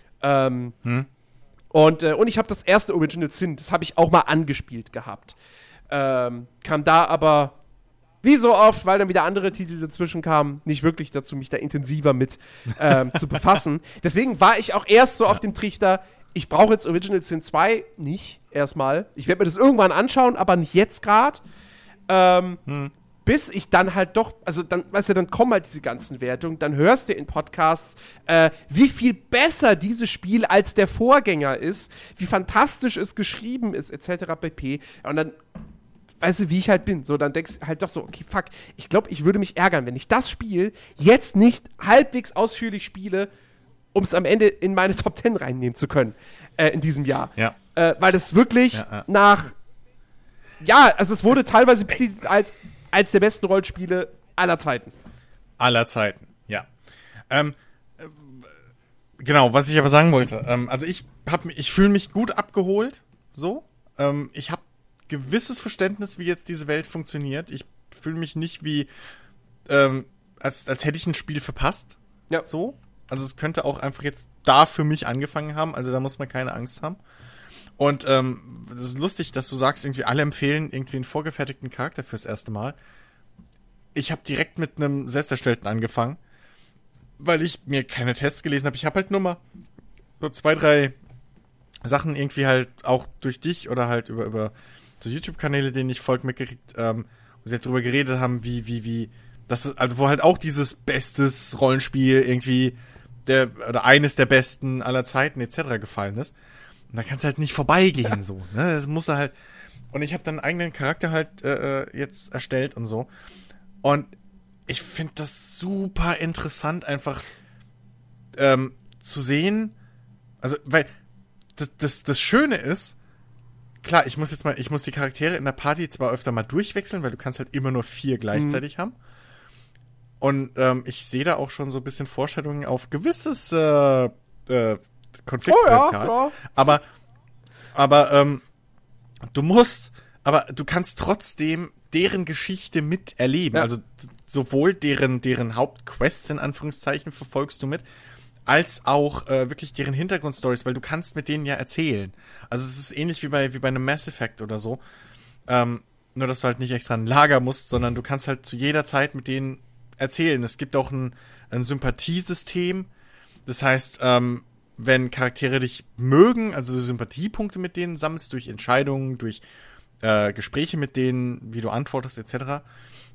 Und ich habe das erste Original Sin, das habe ich auch mal angespielt gehabt. Kam da aber, wie so oft, weil dann wieder andere Titel dazwischen kamen, nicht wirklich dazu, mich da intensiver mit zu befassen. Deswegen war ich auch erst so auf dem Trichter, ich brauche jetzt Original Sin 2 nicht erstmal. Ich werde mir das irgendwann anschauen, aber nicht jetzt gerade. Bis ich dann halt doch, also dann, weißt du, dann kommen halt diese ganzen Wertungen, dann hörst du in Podcasts, wie viel besser dieses Spiel als der Vorgänger ist, wie fantastisch es geschrieben ist, etc. pp. Und dann, weißt du, wie ich halt bin, so, dann denkst du halt doch so, okay, fuck, ich glaube, ich würde mich ärgern, wenn ich das Spiel jetzt nicht halbwegs ausführlich spiele, um es am Ende in meine Top 10 reinnehmen zu können, in diesem Jahr. Ja. Weil das wirklich also es wurde teilweise betitelt als eins der besten Rollenspiele aller Zeiten. Aller Zeiten, ja. Genau, was ich aber sagen wollte. Also ich fühle mich gut abgeholt, so. Ich habe gewisses Verständnis, wie jetzt diese Welt funktioniert. Ich fühle mich nicht wie, als hätte ich ein Spiel verpasst. Ja. So. Also es könnte auch einfach jetzt da für mich angefangen haben. Also da muss man keine Angst haben. Und das ist lustig, dass du sagst, irgendwie alle empfehlen irgendwie einen vorgefertigten Charakter fürs erste Mal. Ich habe direkt mit einem selbsterstellten angefangen, weil ich mir keine Tests gelesen habe. Ich habe halt nur mal so 2, 3 Sachen irgendwie halt auch durch dich oder halt über so YouTube-Kanäle, denen ich folge, mitgekriegt, wo sie halt drüber geredet haben, wie das ist, also wo halt auch dieses bestes Rollenspiel irgendwie oder eines der besten aller Zeiten etc. gefallen ist. Und da kannst du halt nicht vorbeigehen, so, ne? Das muss halt, Und ich habe dann einen eigenen Charakter halt jetzt erstellt und so. Und ich finde das super interessant, einfach zu sehen. Also, weil das Schöne ist, klar, ich muss die Charaktere in der Party zwar öfter mal durchwechseln, weil du kannst halt immer nur 4 gleichzeitig haben. Und ich sehe da auch schon so ein bisschen Vorstellungen auf gewisses Konfliktpotenzial. Ja. Aber du kannst trotzdem deren Geschichte miterleben. Ja. Also sowohl deren Hauptquests in Anführungszeichen verfolgst du mit, als auch wirklich deren Hintergrundstories, weil du kannst mit denen ja erzählen. Also es ist ähnlich wie bei einem Mass Effect oder so. Nur, dass du halt nicht extra ein Lager musst, sondern du kannst halt zu jeder Zeit mit denen erzählen. Es gibt auch ein Sympathiesystem. Das heißt, wenn Charaktere dich mögen, also Sympathiepunkte mit denen sammelst, durch Entscheidungen, durch Gespräche mit denen, wie du antwortest, etc.,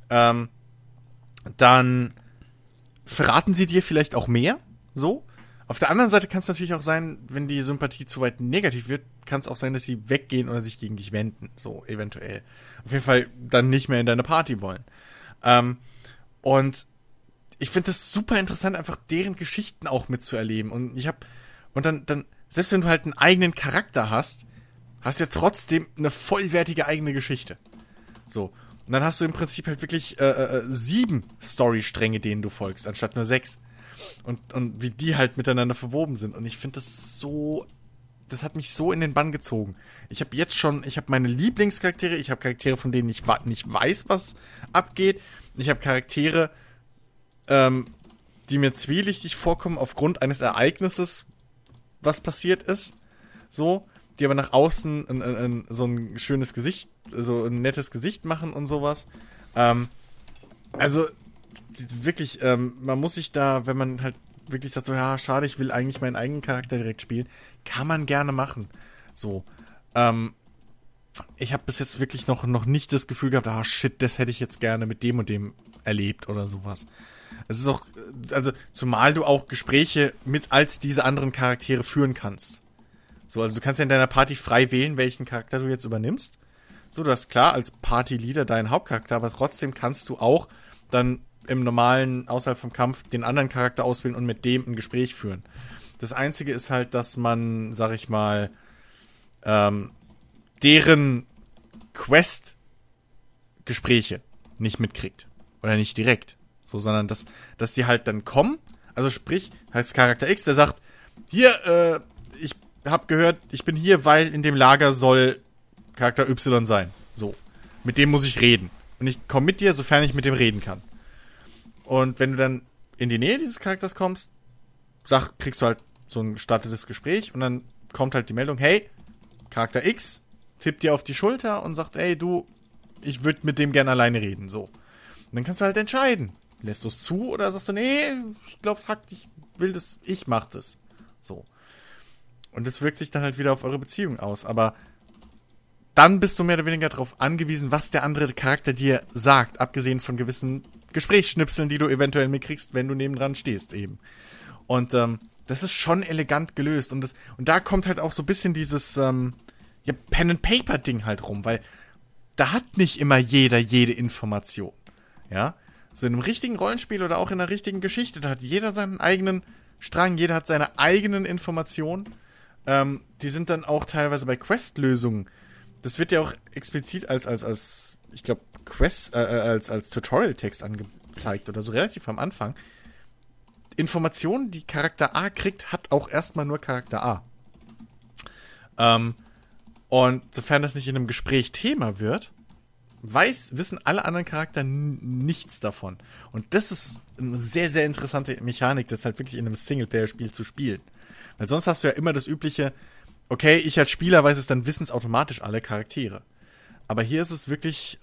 dann verraten sie dir vielleicht auch mehr, so. Auf der anderen Seite kann es natürlich auch sein, wenn die Sympathie zu weit negativ wird, kann es auch sein, dass sie weggehen oder sich gegen dich wenden, so eventuell. Auf jeden Fall dann nicht mehr in deine Party wollen. Und ich finde das super interessant, einfach deren Geschichten auch mitzuerleben. Und dann, selbst wenn du halt einen eigenen Charakter hast du ja trotzdem eine vollwertige eigene Geschichte. So. Und dann hast du im Prinzip halt wirklich 7 Storystränge, denen du folgst, anstatt nur 6. Und wie die halt miteinander verwoben sind. Und ich finde das hat mich so in den Bann gezogen. Ich habe meine Lieblingscharaktere, ich habe Charaktere, von denen ich nicht weiß, was abgeht. Ich habe Charaktere, die mir zwielichtig vorkommen aufgrund eines Ereignisses, was passiert ist. So, die aber nach außen so ein schönes Gesicht, so ein nettes Gesicht machen und sowas. Also, wirklich, man muss sich da, wenn man halt wirklich sagt, so, ja, schade, ich will eigentlich meinen eigenen Charakter direkt spielen, kann man gerne machen. So, ich habe bis jetzt wirklich noch nicht das Gefühl gehabt, shit, das hätte ich jetzt gerne mit dem und dem erlebt oder sowas. Es ist auch, also, zumal du auch Gespräche als diese anderen Charaktere führen kannst. So, also du kannst ja in deiner Party frei wählen, welchen Charakter du jetzt übernimmst. So, du hast klar als Partyleader deinen Hauptcharakter, aber trotzdem kannst du auch dann im normalen, außerhalb vom Kampf, den anderen Charakter auswählen und mit dem ein Gespräch führen. Das Einzige ist halt, dass man, sag ich mal, deren Quest-Gespräche nicht mitkriegt. Oder nicht direkt. So, sondern dass die halt dann kommen. Also sprich, heißt Charakter X, der sagt, hier, ich hab gehört, ich bin hier, weil in dem Lager soll Charakter Y sein. So. Mit dem muss ich reden. Und ich komme mit dir, sofern ich mit dem reden kann. Und wenn du dann in die Nähe dieses Charakters kommst, kriegst du halt so ein gestartetes Gespräch und dann kommt halt die Meldung, hey, Charakter X tippt dir auf die Schulter und sagt, ey, du, ich würde mit dem gerne alleine reden. So. Und dann kannst du halt entscheiden. Lässt du es zu oder sagst du, nee, ich glaube, es hackt, ich mach das. So. Und das wirkt sich dann halt wieder auf eure Beziehung aus. Aber dann bist du mehr oder weniger darauf angewiesen, was der andere Charakter dir sagt. Abgesehen von gewissen Gesprächsschnipseln, die du eventuell mitkriegst, wenn du nebendran stehst eben. Und das ist schon elegant gelöst. Und da kommt halt auch so ein bisschen dieses Pen-and-Paper-Ding halt rum. Weil da hat nicht immer jede Information. Ja? So in einem richtigen Rollenspiel oder auch in einer richtigen Geschichte, da hat jeder seinen eigenen Strang, jeder hat seine eigenen Informationen. Die sind dann auch teilweise bei Quest-Lösungen. Das wird ja auch explizit als ich glaube, Quest, als Tutorial-Text angezeigt oder so relativ am Anfang. Informationen, die Charakter A kriegt, hat auch erstmal nur Charakter A. Und sofern das nicht in einem Gespräch Thema wird, wissen alle anderen Charakter nichts davon. Und das ist eine sehr, sehr interessante Mechanik, das halt wirklich in einem Singleplayer-Spiel zu spielen. Weil sonst hast du ja immer das übliche, okay, ich als Spieler weiß es, dann wissen es automatisch alle Charaktere. Aber hier ist es wirklich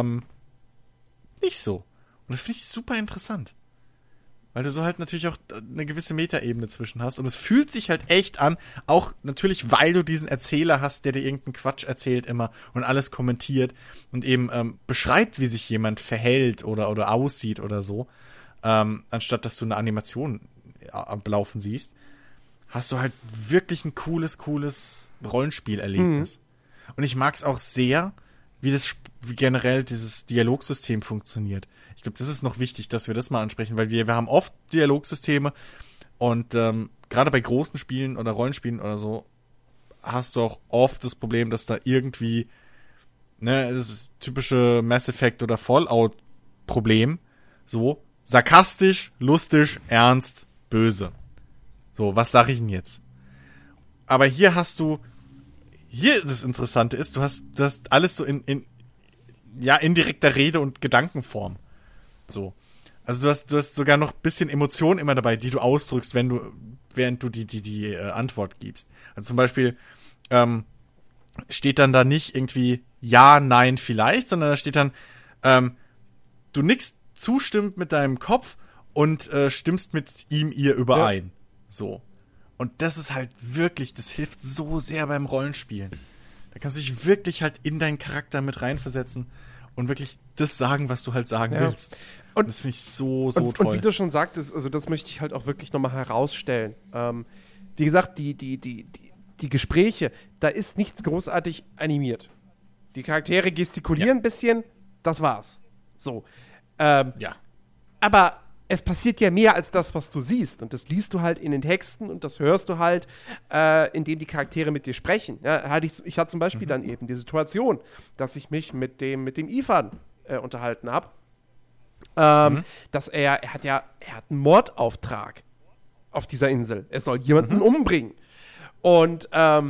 nicht so. Und das finde ich super interessant. Weil du so halt natürlich auch eine gewisse Metaebene zwischen hast. Und es fühlt sich halt echt an, auch natürlich, weil du diesen Erzähler hast, der dir irgendeinen Quatsch erzählt immer und alles kommentiert und eben beschreibt, wie sich jemand verhält oder aussieht oder so, anstatt dass du eine Animation ablaufen siehst, hast du halt wirklich ein cooles Rollenspielerlebnis. Und ich mag es auch sehr, wie generell dieses Dialogsystem funktioniert. Ich glaube, das ist noch wichtig, dass wir das mal ansprechen, weil wir haben oft Dialogsysteme und gerade bei großen Spielen oder Rollenspielen oder so hast du auch oft das Problem, dass da irgendwie das typische Mass Effect oder Fallout-Problem, so sarkastisch, lustig, ernst, böse. So, was sag ich denn jetzt? Aber hier das Interessante ist, du hast alles so in indirekter Rede und Gedankenform. So. Also du hast sogar noch ein bisschen Emotionen immer dabei, die du ausdrückst, während du die Antwort gibst. Also zum Beispiel, steht dann da nicht irgendwie ja, nein, vielleicht, sondern da steht dann, du nickst zustimmt mit deinem Kopf und stimmst mit ihm, ihr überein. Ja. So. Und das ist halt wirklich, das hilft so sehr beim Rollenspielen. Da kannst du dich wirklich halt in deinen Charakter mit reinversetzen und wirklich das sagen, was du halt sagen willst. Und das finde ich so toll. Und wie du schon sagtest, also das möchte ich halt auch wirklich nochmal herausstellen. Wie gesagt, die Gespräche, da ist nichts großartig animiert. Die Charaktere gestikulieren ein bisschen, das war's. So. Aber es passiert ja mehr als das, was du siehst. Und das liest du halt in den Texten und das hörst du halt, indem die Charaktere mit dir sprechen. Ja, ich hatte zum Beispiel dann eben die Situation, dass ich mich mit dem Ethan unterhalten habe. Dass er hat einen Mordauftrag auf dieser Insel. Er soll jemanden umbringen. Und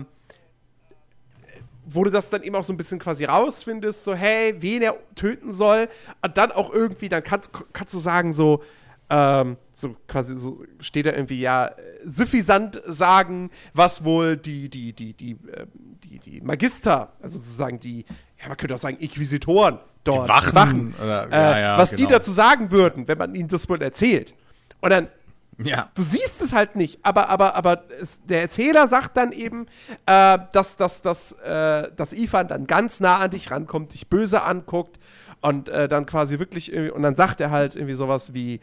wo du das dann eben auch so ein bisschen quasi rausfindest, so, hey, wen er töten soll, und dann auch irgendwie, dann kannst du sagen, so quasi, so steht da irgendwie, ja, suffisant sagen, was wohl die Magister, also sozusagen man könnte auch sagen, Inquisitoren dort, die Wachen. Was die dazu sagen würden, wenn man ihnen das wohl erzählt. Und dann du siehst es halt nicht, aber der Erzähler sagt dann eben, dass Ethan dann ganz nah an dich rankommt, dich böse anguckt und dann quasi wirklich irgendwie, und dann sagt er halt irgendwie sowas wie,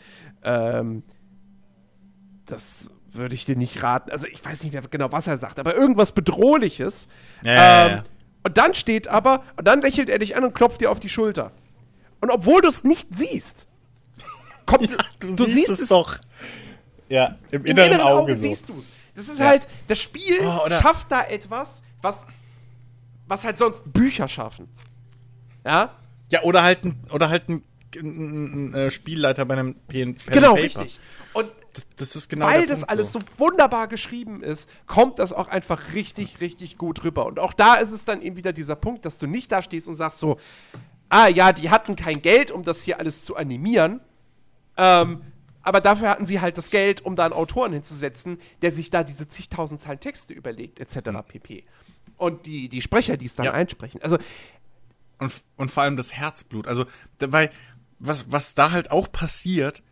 das würde ich dir nicht raten, also ich weiß nicht mehr genau, was er sagt, aber irgendwas Bedrohliches. Und dann und dann lächelt er dich an und klopft dir auf die Schulter. Und obwohl du es nicht siehst, du siehst es doch. Ja, im inneren Auge so. Siehst du es. Das ist halt, das Spiel schafft da etwas, was halt sonst Bücher schaffen. Ja? Ja, oder halt ein Spielleiter bei einem Pen Genau, richtig. Und das ist genau weil der das Punkt alles so wunderbar geschrieben ist, kommt das auch einfach richtig, richtig gut rüber. Und auch da ist es dann eben wieder dieser Punkt, dass du nicht da stehst und sagst so, die hatten kein Geld, um das hier alles zu animieren, aber dafür hatten sie halt das Geld, um da einen Autoren hinzusetzen, der sich da diese zigtausend Zeilen Texte überlegt, etc. pp. Und die Sprecher, die es dann einsprechen. Also und vor allem das Herzblut. Also, weil, was da halt auch passiert,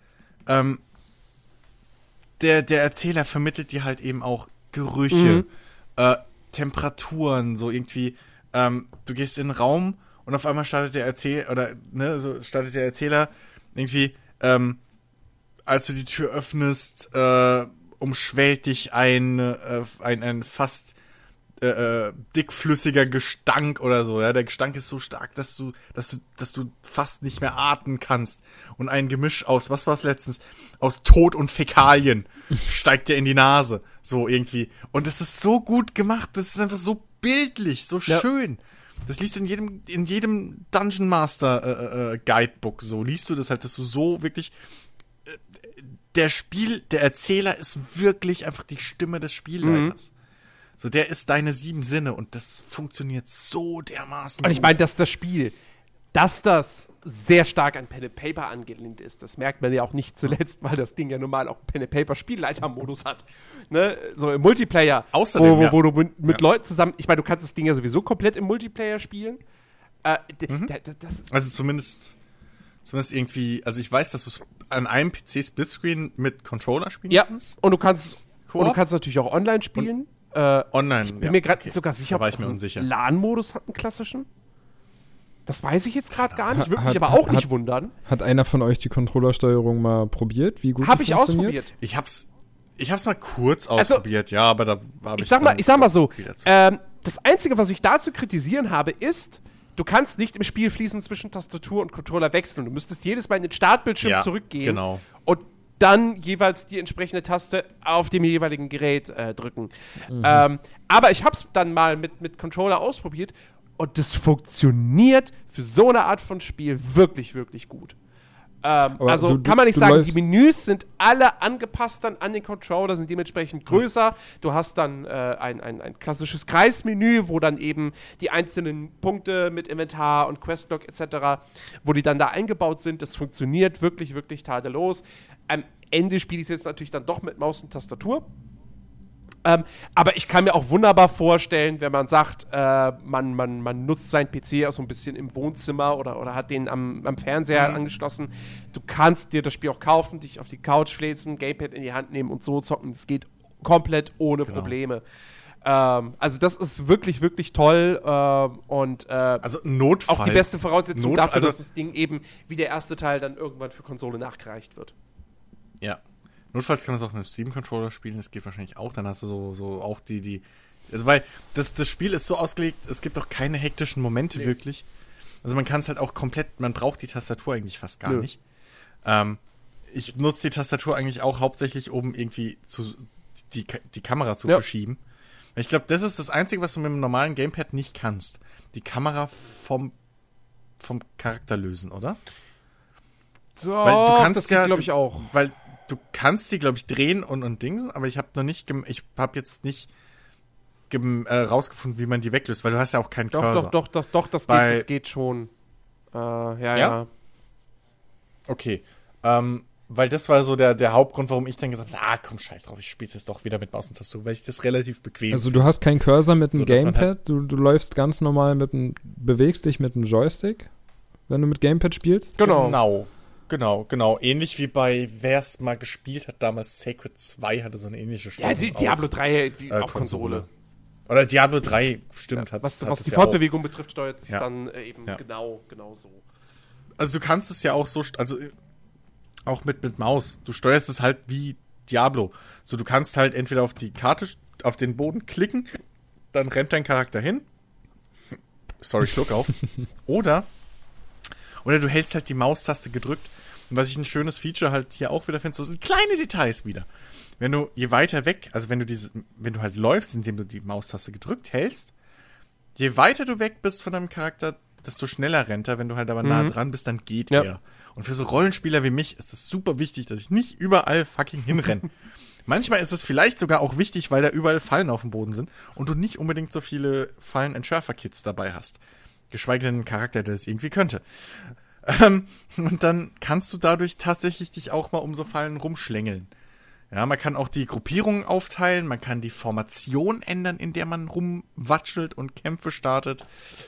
der Erzähler vermittelt dir halt eben auch Gerüche, Temperaturen, so irgendwie, du gehst in einen Raum und auf einmal startet der Erzähler irgendwie, als du die Tür öffnest, umschwellt dich ein fast dickflüssiger Gestank oder so, ja, der Gestank ist so stark, dass du fast nicht mehr atmen kannst und ein Gemisch aus, was war es letztens, aus Tod und Fäkalien steigt dir in die Nase, so irgendwie, und es ist so gut gemacht, das ist einfach so bildlich, so schön, das liest du in jedem Dungeon Master Guidebook, so liest du das halt, dass du so wirklich der Erzähler ist wirklich einfach die Stimme des Spielleiters. So, der ist deine 7 Sinne und das funktioniert so dermaßen. Und ich meine, dass das Spiel, dass das sehr stark an Pen and Paper angelehnt ist, das merkt man ja auch nicht zuletzt, weil das Ding ja normal auch einen Pen and Paper Spielleiter-Modus hat. Ne? So im Multiplayer, außerdem, wo du mit Leuten zusammen, ich meine, du kannst das Ding ja sowieso komplett im Multiplayer spielen. Also zumindest irgendwie, also ich weiß, dass du es an einem PC Splitscreen mit Controller spielen kannst. Und du kannst natürlich auch online spielen. Online, ich bin mir gerade sogar sicher, ob es einen LAN-Modus hat, einen klassischen. Das weiß ich jetzt gerade gar nicht, würde mich aber auch nicht wundern. Hat einer von euch die Controllersteuerung mal probiert? Wie gut Habe ich ausprobiert. Ich hab's mal kurz ausprobiert, ja, aber da habe ich sag mal so, das Einzige, was ich da zu kritisieren habe, ist, du kannst nicht im Spiel fließend zwischen Tastatur und Controller wechseln. Du müsstest jedes Mal in den Startbildschirm zurückgehen. Genau. Und dann jeweils die entsprechende Taste auf dem jeweiligen Gerät drücken. Aber ich hab's dann mal mit Controller ausprobiert und das funktioniert für so eine Art von Spiel wirklich, wirklich gut. Also kann man nicht sagen, die Menüs sind alle angepasst dann an den Controller, sind dementsprechend größer. Du hast dann ein klassisches Kreismenü, wo dann eben die einzelnen Punkte mit Inventar und Questlog etc., wo die dann da eingebaut sind. Das funktioniert wirklich, wirklich tadellos. Am Ende spiele ich es jetzt natürlich dann doch mit Maus und Tastatur. Aber ich kann mir auch wunderbar vorstellen, wenn man sagt, man nutzt seinen PC auch so ein bisschen im Wohnzimmer oder hat den am Fernseher angeschlossen. Du kannst dir das Spiel auch kaufen, dich auf die Couch fläzen, Gamepad in die Hand nehmen und so zocken. Das geht komplett ohne Probleme. Also das ist wirklich, wirklich toll und also notfalls, auch die beste Voraussetzung dafür, dass das Ding eben wie der erste Teil dann irgendwann für Konsole nachgereicht wird. Ja. Notfalls kann man es auch mit einem Steam-Controller spielen, das geht wahrscheinlich auch, dann hast du so auch also weil das Spiel ist so ausgelegt, es gibt auch keine hektischen Momente wirklich. Also man kann es halt auch komplett, man braucht die Tastatur eigentlich fast gar nicht. Ich nutze die Tastatur eigentlich auch hauptsächlich, um irgendwie die Kamera zu verschieben. Ich glaube, das ist das Einzige, was du mit einem normalen Gamepad nicht kannst. Die Kamera vom Charakter lösen, oder? So, weil du kannst das geht, glaube ich, auch. Weil du kannst sie, glaube ich, drehen und dingsen, aber ich habe jetzt nicht rausgefunden, wie man die weglöst, weil du hast ja auch keinen Cursor. Doch, das geht schon. Ja. Okay. Weil das war so der Hauptgrund, warum ich dann gesagt habe, komm, scheiß drauf, ich spiele es doch wieder mit Maus und Tastatur, weil ich das relativ bequem Also du hast keinen Cursor mit dem Gamepad, halt du läufst ganz normal bewegst dich mit dem Joystick, wenn du mit Gamepad spielst? Genau. Ähnlich wie bei, wer es mal gespielt hat, damals Sacred 2 hatte so eine ähnliche Steuerung. Ja, Diablo 3 auf Konsole. Oder Diablo 3, stimmt. Was die Fortbewegung betrifft, steuert sich dann eben genau so. Also du kannst es ja auch so, also auch mit Maus. Du steuerst es halt wie Diablo. So, du kannst halt entweder auf die Karte, auf den Boden klicken, dann rennt dein Charakter hin. Sorry, Schluck auf. Oder du hältst halt die Maustaste gedrückt. Und was ich ein schönes Feature halt hier auch wieder finde, so sind kleine Details wieder. Wenn du je weiter weg, also wenn du halt läufst, indem du die Maustaste gedrückt hältst, je weiter du weg bist von deinem Charakter, desto schneller rennt er. Wenn du halt aber nah dran bist, dann geht er. Und für so Rollenspieler wie mich ist es super wichtig, dass ich nicht überall fucking hinrenne. Manchmal ist es vielleicht sogar auch wichtig, weil da überall Fallen auf dem Boden sind und du nicht unbedingt so viele Fallen-Entschärfer-Kits dabei hast. Geschweige denn einen Charakter, der es irgendwie könnte. Und dann kannst du dadurch tatsächlich dich auch mal um so Fallen rumschlängeln. Ja, man kann auch die Gruppierungen aufteilen, man kann die Formation ändern, in der man rumwatschelt und Kämpfe startet.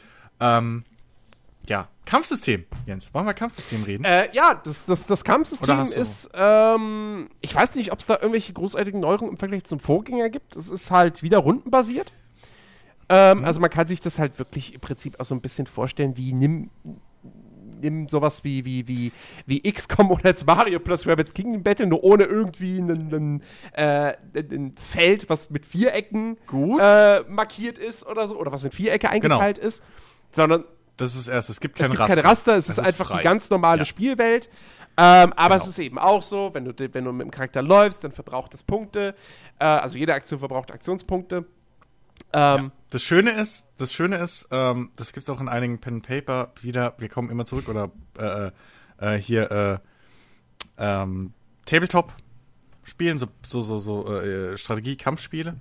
Kampfsystem, Jens. Wollen wir Kampfsystem reden? Das Kampfsystem ist, ich weiß nicht, ob es da irgendwelche großartigen Neuerungen im Vergleich zum Vorgänger gibt. Es ist halt wieder rundenbasiert. Also man kann sich das halt wirklich im Prinzip auch so ein bisschen vorstellen, wie nimm sowas wie XCOM oder jetzt Mario Plus Rabbids Kingdom Battle, nur ohne irgendwie ein Feld, was mit Vierecken markiert ist oder so, oder was in Vierecke eingeteilt ist, sondern das ist es gibt keine Raster, es ist einfach frei. Die ganz normale Spielwelt. Aber es ist eben auch so, wenn du mit dem Charakter läufst, dann verbraucht das Punkte. Also jede Aktion verbraucht Aktionspunkte. Das Schöne ist, das gibt's auch in einigen Pen and Paper wieder, wir kommen immer zurück, oder Tabletop-Spielen, so Strategie-Kampfspiele.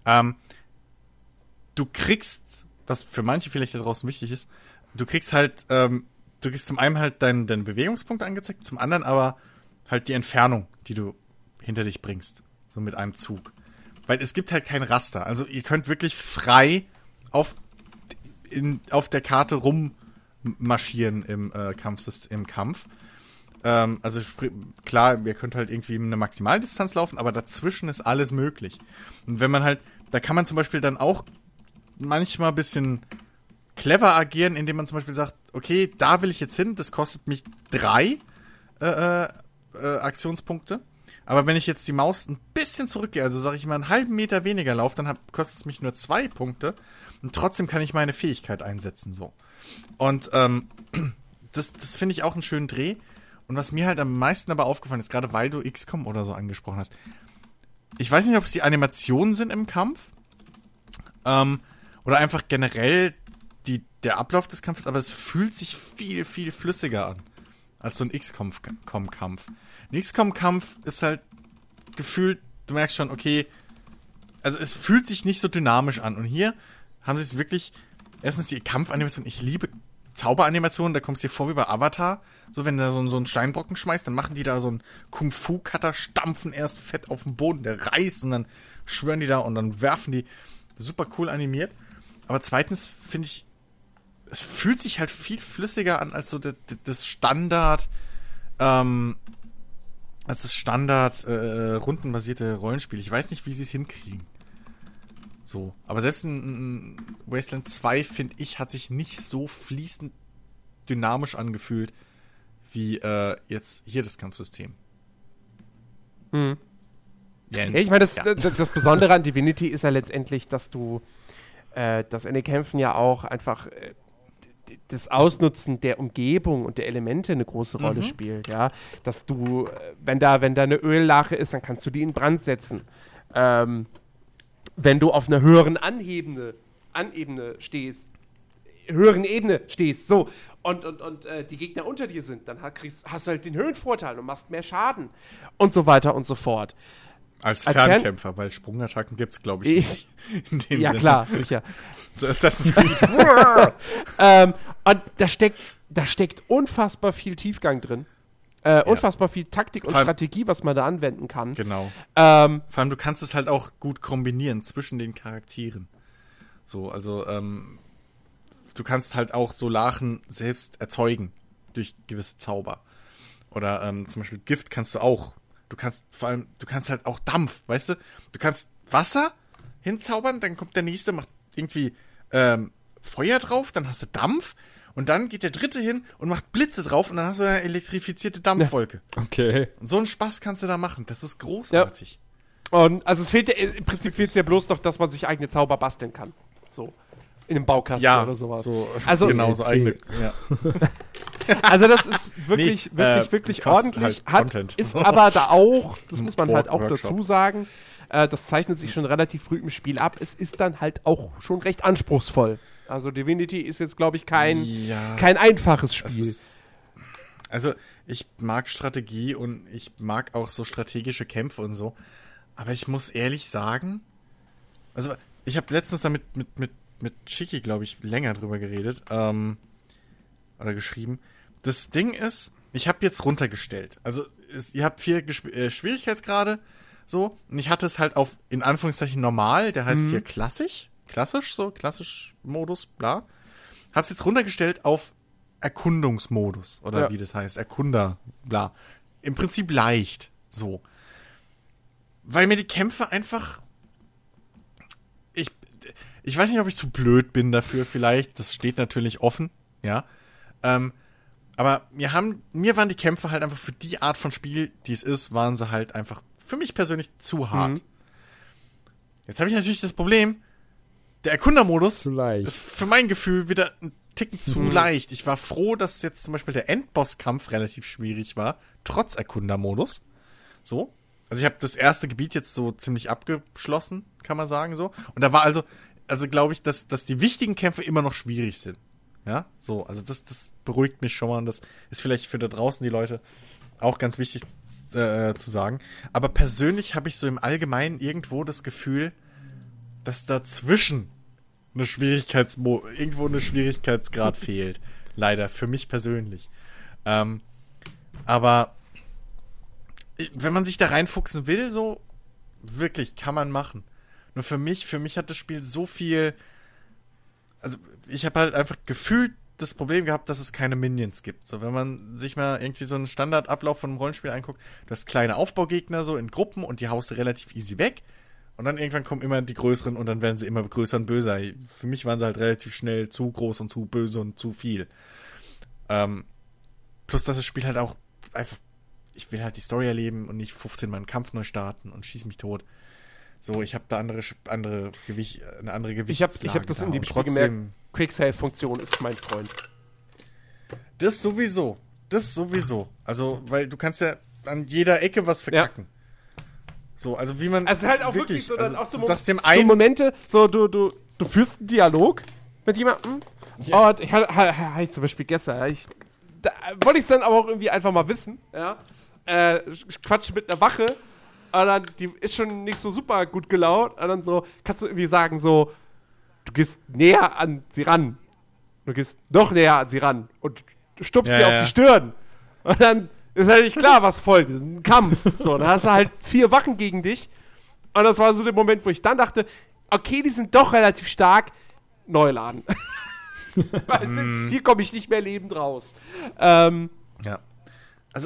Du kriegst, was für manche vielleicht da draußen wichtig ist, du kriegst zum einen halt deine Bewegungspunkte angezeigt, zum anderen aber halt die Entfernung, die du hinter dich bringst. So mit einem Zug. Weil es gibt halt kein Raster. Also ihr könnt wirklich frei auf der Karte rummarschieren im Kampf. Also klar, ihr könnt halt irgendwie eine Maximaldistanz laufen, aber dazwischen ist alles möglich. Und wenn man halt, da kann man zum Beispiel dann auch manchmal ein bisschen clever agieren, indem man zum Beispiel sagt, okay, da will ich jetzt hin, das kostet mich 3 Aktionspunkte. Aber wenn ich jetzt die Maus ein bisschen zurückgehe, also sage ich mal einen halben Meter weniger laufe, dann kostet es mich nur 2 Punkte. und trotzdem kann ich meine Fähigkeit einsetzen, so. Und das finde ich auch einen schönen Dreh. Und was mir halt am meisten aber aufgefallen ist, gerade weil du XCOM oder so angesprochen hast, ich weiß nicht, ob es die Animationen sind im Kampf, oder einfach generell der Ablauf des Kampfes, aber es fühlt sich viel, viel flüssiger an als so ein XCOM-Kampf. Ein XCOM-Kampf ist halt gefühlt, du merkst schon, okay, also es fühlt sich nicht so dynamisch an. Und hier haben sie es wirklich, erstens die Kampfanimation, ich liebe Zauberanimationen, da kommst du dir vor wie bei Avatar, so wenn du so einen Steinbrocken schmeißt, dann machen die da so einen Kung-Fu-Cutter, stampfen erst fett auf den Boden, der reißt und dann schwören die da und dann werfen die. Super cool animiert. Aber zweitens finde ich, es fühlt sich halt viel flüssiger an als so das Standard, rundenbasierte Rollenspiel. Ich weiß nicht, wie sie es hinkriegen. So. Aber selbst ein Wasteland 2, finde ich, hat sich nicht so fließend dynamisch angefühlt wie jetzt hier das Kampfsystem. Jens. Ja, ich meine, das Besondere an Divinity ist ja letztendlich, dass dass in den Kämpfen ja auch einfach das Ausnutzen der Umgebung und der Elemente eine große Rolle spielt, ja. Dass du, wenn da eine Öllache ist, dann kannst du die in Brand setzen. Wenn du auf einer höheren Ebene stehst, so, und die Gegner unter dir sind, dann hast du halt den Höhenvorteil und machst mehr Schaden und so weiter und so fort. Als Fernkämpfer, weil Sprungattacken gibt's, glaube ich, nicht. In dem ja, Sinne. Klar, sicher. So Assassin's Creed. Und da steckt unfassbar viel Tiefgang drin. Unfassbar viel Taktik und Strategie, was man da anwenden kann. Genau. Vor allem, du kannst es halt auch gut kombinieren zwischen den Charakteren. So, also, du kannst halt auch so Lachen selbst erzeugen durch gewisse Zauber. Oder zum Beispiel Gift kannst du auch. Du kannst halt auch Dampf, weißt du? Du kannst Wasser hinzaubern, dann kommt der nächste, macht irgendwie Feuer drauf, dann hast du Dampf und dann geht der dritte hin und macht Blitze drauf und dann hast du eine elektrifizierte Dampfwolke. Okay. Und so einen Spaß kannst du da machen. Das ist großartig. Ja. Und also im Prinzip fehlt es ja bloß noch, dass man sich eigene Zauber basteln kann. So. In einem Baukasten oder sowas. So, also, genau, so eigene. Ja. Also das ist wirklich ordentlich. Ist aber da auch, das muss man halt auch dazu sagen, das zeichnet sich schon relativ früh im Spiel ab. Es ist dann halt auch schon recht anspruchsvoll. Also Divinity ist jetzt, glaube ich, kein einfaches Spiel. Also ich mag Strategie und ich mag auch so strategische Kämpfe und so. Aber ich muss ehrlich sagen, also ich habe letztens damit mit Chiki, glaube ich, länger drüber geredet oder geschrieben. Das Ding ist, ich habe jetzt runtergestellt. Also ihr habt 4 Schwierigkeitsgrade so und ich hatte es halt auf in Anführungszeichen normal, der heißt hier klassisch Modus, bla. Hab's jetzt runtergestellt auf Erkundungsmodus oder wie das heißt, Erkunder, bla. Im Prinzip leicht, so. Weil mir die Kämpfe einfach ich weiß nicht, ob ich zu blöd bin dafür vielleicht, das steht natürlich offen, ja. Aber mir waren die Kämpfe halt einfach für die Art von Spiel, die es ist, waren sie halt einfach für mich persönlich zu hart. Jetzt habe ich natürlich das Problem, der Erkundermodus ist für mein Gefühl wieder ein Ticken zu leicht. Ich war froh, dass jetzt zum Beispiel der Endbosskampf relativ schwierig war, trotz Erkundermodus. So. Also ich habe das erste Gebiet jetzt so ziemlich abgeschlossen, kann man sagen so. Und da war also glaube ich, dass die wichtigen Kämpfe immer noch schwierig sind. Ja, so, also das beruhigt mich schon mal und das ist vielleicht für da draußen die Leute auch ganz wichtig zu sagen. Aber persönlich habe ich so im Allgemeinen irgendwo das Gefühl, dass dazwischen irgendwo eine Schwierigkeitsgrad fehlt. Leider, für mich persönlich. Aber wenn man sich da reinfuchsen will, so wirklich kann man machen. Nur für mich hat das Spiel so viel. Also ich habe halt einfach gefühlt das Problem gehabt, dass es keine Minions gibt. So, wenn man sich mal irgendwie so einen Standardablauf von einem Rollenspiel anguckt, du hast kleine Aufbaugegner so in Gruppen und die haust du relativ easy weg. Und dann irgendwann kommen immer die größeren und dann werden sie immer größer und böser. Für mich waren sie halt relativ schnell zu groß und zu böse und zu viel. Plus, dass das Spiel halt auch einfach, ich will halt die Story erleben und nicht 15 Mal einen Kampf neu starten und schieß mich tot. So, ich habe da eine andere Gewichtslage. Ich hab das in dem Spiel gemerkt. Quick-Save-Funktion ist mein Freund. Das sowieso. Also, weil du kannst ja an jeder Ecke was verkacken. Ja. So, also wie man. Also halt auch wirklich so, dann auch so, so Momente, so du führst einen Dialog mit jemandem. Ja. Und ich hatte zum Beispiel gestern, da wollte ich es dann aber auch irgendwie einfach mal wissen, ja. Quatsch mit einer Wache. Und dann, die ist schon nicht so super gut gelaunt. Und dann so, kannst du irgendwie sagen, so, du gehst näher an sie ran. Du gehst noch näher an sie ran. Und du stupst dir auf die Stirn. Und dann ist halt nicht klar, was folgt. Das ist ein Kampf. So, dann hast du halt 4 Wachen gegen dich. Und das war so der Moment, wo ich dann dachte, okay, die sind doch relativ stark. Neuladen. Weil hier komme ich nicht mehr lebend raus. Ja. Also,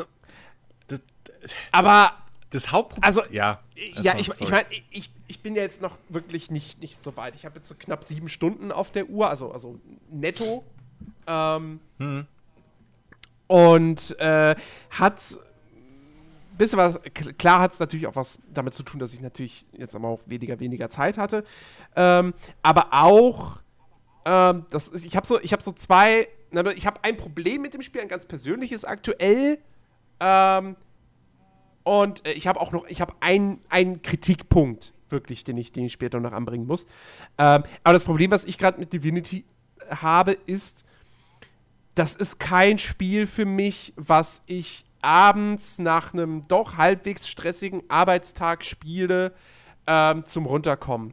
aber das Hauptproblem. Also, ja, ich meine, ich bin ja jetzt noch wirklich nicht so weit. Ich habe jetzt so knapp 7 Stunden auf der Uhr, also netto. Und hat ein bisschen was, klar hat es natürlich auch was damit zu tun, dass ich natürlich jetzt aber auch weniger Zeit hatte. Aber auch, ich habe so zwei, ich habe ein Problem mit dem Spiel, ein ganz persönliches aktuell. Und ich habe einen Kritikpunkt, wirklich, den ich später noch anbringen muss. Aber das Problem, was ich gerade mit Divinity habe, ist, das ist kein Spiel für mich, was ich abends nach einem doch halbwegs stressigen Arbeitstag spiele, zum Runterkommen.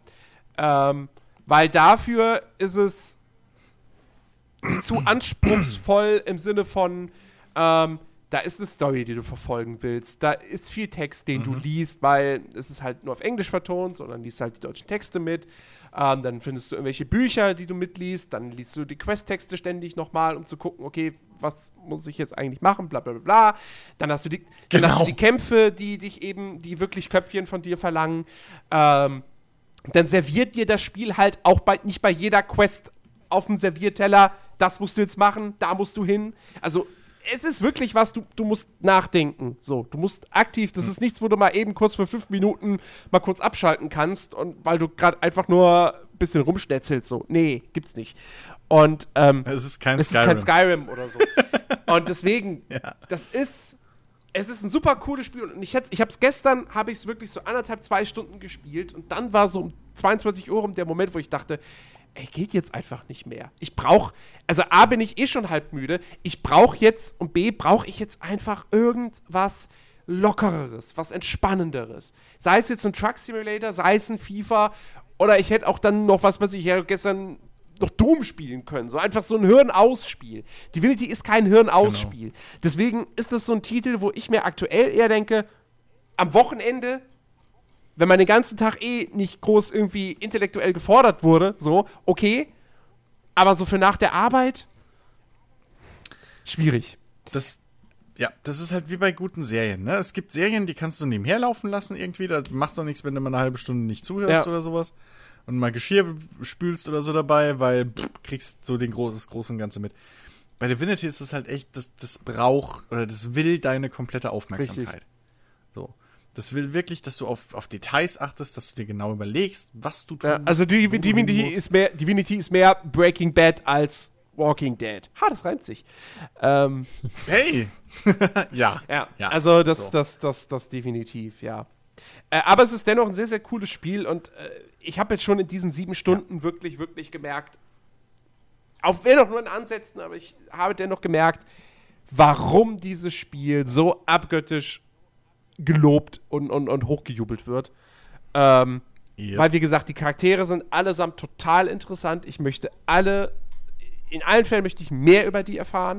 Weil dafür ist es zu anspruchsvoll im Sinne von, da ist eine Story, die du verfolgen willst. Da ist viel Text, den du liest, weil es ist halt nur auf Englisch vertont, sondern liest halt die deutschen Texte mit. Dann findest du irgendwelche Bücher, die du mitliest. Dann liest du die Quest-Texte ständig nochmal, um zu gucken, okay, was muss ich jetzt eigentlich machen, bla bla bla bla. Dann hast du die Kämpfe, die wirklich Köpfchen von dir verlangen. Dann serviert dir das Spiel halt auch nicht bei jeder Quest auf dem Servierteller, das musst du jetzt machen, da musst du hin. Also es ist wirklich was, du musst nachdenken. So, du musst aktiv, das ist nichts, wo du mal eben kurz für 5 Minuten mal kurz abschalten kannst, und weil du gerade einfach nur ein bisschen rumschnetzelst. So, nee, gibt's nicht. Und es ist kein Skyrim oder so. Und deswegen, es ist ein super cooles Spiel. Und ich hab's gestern, habe ich es wirklich so 2 Stunden gespielt, und dann war so um 22 Uhr der Moment, wo ich dachte, ey, geht jetzt einfach nicht mehr. A, bin ich schon halb müde. Ich brauche jetzt, und B, brauche ich jetzt einfach irgendwas Lockereres, was Entspannenderes. Sei es jetzt ein Truck Simulator, sei es ein FIFA, oder ich hätte auch dann noch ich hätte gestern noch Doom spielen können. So einfach so ein Hirn-Aus-Spiel. Divinity ist kein Hirn-Aus-Spiel. Genau. Deswegen ist das so ein Titel, wo ich mir aktuell eher denke, am Wochenende, wenn man den ganzen Tag nicht groß irgendwie intellektuell gefordert wurde, so, okay, aber so für nach der Arbeit, schwierig. Das ist halt wie bei guten Serien, ne? Es gibt Serien, die kannst du nebenher laufen lassen irgendwie, da macht's auch nichts, wenn du mal eine halbe Stunde nicht zuhörst oder sowas und mal Geschirr spülst oder so dabei, weil kriegst so das Große und Ganze mit. Bei Divinity ist es halt echt, das braucht, oder das will deine komplette Aufmerksamkeit. Richtig. So. Das will wirklich, dass du auf Details achtest, dass du dir genau überlegst, was du tust. Ja, also Divinity ist mehr Breaking Bad als Walking Dead. Das reimt sich. Hey! ja. Also das definitiv, ja. Aber es ist dennoch ein sehr, sehr cooles Spiel, und ich habe jetzt schon in diesen 7 Stunden wirklich, wirklich gemerkt, wenn auch nur in Ansätzen, aber ich habe dennoch gemerkt, warum dieses Spiel so abgöttisch gelobt und hochgejubelt wird. Weil, wie gesagt, die Charaktere sind allesamt total interessant. In allen Fällen möchte ich mehr über die erfahren.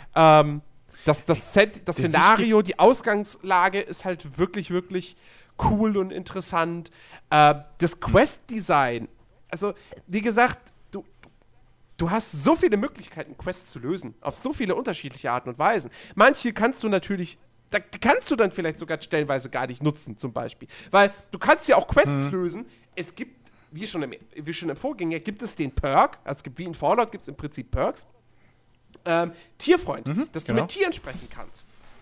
Das Szenario, die Ausgangslage ist halt wirklich, wirklich cool und interessant. Das Quest-Design, also, wie gesagt, du hast so viele Möglichkeiten, Quests zu lösen, auf so viele unterschiedliche Arten und Weisen. Manche kannst du natürlich da kannst du dann vielleicht sogar stellenweise gar nicht nutzen, zum Beispiel. Weil du kannst ja auch Quests lösen. Es gibt, wie schon im Vorgänger, gibt es den Perk, also es gibt wie in Fallout, gibt es im Prinzip Perks. Tierfreund, dass du mit Tieren sprechen kannst.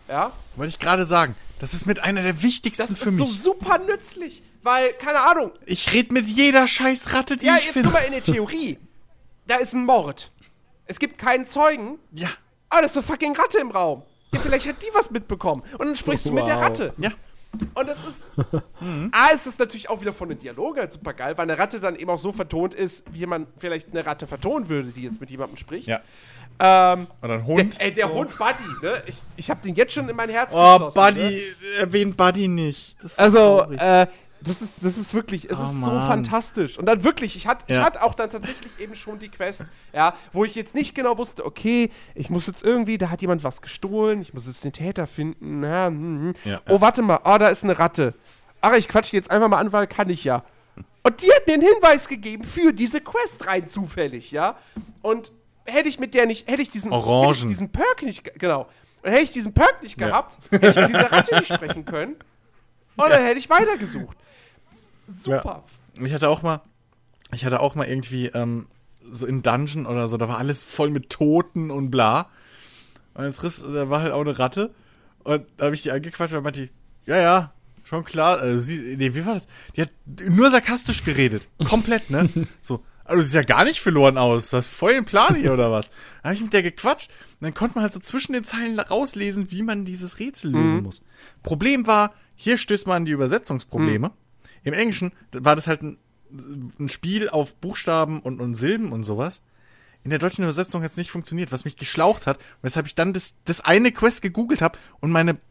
Ja? Wollte ich gerade sagen. Das ist mit einer der wichtigsten Das für ist so mich. super nützlich, weil, keine Ahnung. Ich rede mit jeder scheiß Ratte, die Ja, ich jetzt finde. nur mal in der Theorie. Da ist ein Mord. Es gibt keinen Zeugen, Ja, aber das ist eine fucking Ratte im Raum. Ja, vielleicht hat die was mitbekommen. Und dann sprichst du mit der Wow. Ratte. ja. Und das ist. Ist es natürlich auch wieder von den Dialogen halt super geil, weil eine Ratte dann eben auch so vertont ist, wie man vielleicht eine Ratte vertonen würde, die jetzt mit jemandem spricht. Ja. Oder ein Hund. Der Hund Buddy, ne? Ich hab den jetzt schon in mein Herz Oh, geschlossen, Buddy, Ne? erwähnt Buddy nicht. Das ist Also, traurig. das ist wirklich, es Oh, ist so Mann. fantastisch. Und dann wirklich, ich hatte auch dann tatsächlich eben schon die Quest, ja, wo ich jetzt nicht genau wusste, okay, ich muss jetzt irgendwie, da hat jemand was gestohlen, ich muss jetzt den Täter finden. Ja, Oh, warte mal, da ist eine Ratte. Ach, ich quatsch die jetzt einfach mal an, weil kann ich ja. Und die hat mir einen Hinweis gegeben für diese Quest rein zufällig, ja. Und hätte ich diesen Perk nicht, genau. Und hätte ich diesen Perk nicht gehabt, hätte ich mit dieser Ratte nicht sprechen können. Und dann hätte ich weitergesucht. Super. Ja. Ich hatte auch mal irgendwie so in Dungeon oder so, da war alles voll mit Toten und bla. Und da war halt auch eine Ratte. Und da habe ich die angequatscht und meinte die, ja, schon klar. Wie war das? Die hat nur sarkastisch geredet. Komplett, ne? So, also du siehst ja gar nicht verloren aus. Du hast voll den Plan hier oder was? Da habe ich mit der gequatscht. Und dann konnte man halt so zwischen den Zeilen rauslesen, wie man dieses Rätsel lösen muss. Problem war, hier stößt man an die Übersetzungsprobleme. Im Englischen war das halt ein Spiel auf Buchstaben und Silben und sowas. In der deutschen Übersetzung hat es nicht funktioniert, was mich geschlaucht hat, weshalb ich dann das eine Quest gegoogelt habe und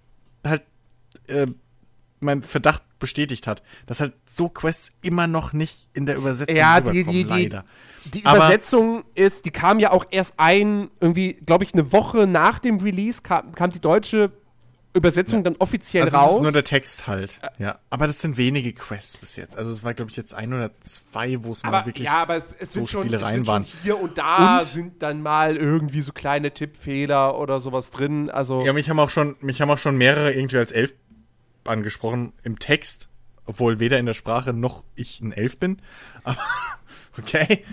mein Verdacht bestätigt hat, dass halt so Quests immer noch nicht in der Übersetzung rüberkommen, leider. Die Übersetzung die kam ja auch erst irgendwie, glaube ich, eine Woche nach dem Release kam die deutsche Übersetzung dann offiziell also raus. Das ist nur der Text halt. Ja, aber das sind wenige Quests bis jetzt. Also es war, glaube ich, jetzt 1 oder 2, wo es mal wirklich aber es so sind schon waren. Hier und da Und? sind dann mal irgendwie so kleine Tippfehler oder sowas drin. Also Ja, mich haben auch schon mehrere irgendwie als Elf angesprochen im Text, obwohl weder in der Sprache noch ich ein Elf bin. Aber, okay.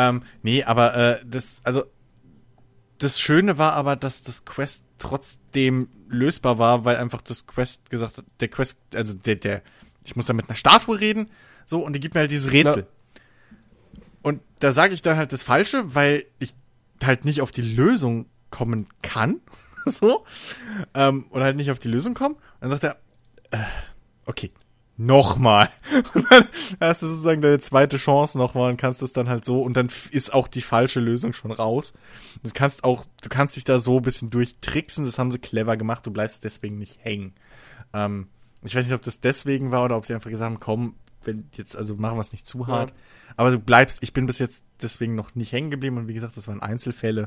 Das Schöne war aber, dass das Quest trotzdem lösbar war, weil einfach das Quest gesagt hat, ich muss da mit einer Statue reden, so, und die gibt mir halt dieses Rätsel. Ja. Und da sage ich dann halt das Falsche, weil ich halt nicht auf die Lösung kommen kann, so, oder halt nicht auf die Lösung komme. Und dann sagt er, okay, nochmal. Und dann hast du sozusagen deine zweite Chance nochmal und kannst es dann halt so, und dann ist auch die falsche Lösung schon raus. Du kannst dich da so ein bisschen durchtricksen, das haben sie clever gemacht, du bleibst deswegen nicht hängen. Ich weiß nicht, ob das deswegen war oder ob sie einfach gesagt haben, komm, machen wir es nicht zu hart. Ja. Aber ich bin bis jetzt deswegen noch nicht hängen geblieben und wie gesagt, das waren Einzelfälle.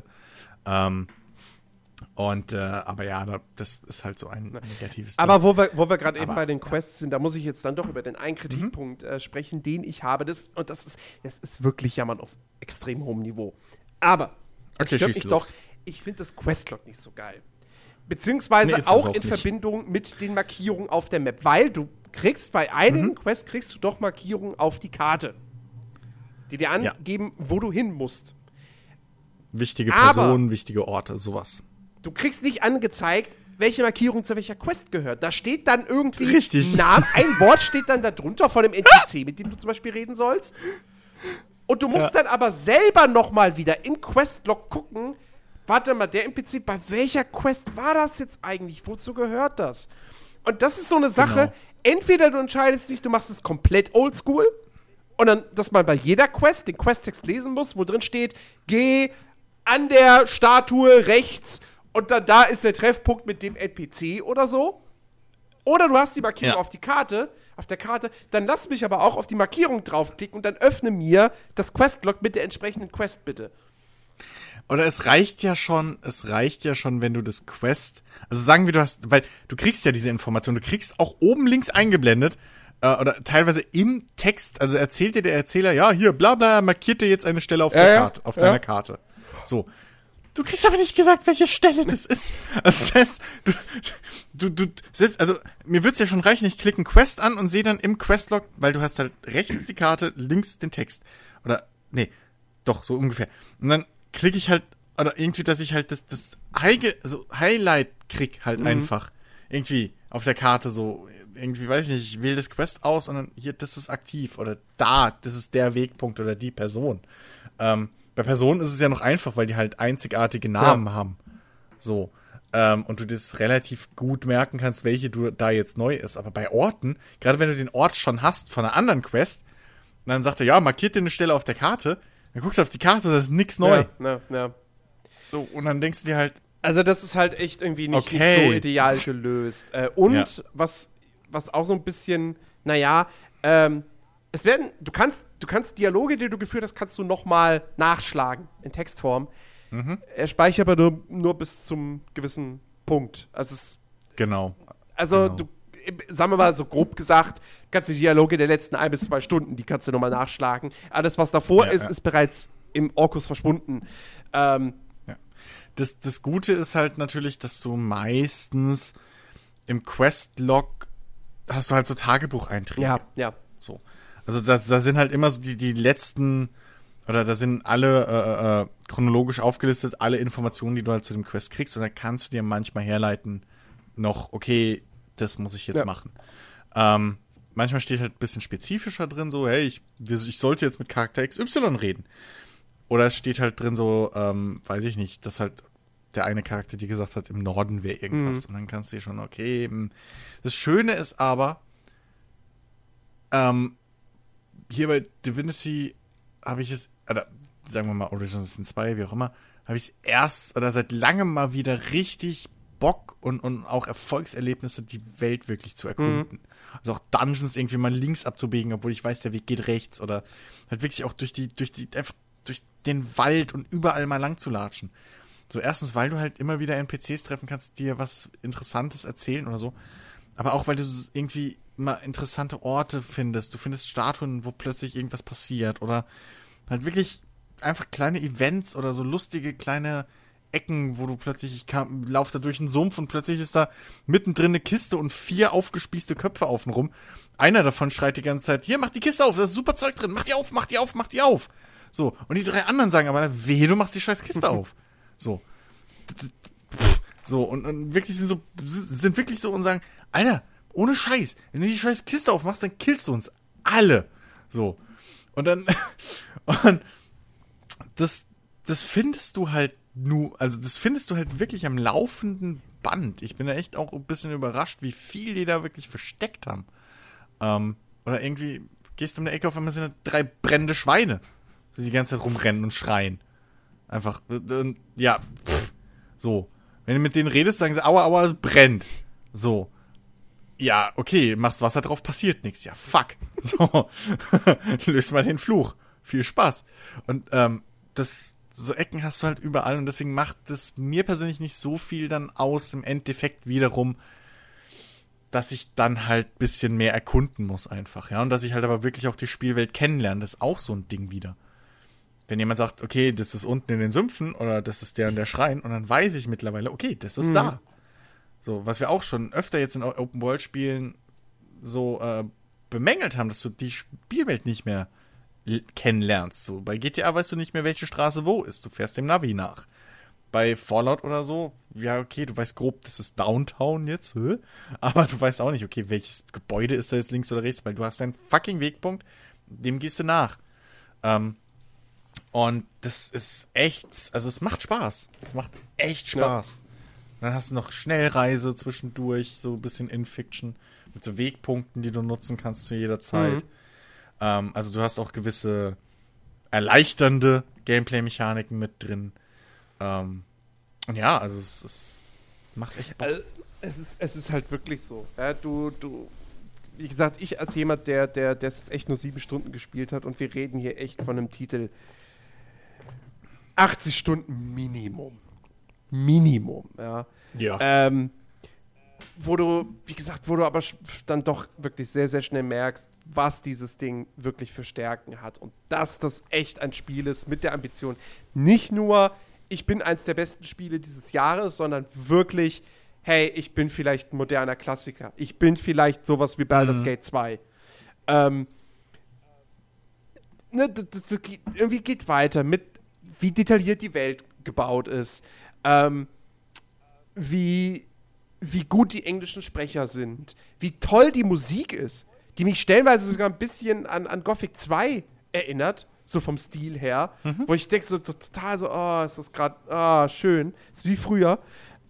Aber ja, das ist halt so ein negatives Ding. Aber wo wir gerade eben bei den Quests sind, da muss ich jetzt dann doch über den einen Kritikpunkt sprechen, den ich habe. Das ist wirklich Jammern auf extrem hohem Niveau. Aber ich finde das Questlog nicht so geil. Beziehungsweise auch in Verbindung mit den Markierungen auf der Map. Weil du kriegst bei einigen Quests kriegst du doch Markierungen auf die Karte, die dir angeben, wo du hin musst. Wichtige Personen, wichtige Orte, sowas. Du kriegst nicht angezeigt, welche Markierung zu welcher Quest gehört. Da steht dann irgendwie ein Wort steht dann da drunter von dem NPC, mit dem du zum Beispiel reden sollst. Und du musst dann aber selber nochmal wieder im Questlog gucken, warte mal, der NPC, bei welcher Quest war das jetzt eigentlich? Wozu gehört das? Und das ist so eine Sache, entweder du entscheidest dich, du machst es komplett oldschool und dann, dass man bei jeder Quest den Questtext lesen muss, wo drin steht, geh an der Statue rechts und dann da ist der Treffpunkt mit dem NPC oder so. Oder du hast die Markierung auf der Karte, dann lass mich aber auch auf die Markierung draufklicken und dann öffne mir das Questlog mit der entsprechenden Quest, bitte. Oder es reicht ja schon, wenn du das Quest, also sagen wir, weil du kriegst ja diese Information, du kriegst auch oben links eingeblendet, oder teilweise im Text, also erzählt dir der Erzähler, ja, hier, bla bla, markiert dir jetzt eine Stelle auf der Karte, auf deiner Karte. So. Du kriegst aber nicht gesagt, welche Stelle das ist. Also selbst, also mir wird's ja schon reichen, ich klicke einen Quest an und sehe dann im Questlog, weil du hast halt rechts die Karte, links den Text. Oder, nee, doch, so ungefähr. Und dann klicke ich halt oder irgendwie, dass ich halt das Highlight krieg halt einfach. Irgendwie auf der Karte so, irgendwie, weiß ich nicht, ich wähle das Quest aus und dann hier, das ist aktiv oder das ist der Wegpunkt oder die Person. Bei Personen ist es ja noch einfach, weil die halt einzigartige Namen haben. So. Und du das relativ gut merken kannst, welche du da jetzt neu ist. Aber bei Orten, gerade wenn du den Ort schon hast von einer anderen Quest, und dann sagt er, ja, markiert dir eine Stelle auf der Karte, dann guckst du auf die Karte und da ist nix neu. Ja. So, und dann denkst du dir halt, also das ist halt echt irgendwie nicht so ideal gelöst. Was auch so ein bisschen, du kannst Dialoge, die du geführt hast, kannst du nochmal nachschlagen in Textform. Er speichert aber nur bis zum gewissen Punkt. Genau. Du, sagen wir mal so grob gesagt, kannst du die Dialoge der letzten 1 bis 2 Stunden, die kannst du nochmal nachschlagen. Alles, was davor ist bereits im Orkus verschwunden. Das Gute ist halt natürlich, dass du meistens im Questlog hast du halt so Tagebucheinträge. Ja. So. Also da sind halt immer so die letzten, oder da sind alle chronologisch aufgelistet, alle Informationen, die du halt zu dem Quest kriegst, und dann kannst du dir manchmal herleiten, noch, okay, das muss ich jetzt machen. Manchmal steht halt ein bisschen spezifischer drin, so, hey, ich sollte jetzt mit Charakter XY reden. Oder es steht halt drin so, weiß ich nicht, dass halt der eine Charakter dir gesagt hat, im Norden wäre irgendwas. Und dann kannst du dir schon, okay. Das Schöne ist aber, hier bei Divinity habe ich es, oder sagen wir mal Origins Sin 2, wie auch immer, habe ich es erst oder seit langem mal wieder richtig Bock und auch Erfolgserlebnisse, die Welt wirklich zu erkunden. Also auch Dungeons irgendwie mal links abzubiegen, obwohl ich weiß, der Weg geht rechts, oder halt wirklich auch durch den Wald und überall mal lang zu latschen. So, erstens, weil du halt immer wieder NPCs treffen kannst, die dir was Interessantes erzählen oder so. Aber auch, weil du irgendwie mal interessante Orte findest. Du findest Statuen, wo plötzlich irgendwas passiert. Oder halt wirklich einfach kleine Events oder so lustige kleine Ecken, wo du plötzlich, ich laufe da durch einen Sumpf und plötzlich ist da mittendrin eine Kiste und 4 aufgespießte Köpfe außenrum. Einer davon schreit die ganze Zeit, hier, mach die Kiste auf, da ist super Zeug drin, mach die auf, mach die auf, mach die auf. So, und die 3 anderen sagen aber, wehe, du machst die scheiß Kiste auf. So. So, und wirklich sind wirklich so und sagen, Alter, ohne Scheiß, wenn du die scheiß Kiste aufmachst, dann killst du uns alle. So. Und dann, und das findest du halt das findest du halt wirklich am laufenden Band. Ich bin da echt auch ein bisschen überrascht, wie viel die da wirklich versteckt haben. Oder irgendwie gehst du um die Ecke, auf einmal sind da 3 brennende Schweine, die die ganze Zeit rumrennen und schreien. Einfach, ja, so. Wenn du mit denen redest, sagen sie, aua, aua, es brennt. So. Ja, okay, machst Wasser drauf, passiert nichts. Ja, fuck. So. Löst mal den Fluch. Viel Spaß. Und so Ecken hast du halt überall, und deswegen macht es mir persönlich nicht so viel dann aus, im Endeffekt wiederum, dass ich dann halt ein bisschen mehr erkunden muss einfach, ja, und dass ich halt aber wirklich auch die Spielwelt kennenlerne, das ist auch so ein Ding wieder. Wenn jemand sagt, okay, das ist unten in den Sümpfen oder das ist der und der Schrein, und dann weiß ich mittlerweile, okay, das ist da. So, was wir auch schon öfter jetzt in Open-World-Spielen so bemängelt haben, dass du die Spielwelt nicht mehr kennenlernst. So, bei GTA weißt du nicht mehr, welche Straße wo ist. Du fährst dem Navi nach. Bei Fallout oder so, ja, okay, du weißt grob, das ist Downtown jetzt, aber du weißt auch nicht, okay, welches Gebäude ist da jetzt links oder rechts, weil du hast einen fucking Wegpunkt, dem gehst du nach. Und das ist echt, also es macht Spaß. Es macht echt Spaß. Ja. Dann hast du noch Schnellreise zwischendurch, so ein bisschen In-Fiction, mit so Wegpunkten, die du nutzen kannst zu jeder Zeit. Also du hast auch gewisse erleichternde Gameplay-Mechaniken mit drin. Und ja, also es macht echt Bock. Also es ist halt wirklich so. Ja, du, wie gesagt, ich als jemand, der es jetzt echt nur 7 Stunden gespielt hat, und wir reden hier echt von einem Titel 80 Stunden Minimum, ja. Ja. Wo du aber dann doch wirklich sehr, sehr schnell merkst, was dieses Ding wirklich für Stärken hat, und dass das echt ein Spiel ist mit der Ambition, nicht nur, ich bin eins der besten Spiele dieses Jahres, sondern wirklich, hey, ich bin vielleicht ein moderner Klassiker. Ich bin vielleicht sowas wie Baldur's Gate 2. Irgendwie geht weiter mit, wie detailliert die Welt gebaut ist, wie gut die englischen Sprecher sind, wie toll die Musik ist, die mich stellenweise sogar ein bisschen an Gothic 2 erinnert, so vom Stil her, wo ich denke so total so, oh, ist das gerade, schön, ist wie früher.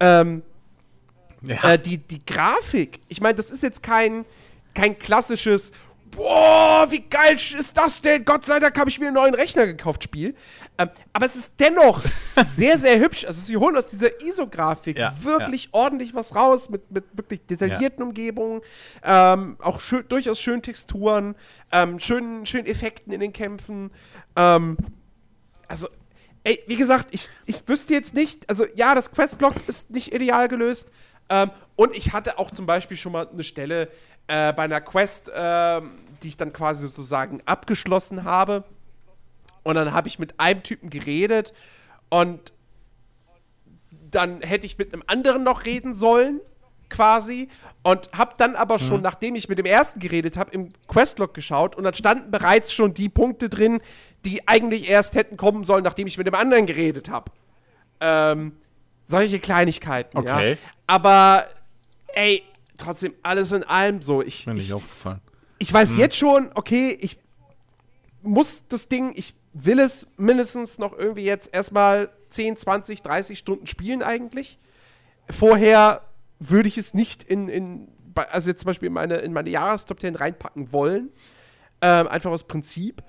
Die Grafik, ich meine, das ist jetzt kein klassisches, boah, wie geil ist das denn? Gott sei Dank habe ich mir einen neuen Rechner gekauft, Spiel. Aber es ist dennoch sehr, sehr hübsch. Also sie holen aus dieser ISO-Grafik wirklich ordentlich was raus, mit wirklich detaillierten Umgebungen, auch durchaus schönen Texturen, schönen Effekten in den Kämpfen. Also, ey, wie gesagt, ich wüsste jetzt nicht, also ja, das Quest-Block ist nicht ideal gelöst. Und ich hatte auch zum Beispiel schon mal eine Stelle bei einer Quest, die ich dann quasi sozusagen abgeschlossen habe. Und dann habe ich mit einem Typen geredet und dann hätte ich mit einem anderen noch reden sollen, quasi. Und habe dann aber schon, nachdem ich mit dem ersten geredet habe, im Questlog geschaut und dann standen bereits schon die Punkte drin, die eigentlich erst hätten kommen sollen, nachdem ich mit dem anderen geredet habe. Solche Kleinigkeiten, okay. Ja. Aber, ey, trotzdem alles in allem so. Ist mir nicht aufgefallen. Ich weiß jetzt schon, okay, ich muss das Ding, ich will es mindestens noch irgendwie jetzt erstmal 10, 20, 30 Stunden spielen eigentlich. Vorher würde ich es nicht also jetzt zum Beispiel in meine Jahrestop 10 reinpacken wollen. Einfach aus Prinzip.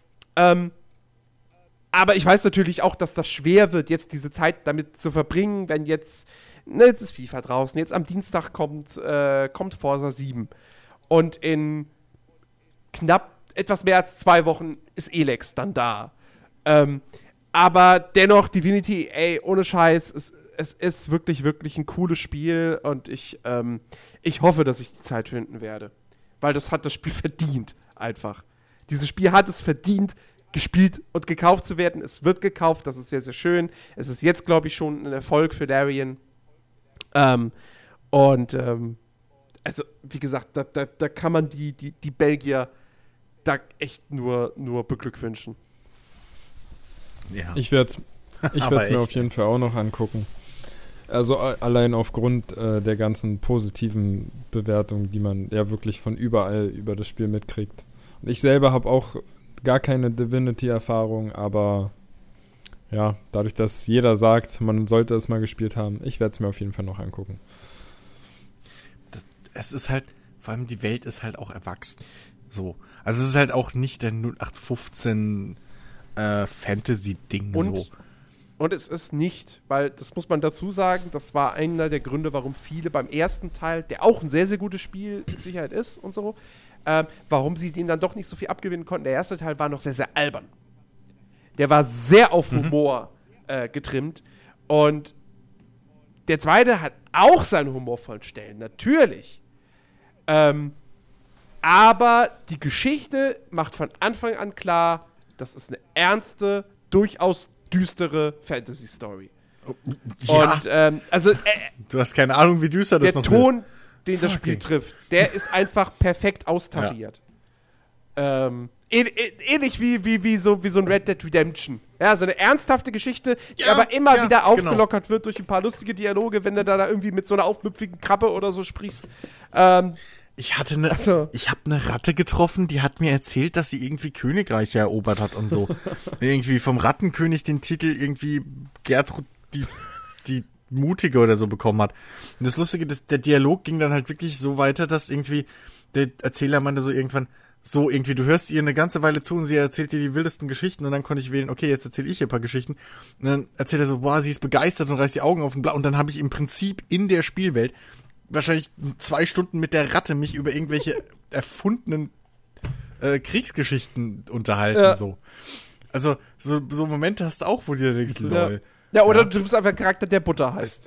Aber ich weiß natürlich auch, dass das schwer wird, jetzt diese Zeit damit zu verbringen, wenn jetzt ist FIFA draußen, jetzt am Dienstag kommt Forza 7 und in knapp etwas mehr als 2 Wochen ist Elex dann da. Aber dennoch, Divinity, ey, ohne Scheiß, es ist wirklich, wirklich ein cooles Spiel und ich hoffe, dass ich die Zeit finden werde. Weil das hat das Spiel verdient, einfach. Dieses Spiel hat es verdient, gespielt und gekauft zu werden. Es wird gekauft, das ist sehr, sehr schön. Es ist jetzt, glaube ich, schon ein Erfolg für Darien. Also, wie gesagt, da kann man die Belgier da echt nur beglückwünschen. Ja. Ich werde es mir auf jeden Fall auch noch angucken. Also allein aufgrund der ganzen positiven Bewertungen, die man ja wirklich von überall über das Spiel mitkriegt. Und ich selber habe auch gar keine Divinity-Erfahrung, aber ja, dadurch, dass jeder sagt, man sollte es mal gespielt haben, ich werde es mir auf jeden Fall noch angucken. Es ist halt, vor allem die Welt ist halt auch erwachsen. So. Also es ist halt auch nicht der 0815 Fantasy-Ding so. Und es ist nicht, weil, das muss man dazu sagen, das war einer der Gründe, warum viele beim ersten Teil, der auch ein sehr, sehr gutes Spiel mit Sicherheit ist und so, warum sie denen dann doch nicht so viel abgewinnen konnten. Der erste Teil war noch sehr, sehr albern. Der war sehr auf Humor getrimmt. Und der zweite hat auch seine humorvollen Stellen, natürlich. Aber die Geschichte macht von Anfang an klar, das ist eine ernste, durchaus düstere Fantasy-Story. Ja. Und also du hast keine Ahnung, wie düster das noch der Ton, den das Spiel trifft, der ist einfach perfekt austariert. Ja. Ähnlich wie so ein Red Dead Redemption. Ja, so eine ernsthafte Geschichte, die aber immer wieder aufgelockert wird durch ein paar lustige Dialoge, wenn du da irgendwie mit so einer aufmüpfigen Krabbe oder so sprichst. Ich habe eine Ratte getroffen, die hat mir erzählt, dass sie irgendwie Königreiche erobert hat und so. Irgendwie vom Rattenkönig den Titel irgendwie Gertrud die Mutige oder so bekommen hat. Und das Lustige, der Dialog ging dann halt wirklich so weiter, dass irgendwie der Erzähler meinte so irgendwann, so irgendwie, du hörst ihr eine ganze Weile zu und sie erzählt dir die wildesten Geschichten und dann konnte ich wählen, okay, jetzt erzähle ich ihr ein paar Geschichten. Und dann erzählt er so, boah, sie ist begeistert und reißt die Augen auf den Blau. Und dann habe ich im Prinzip in der Spielwelt wahrscheinlich 2 Stunden mit der Ratte mich über irgendwelche erfundenen Kriegsgeschichten unterhalten. Ja. So. Also so Momente hast du auch, wo du dir denkst, lol. Ja, oder du triffst einfach einen Charakter, der Butter heißt.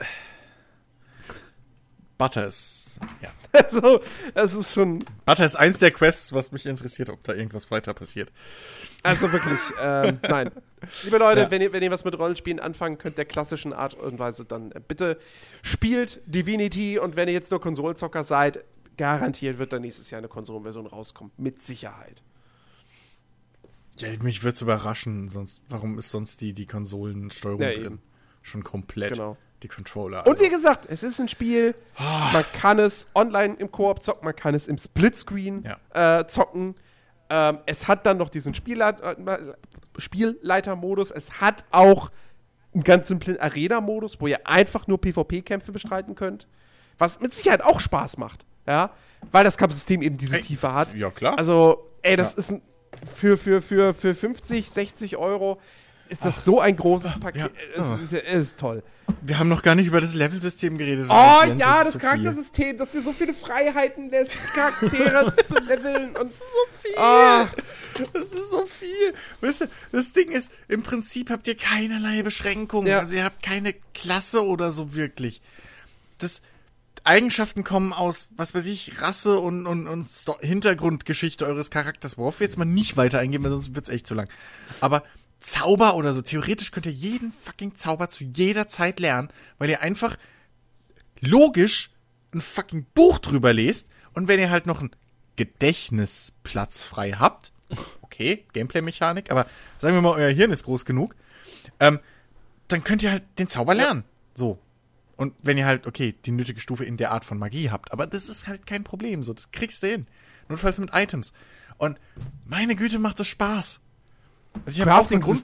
Butter ist, ja. Also, es ist schon... Butter ist eins der Quests, was mich interessiert, ob da irgendwas weiter passiert. Also wirklich, nein. Liebe Leute, wenn ihr was mit Rollenspielen anfangen könnt, der klassischen Art und Weise, dann bitte spielt Divinity und wenn ihr jetzt nur Konsolenzocker seid, garantiert wird dann nächstes Jahr eine Konsolenversion rauskommen. Mit Sicherheit. Ja, mich würde es überraschen, warum ist sonst die Konsolensteuerung drin? schon komplett Genau. die Controller. Und wie gesagt, es ist ein Spiel, man kann es online im Koop zocken, man kann es im Splitscreen zocken. Es hat dann noch diesen Spielleiter-Modus. Es hat auch einen ganz simplen Arena-Modus, wo ihr einfach nur PvP-Kämpfe bestreiten könnt. Was mit Sicherheit auch Spaß macht. Ja? Weil das Kampfsystem eben diese Tiefe hat. Ja, klar. Also, das ist für 50, 60 Euro ist das so ein großes Paket. Es ist toll. Wir haben noch gar nicht über das Levelsystem geredet. Das Charaktersystem, das dir so viele Freiheiten lässt, Charaktere zu leveln und so viel. Das ist so viel. Weißt du, das Ding ist, im Prinzip habt ihr keinerlei Beschränkungen. Ja. Also ihr habt keine Klasse oder so wirklich. Eigenschaften kommen aus, was weiß ich, Rasse und Hintergrundgeschichte eures Charakters, worauf wir jetzt mal nicht weiter eingehen, weil sonst wird's echt zu lang. Aber Zauber oder so, theoretisch könnt ihr jeden fucking Zauber zu jeder Zeit lernen, weil ihr einfach logisch ein fucking Buch drüber lest und wenn ihr halt noch einen Gedächtnisplatz frei habt, okay, Gameplay-Mechanik, aber sagen wir mal, euer Hirn ist groß genug, dann könnt ihr halt den Zauber lernen. So. Und wenn ihr halt, okay, die nötige Stufe in der Art von Magie habt, aber das ist halt kein Problem, so, das kriegst du hin. Notfalls mit Items. Und meine Güte, macht das Spaß. Also ich habe auch den Grund,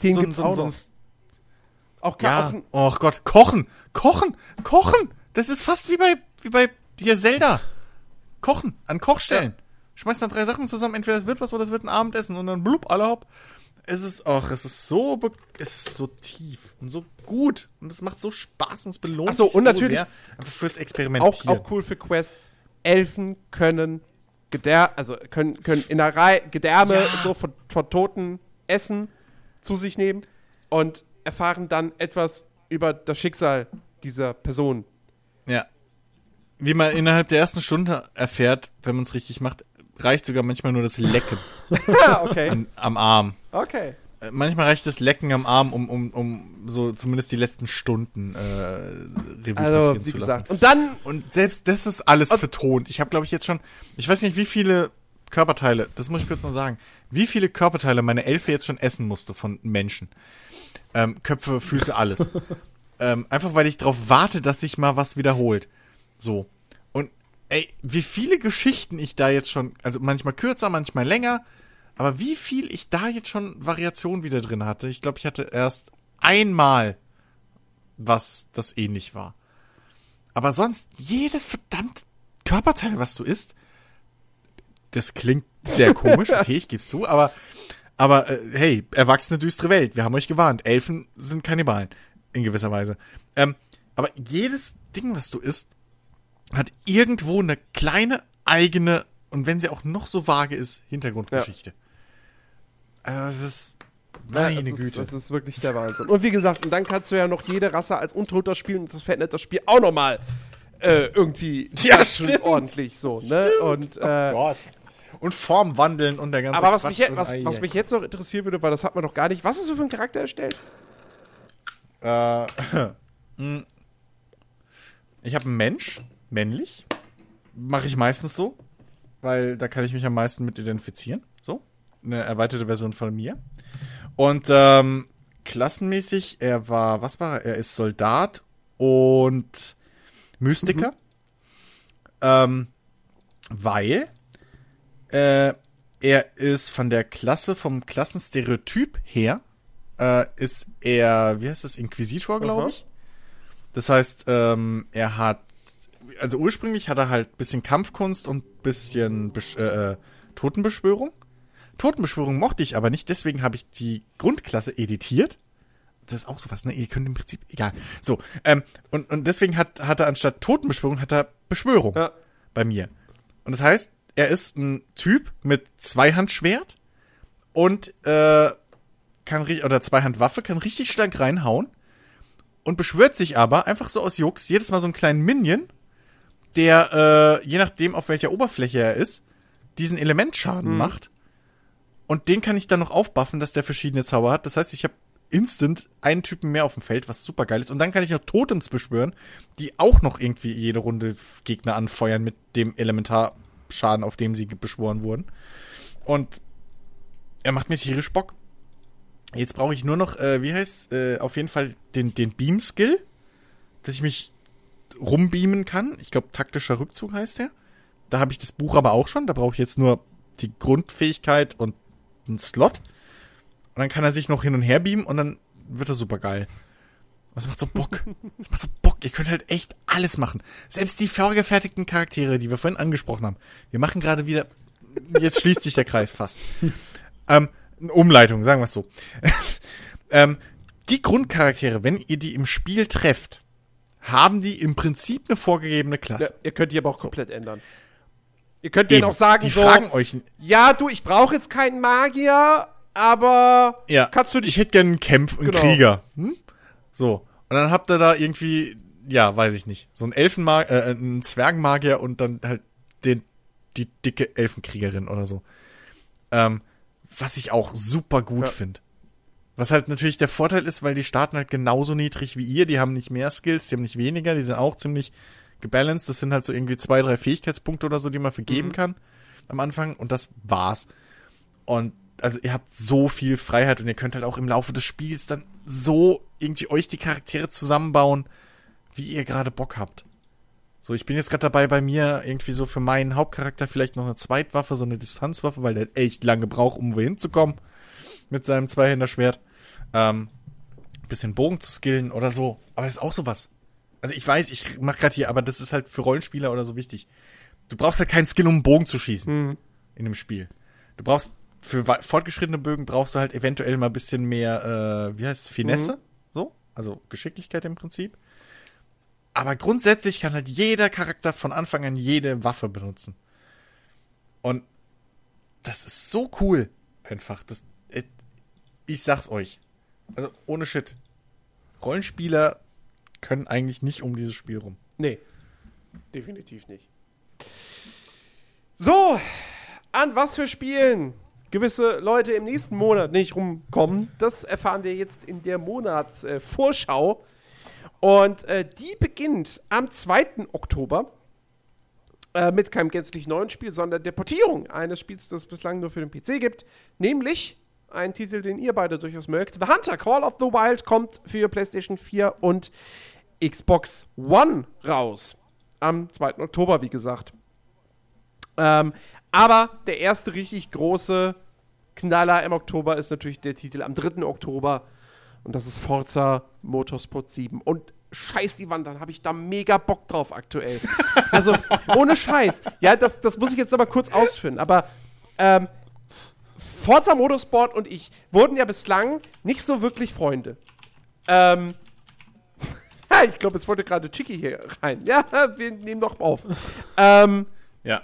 oh Gott, Kochen! Das ist fast wie bei hier Zelda. Kochen, an Kochstellen. Ja. Schmeißt mal 3 Sachen zusammen, entweder es wird was oder es wird ein Abendessen und dann blub, alle hopp. Es ist so tief und so gut und es macht so Spaß und es belohnt sich und natürlich sehr einfach fürs Experimentieren. Auch cool für Quests. Elfen können in der Reihe Gedärme so von toten Essen zu sich nehmen und erfahren dann etwas über das Schicksal dieser Person. Ja. Wie man innerhalb der ersten Stunde erfährt, wenn man es richtig macht, reicht sogar manchmal nur das Lecken okay. am Arm. Okay. Manchmal reicht das Lecken am Arm, um so zumindest die letzten Stunden Revue passieren zu lassen. Und selbst das ist alles vertont. Ich habe, glaube ich, jetzt schon, ich weiß nicht, wie viele Körperteile, das muss ich kurz noch sagen, wie viele Körperteile meine Elfe jetzt schon essen musste von Menschen. Köpfe, Füße, alles. Einfach, weil ich darauf warte, dass sich mal was wiederholt. So. Und wie viele Geschichten ich da jetzt schon, also manchmal kürzer, manchmal länger, aber wie viel ich da jetzt schon Variation wieder drin hatte. Ich glaube, ich hatte erst einmal, was das ähnlich war. Aber sonst, jedes verdammte Körperteil, was du isst, das klingt sehr komisch, okay, ich geb's zu, aber hey, erwachsene, düstere Welt, wir haben euch gewarnt, Elfen sind Kannibalen, in gewisser Weise. Aber jedes Ding, was du isst, hat irgendwo eine kleine eigene, und wenn sie auch noch so vage ist, Hintergrundgeschichte. Ja. Also es ist, meine Güte. Das ist wirklich der Wahnsinn. Und wie gesagt, und dann kannst du ja noch jede Rasse als Untoter spielen und das verändert das Spiel auch nochmal irgendwie ordentlich so. Ne? Und, oh Gott. Und Form wandeln und der ganze Aber was mich jetzt noch interessieren würde, weil das hat man noch gar nicht, was hast du für einen Charakter erstellt? Ich habe einen Mensch, männlich. Mache ich meistens so, weil da kann ich mich am meisten mit identifizieren. So, eine erweiterte Version von mir. Und klassenmäßig, er ist Soldat und Mystiker. Weil er ist von der Klasse, vom Klassenstereotyp her, ist er, wie heißt das, Inquisitor, glaube ich. Das heißt, er hat, also ursprünglich hat er halt ein bisschen Kampfkunst und ein bisschen Totenbeschwörung. Totenbeschwörung mochte ich aber nicht, deswegen habe ich die Grundklasse editiert. Das ist auch sowas, ne? Ihr könnt im Prinzip, egal. So, und deswegen hat er anstatt Totenbeschwörung, hat er Beschwörung bei mir. Und das heißt, er ist ein Typ mit Zweihandschwert und Zweihandwaffe, kann richtig stark reinhauen und beschwört sich aber einfach so aus Jux jedes Mal so einen kleinen Minion, der, je nachdem auf welcher Oberfläche er ist, diesen Elementschaden macht. Und den kann ich dann noch aufbuffen, dass der verschiedene Zauber hat. Das heißt, ich habe instant einen Typen mehr auf dem Feld, was super geil ist. Und dann kann ich noch Totems beschwören, die auch noch irgendwie jede Runde Gegner anfeuern mit dem Elementarschaden, auf dem sie beschworen wurden. Und er macht mir tierisch Bock. Jetzt brauche ich nur noch, auf jeden Fall den Beam-Skill, dass ich mich rumbeamen kann. Ich glaube, taktischer Rückzug heißt der. Da habe ich das Buch aber auch schon. Da brauche ich jetzt nur die Grundfähigkeit und einen Slot. Und dann kann er sich noch hin und her beamen und dann wird er super geil. Das macht so Bock. Ihr könnt halt echt alles machen. Selbst die vorgefertigten Charaktere, die wir vorhin angesprochen haben. Wir machen gerade wieder, jetzt schließt sich der Kreis fast. Umleitung, sagen wir es so. Die Grundcharaktere, wenn ihr die im Spiel trefft, haben die im Prinzip eine vorgegebene Klasse. Ja, ihr könnt die aber auch komplett ändern. Ihr könnt denen auch sagen, die fragen euch. Ja, du, ich brauche jetzt keinen Magier, aber kannst du dich... Ich hätte gerne einen Krieger. So. Und dann habt ihr da irgendwie, ja, weiß ich nicht, so einen Zwergenmagier und dann halt die dicke Elfenkriegerin oder so. Was ich auch super gut finde. Was halt natürlich der Vorteil ist, weil die starten halt genauso niedrig wie ihr. Die haben nicht mehr Skills, die haben nicht weniger. Die sind auch ziemlich gebalanced. Das sind halt so irgendwie 2, 3 Fähigkeitspunkte oder so, die man vergeben kann am Anfang. Und das war's. Und also ihr habt so viel Freiheit und ihr könnt halt auch im Laufe des Spiels dann so irgendwie euch die Charaktere zusammenbauen, wie ihr gerade Bock habt. So, ich bin jetzt gerade dabei, bei mir irgendwie so für meinen Hauptcharakter vielleicht noch eine Zweitwaffe, so eine Distanzwaffe, weil der echt lange braucht, um wohin zu kommen mit seinem Zweihänderschwert. Bisschen Bogen zu skillen oder so. Aber das ist auch sowas. Also ich weiß, ich mach gerade hier, aber das ist halt für Rollenspieler oder so wichtig. Du brauchst halt keinen Skill, um einen Bogen zu schießen in dem Spiel. Du brauchst für fortgeschrittene Bögen brauchst du halt eventuell mal ein bisschen mehr, Finesse, so, also Geschicklichkeit im Prinzip. Aber grundsätzlich kann halt jeder Charakter von Anfang an jede Waffe benutzen. Und das ist so cool, einfach. Ich sag's euch. Also ohne Shit. Rollenspieler können eigentlich nicht um dieses Spiel rum. Nee, definitiv nicht. So, an was für Spielen gewisse Leute im nächsten Monat nicht rumkommen, das erfahren wir jetzt in der Monatsvorschau. Und die beginnt am 2. Oktober mit keinem gänzlich neuen Spiel, sondern der Portierung eines Spiels, das es bislang nur für den PC gibt, nämlich ein Titel, den ihr beide durchaus mögt. The Hunter Call of the Wild kommt für PlayStation 4 und Xbox One raus. Am 2. Oktober, wie gesagt. Aber der erste richtig große Knaller im Oktober ist natürlich der Titel am 3. Oktober. Und das ist Forza Motorsport 7. Und scheiß die Wand, dann habe ich da mega Bock drauf aktuell. Also, ohne Scheiß. Ja, das muss ich jetzt aber kurz ausführen. Aber Forza Motorsport und ich wurden ja bislang nicht so wirklich Freunde. Ich glaube, es wollte gerade Chicky hier rein. Ja, wir nehmen doch auf. Ja.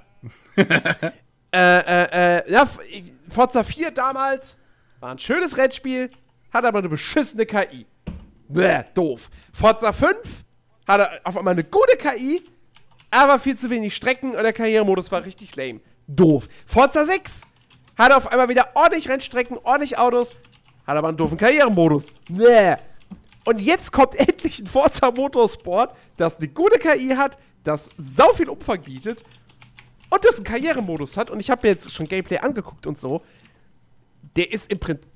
Forza 4 damals war ein schönes Rennspiel, hat aber eine beschissene KI. Bäh, doof. Forza 5 hatte auf einmal eine gute KI, aber viel zu wenig Strecken und der Karrieremodus war richtig lame. Doof. Forza 6 hatte auf einmal wieder ordentlich Rennstrecken, ordentlich Autos, hat aber einen doofen Karrieremodus. Bäh. Und jetzt kommt endlich ein Forza Motorsport, das eine gute KI hat, das sau viel Umfang bietet und das einen Karrieremodus hat. Und ich habe mir jetzt schon Gameplay angeguckt und so. Der ist im Prinzip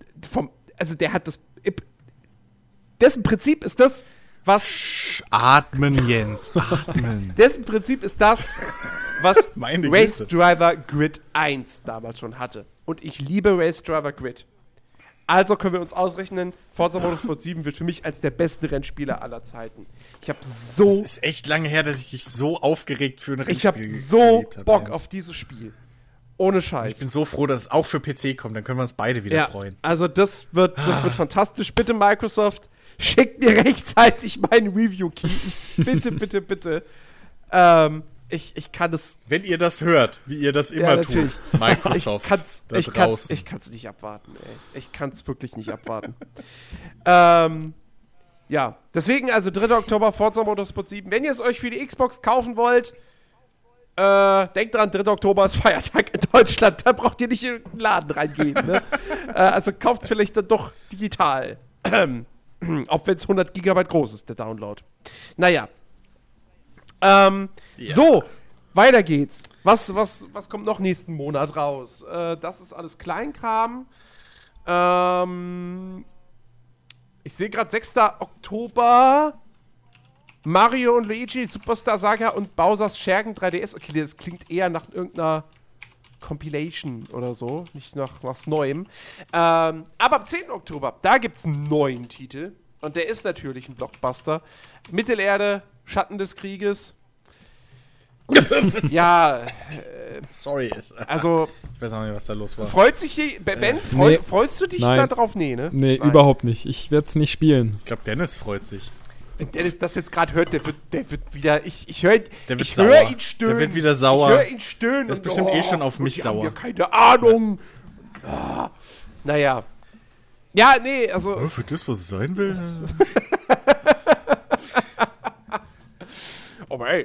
dessen Prinzip ist das, was... Atmen, Jens, atmen. Dessen Prinzip ist das, was Meine Race Güte. Driver Grid 1 damals schon hatte. Und ich liebe Race Driver Grid. Also können wir uns ausrechnen, Forza Motorsport 7 wird für mich als der beste Rennspieler aller Zeiten. Ich habe so... Es ist echt lange her, dass ich dich so aufgeregt für ein Rennspiel Ich habe so Bock auf dieses Spiel. Ohne Scheiß. Ich bin so froh, dass es auch für PC kommt, dann können wir uns beide wieder freuen. Also das wird fantastisch. Bitte Microsoft, schickt mir rechtzeitig meinen Review-Key. Bitte, bitte. Ich kann es... Wenn ihr das hört, wie ihr das immer tut, Microsoft, ich kann's nicht abwarten, ey. Ich kann's wirklich nicht abwarten. Ja, deswegen also 3. Oktober Forza Motorsport 7. Wenn ihr es euch für die Xbox kaufen wollt, denkt dran, 3. Oktober ist Feiertag in Deutschland. Da braucht ihr nicht in den Laden reingehen. Ne? Also kauft es vielleicht dann doch digital. Auch wenn es 100 GB groß ist, der Download. Naja. So, weiter geht's. Was kommt noch nächsten Monat raus? Das ist alles Kleinkram. Ich sehe gerade 6. Oktober. Mario und Luigi, Superstar Saga und Bowser's Schergen 3DS. Okay, das klingt eher nach irgendeiner Compilation oder so, nicht nach was Neuem. Aber am 10. Oktober, da gibt's einen neuen Titel. Und der ist natürlich ein Blockbuster. Mittelerde, Schatten des Krieges. Ja, Sorry. also Ich weiß auch nicht, was da los war. freut sich hier, Ben, freust du dich da drauf? Nee, ne? Nee, Nein. überhaupt nicht. Ich werde es nicht spielen. Ich glaube, Dennis freut sich. Wenn Dennis das jetzt gerade hört, der wird wieder, ich höre ihn stöhnen. Der wird wieder sauer. Ich höre ihn stöhnen. Der ist bestimmt eh schon auf mich die sauer. haben ja keine Ahnung. Naja. Ja, nee, also. Oh, für das, was es sein will? Aber ey.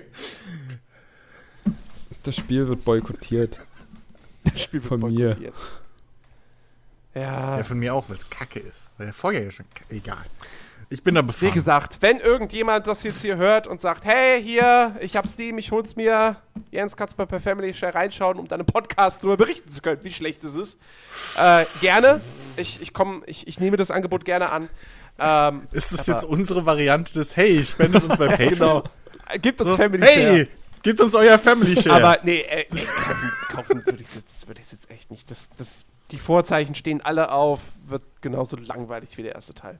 Das Spiel wird boykottiert. Das Spiel wird von boykottiert. mir. Ja. Ja, von mir auch, weil es kacke ist. Weil der Vorgänger schon kacke. Egal. Ich bin da Wie befangen. gesagt, wenn irgendjemand das jetzt hier hört und sagt, hey, hier, ich hab Steam, ich hol's mir, Jens, kannst du bei Family schnell reinschauen, um dann im Podcast darüber berichten zu können, wie schlecht es ist. Gerne. Ich nehme das Angebot gerne an. Ist das jetzt unsere Variante des Hey, spendet uns bei Patreon? Genau. Gibt uns So, Family Share. hey, gebt uns euer Family Share. Aber nee, kaufen würde ich jetzt echt nicht. Die Vorzeichen stehen alle auf, wird genauso langweilig wie der erste Teil.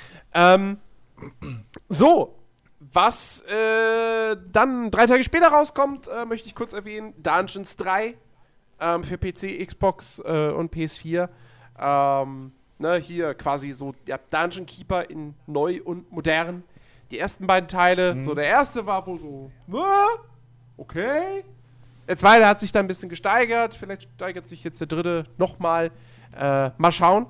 So, was dann 3 Tage später rauskommt, möchte ich kurz erwähnen, Dungeons 3 für PC, Xbox und PS4. Hier quasi so der Dungeon Keeper in neu und modern. Die ersten beiden Teile, so der erste war wohl so, okay. Der zweite hat sich dann ein bisschen gesteigert, vielleicht steigert sich jetzt der dritte nochmal. Mal schauen.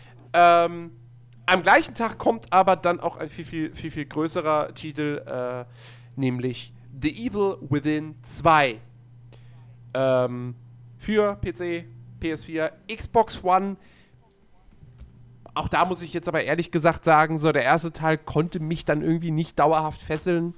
Am gleichen Tag kommt aber dann auch ein viel größerer Titel, nämlich The Evil Within 2. Für PC, PS4, Xbox One. Auch da muss ich jetzt aber ehrlich gesagt sagen, so der erste Teil konnte mich dann irgendwie nicht dauerhaft fesseln.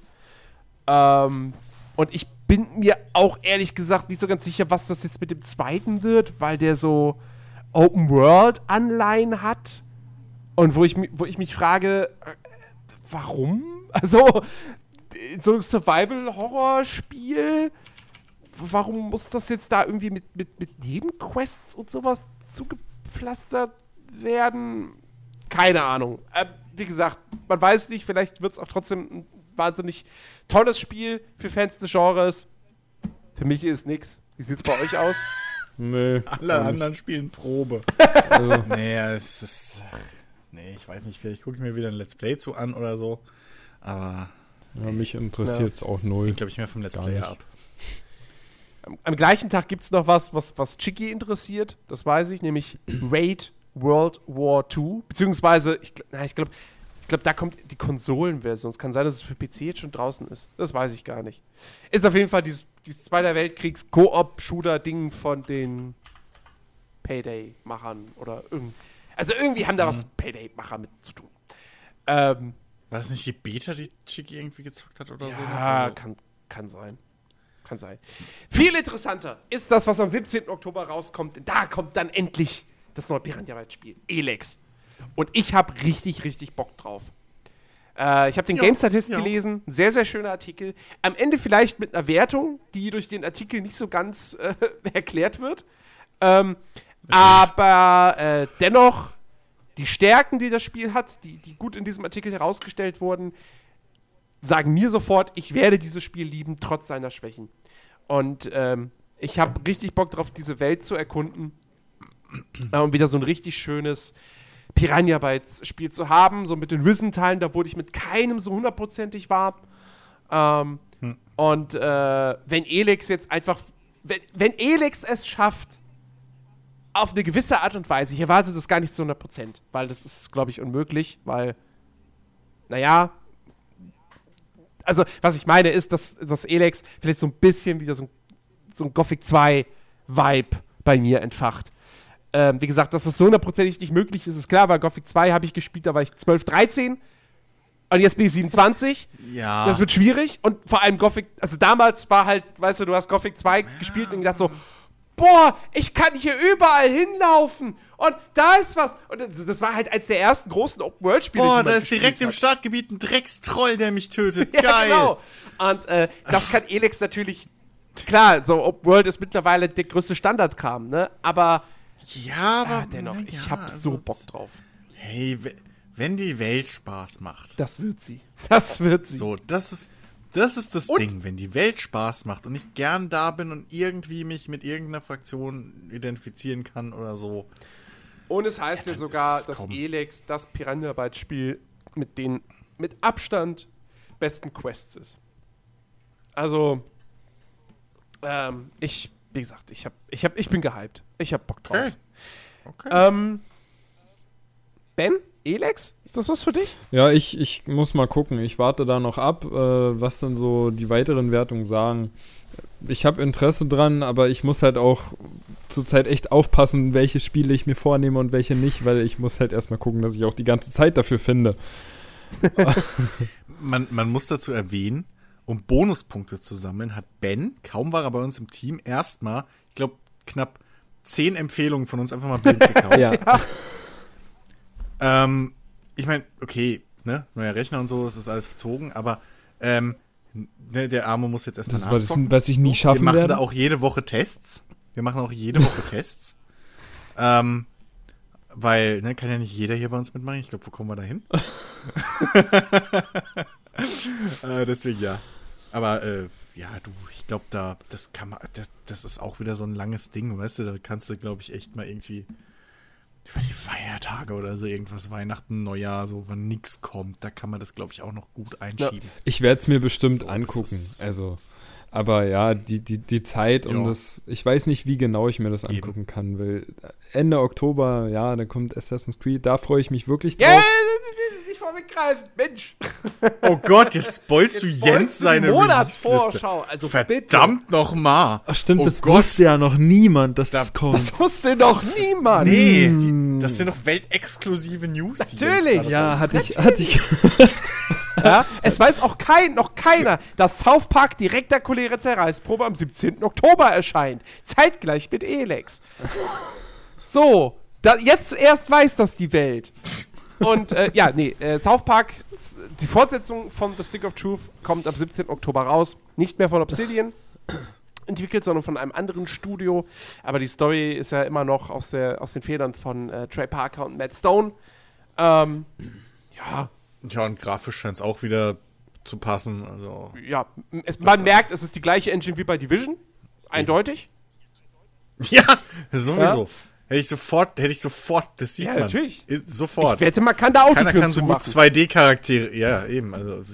Und ich bin mir auch ehrlich gesagt nicht so ganz sicher, was das jetzt mit dem zweiten wird, weil der so Open-World-Anleihen hat. Und wo ich mich frage, warum? Also, so ein Survival-Horror-Spiel, warum muss das jetzt da irgendwie mit Nebenquests und sowas zugepflastert werden? Keine Ahnung. Wie gesagt, man weiß nicht, vielleicht wird es auch trotzdem ein wahnsinnig tolles Spiel für Fans des Genres. Für mich ist nix. Wie sieht's bei euch aus? Nee. Alle anderen spielen Probe. Also, Nee, es ist. Nee, ich weiß nicht, vielleicht gucke ich mir wieder ein Let's Play zu an oder so. Aber ja, mich interessiert es auch null. ich glaube, ich mehr vom Let's Gar Play nicht. ab. Am gleichen Tag gibt's noch was Chicky interessiert. Das weiß ich, nämlich Raid World War II. Beziehungsweise, ich glaube, da kommt die Konsolenversion. Es kann sein, dass es für PC jetzt schon draußen ist. Das weiß ich gar nicht. Ist auf jeden Fall dieses Zweiter Weltkriegs-Koop-Shooter-Ding von den Payday-Machern oder irgendwie haben da was Payday-Macher mit zu tun. War das nicht die Beta, die Chicky irgendwie gezockt hat oder so? Ja, kann sein. Kann sein. Viel interessanter ist das, was am 17. Oktober rauskommt. Da kommt dann endlich das neue Piranha Bytes Spiel, Elex. Und ich habe richtig, richtig Bock drauf. Ich habe den GameStatist gelesen, sehr, sehr schöner Artikel. Am Ende vielleicht mit einer Wertung, die durch den Artikel nicht so ganz erklärt wird. Aber dennoch, die Stärken, die das Spiel hat, die gut in diesem Artikel herausgestellt wurden, sagen mir sofort, ich werde dieses Spiel lieben, trotz seiner Schwächen. Und ich habe richtig Bock drauf, diese Welt zu erkunden. Und wieder so ein richtig schönes Piranha Bytes Spiel zu haben, so mit den Risen-Teilen, da wurde ich mit keinem so hundertprozentig warm. Und wenn Elex jetzt einfach, wenn Elex es schafft, auf eine gewisse Art und Weise, ich erwarte das gar nicht zu 100%, weil das ist, glaube ich, unmöglich, weil, naja, also, was ich meine ist, dass Elex vielleicht so ein bisschen wieder so ein Gothic 2 Vibe bei mir entfacht. Wie gesagt, dass das so hundertprozentig nicht möglich ist klar, weil Gothic 2 habe ich gespielt, da war ich 12, 13 und jetzt bin ich 27. Ja. Das wird schwierig und vor allem Gothic, also damals war halt, weißt du hast Gothic 2 gespielt und gedacht so, boah, ich kann hier überall hinlaufen und da ist was. Und das war halt eins der ersten großen Open-World-Spiele, Boah, da ist direkt im Startgebiet ein Dreckstroll, der mich tötet. Geil. Ja, genau. Und das kann Elex natürlich, klar, so Open-World ist mittlerweile der größte Standardkram, ne? Aber ja, aber dennoch, ich hab so Bock drauf. Hey, wenn die Welt Spaß macht. Das wird sie. Das wird sie. So, das ist das Ding, wenn die Welt Spaß macht und ich gern da bin und irgendwie mich mit irgendeiner Fraktion identifizieren kann oder so. Und es heißt ja sogar, dass Elex das Piranha Bytes Spiel mit den mit Abstand besten Quests ist. Also, wie gesagt, ich bin gehypt. Ich hab Bock drauf. Okay. Ben? Elex? Ist das was für dich? Ja, ich muss mal gucken. Ich warte da noch ab, was dann so die weiteren Wertungen sagen. Ich habe Interesse dran, aber ich muss halt auch zurzeit echt aufpassen, welche Spiele ich mir vornehme und welche nicht, weil ich muss halt erstmal gucken, dass ich auch die ganze Zeit dafür finde. Man muss dazu erwähnen, um Bonuspunkte zu sammeln, hat Ben, kaum war er bei uns im Team, erstmal, ich glaube, knapp 10 Empfehlungen von uns einfach mal blind gekauft. Ja. Ich meine, okay, ne, neuer Rechner und so, es ist alles verzogen, aber ne, der Arme muss jetzt erstmal nachzocken. Das war das, was ich nie schaffen werde. Wir machen da auch jede Woche Tests. Weil, ne, kann ja nicht jeder hier bei uns mitmachen. Ich glaube, wo kommen wir da hin? Deswegen ja. Aber, ja, ich glaube, das ist auch wieder so ein langes Ding, weißt du, da kannst du, glaube ich, echt mal irgendwie über die Feiertage oder so irgendwas, Weihnachten, Neujahr, so, wann nix kommt, da kann man das, glaube ich, auch noch gut einschieben. Ja, ich werde es mir bestimmt angucken, also, aber ja, die Zeit und das, ich weiß nicht, wie genau ich mir das angucken kann, weil Ende Oktober, ja, da kommt Assassin's Creed, da freue ich mich wirklich drauf. Nicht vorweggreifen, Mensch. Oh Gott, jetzt spoilst du Jens seine Monatsvorschau, also verdammt nochmal. Ach stimmt, das wusste ja noch niemand, dass das kommt. Das wusste noch niemand. Nee, das sind doch weltexklusive News. Natürlich. Ja, hatte ich. Ja, es weiß auch noch keiner, dass South Park die rektakuläre Zerreißprobe am 17. Oktober erscheint. Zeitgleich mit Elex. So, jetzt erst weiß das die Welt. Und South Park, die Fortsetzung von The Stick of Truth kommt am 17. Oktober raus. Nicht mehr von Obsidian entwickelt, sondern von einem anderen Studio. Aber die Story ist ja immer noch aus den Federn von Trey Parker und Matt Stone. Ja. Ja, und grafisch scheint es auch wieder zu passen. Also. Ja, man merkt, es ist die gleiche Engine wie bei Division. Eindeutig. Ja, sowieso. Ja. Hätte ich sofort, das sieht man. Natürlich. Sofort. Ich wette, man kann da Autotüren Keiner kann so gut 2D-Charaktere. Ja, eben. Also,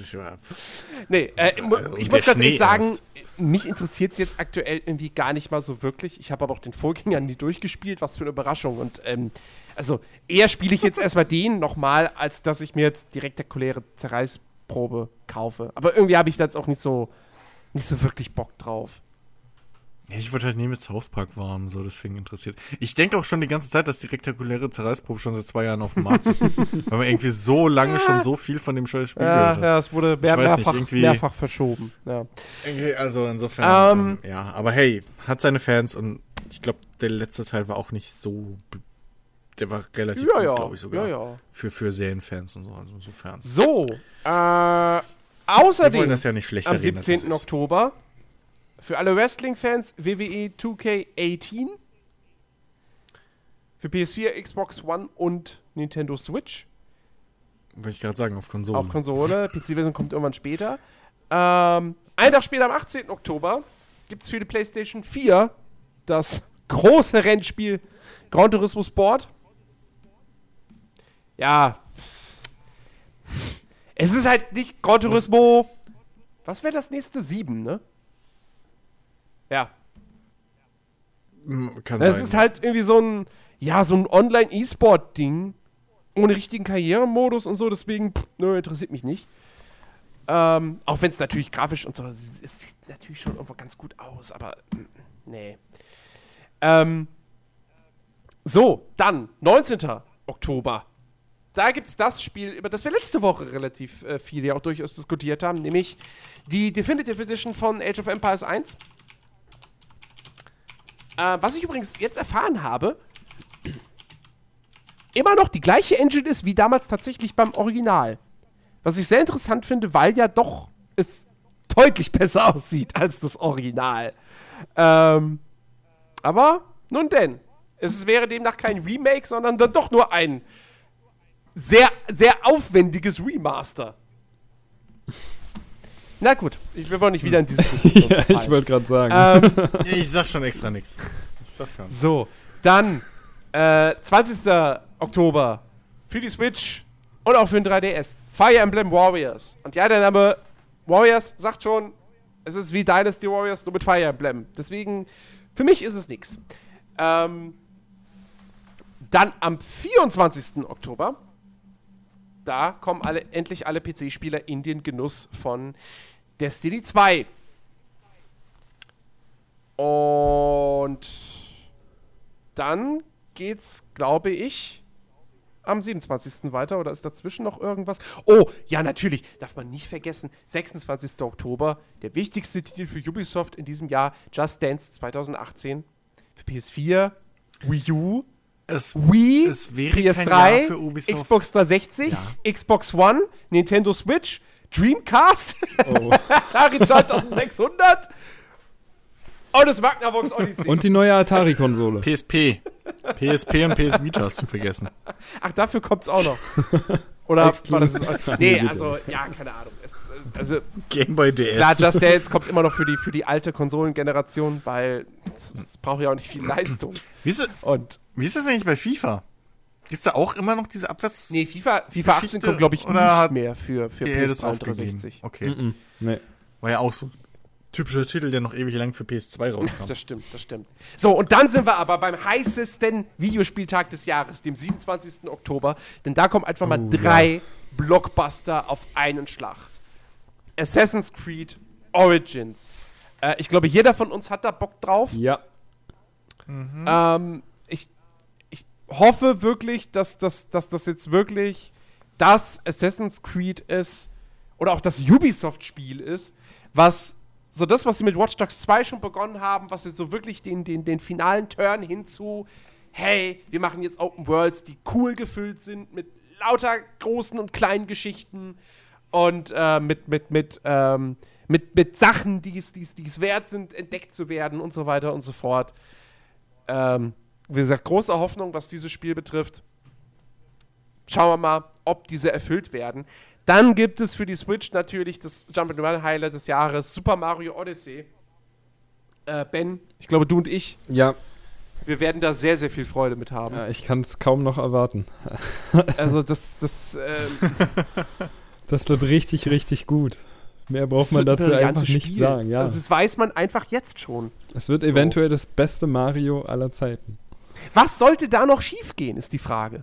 ich muss ganz ehrlich sagen, mich interessiert es jetzt aktuell irgendwie gar nicht mal so wirklich. Ich habe aber auch den Vorgänger nie durchgespielt. Was für eine Überraschung. Und also eher spiele ich jetzt erstmal den nochmal, als dass ich mir jetzt rektakuläre Zerreißprobe kaufe. Aber irgendwie habe ich da jetzt auch nicht so wirklich Bock drauf. Ja, ich wollte halt nie mit South Park warm, so deswegen interessiert. Ich denke auch schon die ganze Zeit, dass die rektakuläre Zerreißprobe schon seit 2 Jahren auf dem Markt ist. Weil man irgendwie so lange schon so viel von dem Scheiß Spiel gehört hat. Ja, es wurde mehrfach verschoben. Ja. Also insofern, ja. Aber hey, hat seine Fans und ich glaube, der letzte Teil war auch nicht so. Der war relativ gut, glaube ich sogar. Ja. Für Serienfans und so. Also insofern. So, außerdem wir wollen das ja nicht schlechter am 17. Oktober für alle Wrestling-Fans WWE 2K18. Für PS4, Xbox One und Nintendo Switch. Wollte ich gerade sagen, auf Konsole. Auf Konsole. PC-Version kommt irgendwann später. Einen Tag später, am 18. Oktober, gibt es für die PlayStation 4 das große Rennspiel Gran Turismo Sport. Ja. Es ist halt nicht Gran Turismo. Was wäre das nächste? 7, ne? Ja. Kann das sein. ist halt irgendwie so ein Online-E-Sport-Ding ohne richtigen Karrieremodus und so, deswegen, interessiert mich nicht. Auch wenn es natürlich grafisch und so, es sieht natürlich schon irgendwo ganz gut aus, aber nee. So, dann, 19. Oktober. Da gibt es das Spiel, über das wir letzte Woche relativ viel ja auch durchaus diskutiert haben, nämlich die Definitive Edition von Age of Empires 1. Was ich übrigens jetzt erfahren habe, immer noch die gleiche Engine ist wie damals tatsächlich beim Original. Was ich sehr interessant finde, weil ja doch es deutlich besser aussieht als das Original. Aber nun denn, es wäre demnach kein Remake, sondern dann doch nur ein sehr, sehr aufwendiges Remaster. Na gut, wir wollen nicht wieder in diese Diskussion Ja, ich wollte gerade sagen. Ich sag schon extra nix. So, dann 20. Oktober für die Switch und auch für den 3DS. Fire Emblem Warriors. Und ja, der Name Warriors sagt schon, es ist wie Dynasty Warriors, nur mit Fire Emblem. Deswegen, für mich ist es nix. Dann am 24. Oktober, da kommen endlich alle PC-Spieler in den Genuss von Destiny 2. Und dann geht's, glaube ich, am 27. weiter. Oder ist dazwischen noch irgendwas? Oh, ja, natürlich. Darf man nicht vergessen. 26. Oktober. Der wichtigste Titel für Ubisoft in diesem Jahr. Just Dance 2018. Für PS4, Wii U, Wii, es wäre PS3, kein Jahr für Ubisoft. Xbox 360, Xbox One, Nintendo Switch, Dreamcast, Atari 2600 und das Magnavox Odyssey. Und die neue Atari-Konsole. PSP und PS Vita hast du vergessen. Ach, dafür kommt's auch noch. Oder war das nee, Nee, also, ja, keine Ahnung. Also, Game Boy DS. klar, Just Dance kommt immer noch für die alte Konsolengeneration, weil es braucht ja auch nicht viel Leistung. Wie ist das eigentlich bei FIFA? Gibt's da auch immer noch diese Abwärts... Nee, FIFA 18 kommt, glaube ich, nicht mehr für PS3 und 360. Okay. Nee. War ja auch so ein typischer Titel, der noch ewig lang für PS2 rauskam. Das stimmt. So, und dann sind wir aber beim heißesten Videospieltag des Jahres, dem 27. Oktober. Denn da kommen einfach mal 3 Blockbuster auf einen Schlag. Assassin's Creed Origins. Ich glaube, jeder von uns hat da Bock drauf. Ja. Ich hoffe wirklich, dass das jetzt wirklich das Assassin's Creed ist oder auch das Ubisoft-Spiel ist, was so das, was sie mit Watch Dogs 2 schon begonnen haben, was jetzt so wirklich den finalen Turn hinzu, hey, wir machen jetzt Open Worlds, die cool gefüllt sind mit lauter großen und kleinen Geschichten und mit Sachen, die es wert sind, entdeckt zu werden und so weiter und so fort. Wie gesagt, große Hoffnung, was dieses Spiel betrifft. Schauen wir mal, ob diese erfüllt werden. Dann gibt es für die Switch natürlich das Jump'n'Run-Highlight des Jahres, Super Mario Odyssey. Ben, ich glaube, du und ich, Ja. wir werden da sehr, sehr viel Freude mit haben. Ja, ich kann es kaum noch erwarten. Also Das wird richtig gut. Mehr braucht man dazu einfach nicht sagen. Ja. Also das weiß man einfach jetzt schon. Es wird eventuell das beste Mario aller Zeiten. Was sollte da noch schiefgehen, ist die Frage.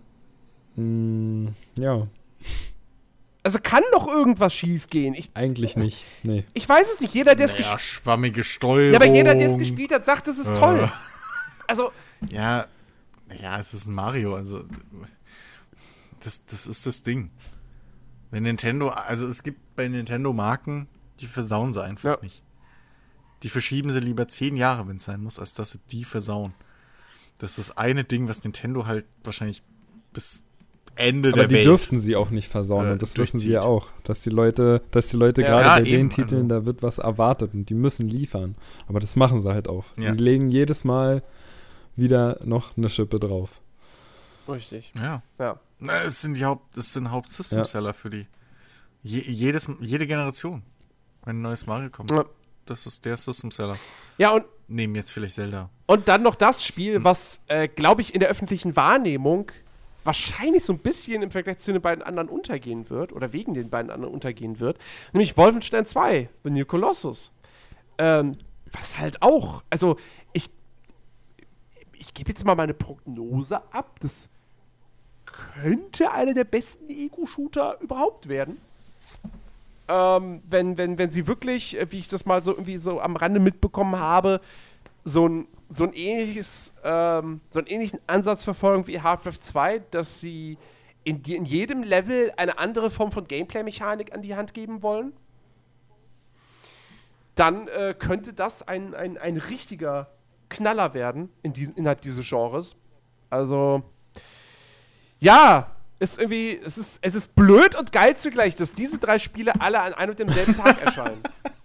Ja, Also kann doch irgendwas schiefgehen. eigentlich nicht. Nee. Ich weiß es nicht. Jeder, der es gespielt schwammige Steuerung. ja, aber jeder, der es gespielt hat, sagt, es ist toll. Also, Ja, es ist ein Mario, also das ist das Ding. Wenn Nintendo, also es gibt bei Nintendo Marken, die versauen sie einfach nicht. Die verschieben sie lieber 10 Jahre, wenn es sein muss, als dass sie die versauen. Das ist das eine Ding, was Nintendo halt wahrscheinlich bis Ende Aber der die Welt dürften sie auch nicht versauen und das wissen sie ja auch, dass die Leute gerade bei den Titeln, da wird was erwartet und die müssen liefern. Aber das machen sie halt auch. Ja. Die legen jedes Mal wieder noch eine Schippe drauf. richtig. Ja. Ja. Na, es sind Haupt-System-Seller für die jede Generation. Wenn ein neues Mario kommt. Ja. Das ist der System-Seller. Ja, und Nehmen jetzt vielleicht Zelda. dann noch das Spiel, was, glaube ich, in der öffentlichen Wahrnehmung wahrscheinlich so ein bisschen im Vergleich zu den beiden anderen untergehen wird, oder wegen den beiden anderen untergehen wird, nämlich Wolfenstein 2, The New Colossus. Was halt auch, also ich gebe jetzt mal meine Prognose ab, das könnte einer der besten Ego-Shooter überhaupt werden. Wenn sie wirklich, wie ich das mal so irgendwie so am Rande mitbekommen habe, so einen ähnlichen Ansatz verfolgen wie Half-Life 2, dass sie in jedem Level eine andere Form von Gameplay-Mechanik an die Hand geben wollen, dann könnte das ein richtiger Knaller werden innerhalb dieses Genres. Also, ja, es ist blöd und geil zugleich, dass diese 3 Spiele alle an einem und demselben Tag erscheinen.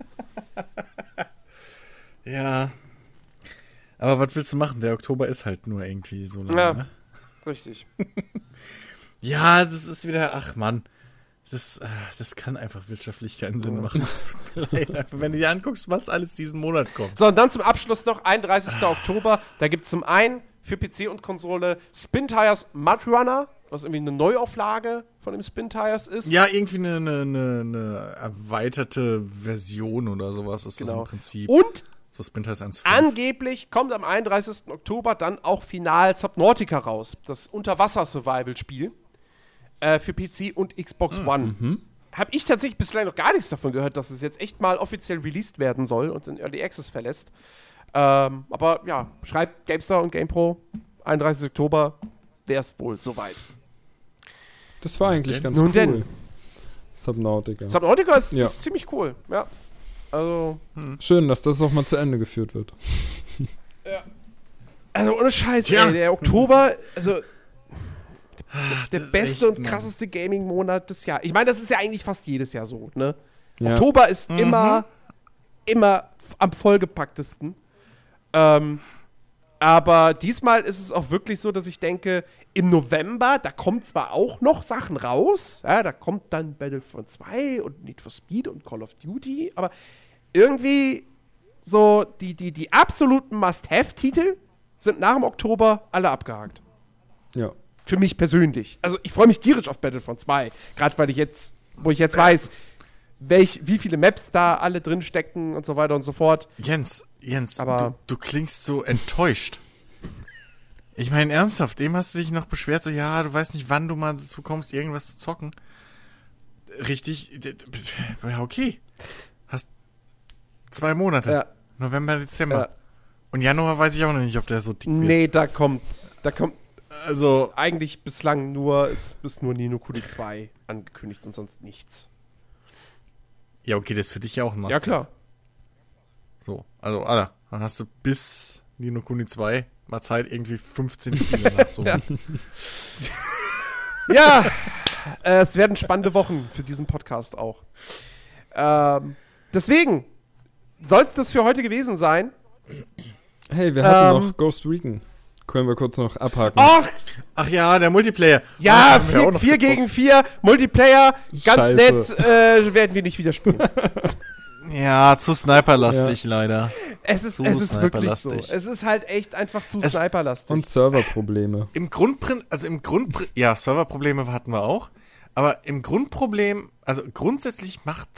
Ja. Aber was willst du machen? Der Oktober ist halt nur irgendwie so lange, Ja, ne? richtig. Ja, das ist wieder, ach Mann. Das kann einfach wirtschaftlich keinen Sinn machen. Das tut mir leid. Einfach, wenn du dir anguckst, was alles diesen Monat kommt. So, und dann zum Abschluss noch 31. Oktober. Da gibt es zum einen für PC und Konsole Spin Tires Mud Runner, was irgendwie eine Neuauflage von dem Spin Tires ist. Ja, irgendwie eine erweiterte Version oder sowas ist das im Prinzip. Und so Spin Tires 1.5. angeblich kommt am 31. Oktober dann auch final Subnautica raus. Das Unterwasser-Survival-Spiel für PC und Xbox One. Habe ich tatsächlich bislang noch gar nichts davon gehört, dass es jetzt echt mal offiziell released werden soll und in Early Access verlässt. Aber ja, schreibt GameStar und GamePro, 31. Oktober, wäre es wohl soweit. Das war eigentlich ganz Nun cool. denn. Subnautica. Subnautica ist ziemlich cool, ja. Also. Schön, dass das auch mal zu Ende geführt wird. Ja. Also ohne Scheiß, ey, der Oktober, also der beste und krasseste Gaming-Monat des Jahres. Ich meine, das ist ja eigentlich fast jedes Jahr so, ne? Ja. Oktober ist immer am vollgepacktesten. Aber diesmal ist es auch wirklich so, dass ich denke, im November, da kommen zwar auch noch Sachen raus, ja, da kommt dann Battlefront 2 und Need for Speed und Call of Duty, aber irgendwie so die absoluten Must-Have-Titel sind nach dem Oktober alle abgehakt. Ja. Für mich persönlich. Also ich freue mich tierisch auf Battlefront 2, gerade weil wo ich jetzt weiß, wie viele Maps da alle drin stecken und so weiter und so fort. Jens, Aber du klingst so enttäuscht. Ich meine, ernsthaft, dem hast du dich noch beschwert, so, ja, du weißt nicht, wann du mal dazu kommst, irgendwas zu zocken. Richtig, ja, okay. Hast 2 Monate. Ja. November, Dezember. Ja. Und Januar weiß ich auch noch nicht, ob der so dick wird. Nee, da kommt Also, eigentlich bislang nur Ni no Kuni 2 angekündigt und sonst nichts. ja, okay, das ist für dich ja auch ein Must. Ja, klar. So, also, Alter, dann hast du bis Ni no Kuni 2 mal Zeit, irgendwie 15 Spiele nachzuholen. Ja, es werden spannende Wochen für diesen Podcast auch. Deswegen soll es das für heute gewesen sein. Hey, wir hatten noch Ghost Recon. Können wir kurz noch abhaken. Ach ja, der Multiplayer. Ja, Das haben wir auch noch 4 gegen 4, Multiplayer, ganz Scheiße. nett, werden wir nicht wieder spielen. Ja, zu sniperlastig leider. Es ist wirklich so. Es ist halt echt einfach zu sniperlastig. Und Serverprobleme. Ja, Serverprobleme hatten wir auch. Aber im Grundproblem, also grundsätzlich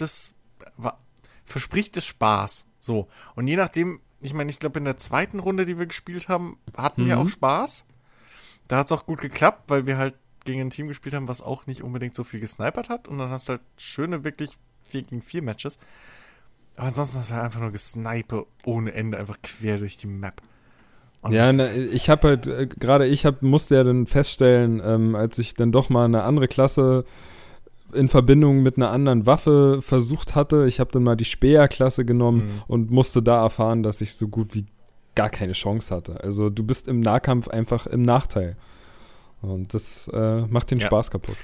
verspricht es Spaß. So. Und je nachdem, ich meine, ich glaube, in der zweiten Runde, die wir gespielt haben, hatten wir auch Spaß. Da hat es auch gut geklappt, weil wir halt gegen ein Team gespielt haben, was auch nicht unbedingt so viel gesnipert hat. Und dann hast du halt schöne, wirklich 4 gegen 4 Matches. Aber ansonsten hast du halt einfach nur gesnipe ohne Ende, einfach quer durch die Map. Und ja, ich habe halt, musste ja dann feststellen, als ich dann doch mal eine andere Klasse in Verbindung mit einer anderen Waffe versucht hatte, ich habe dann mal die Speer-Klasse genommen und musste da erfahren, dass ich so gut wie gar keine Chance hatte. Also du bist im Nahkampf einfach im Nachteil. Und das macht den Spaß kaputt.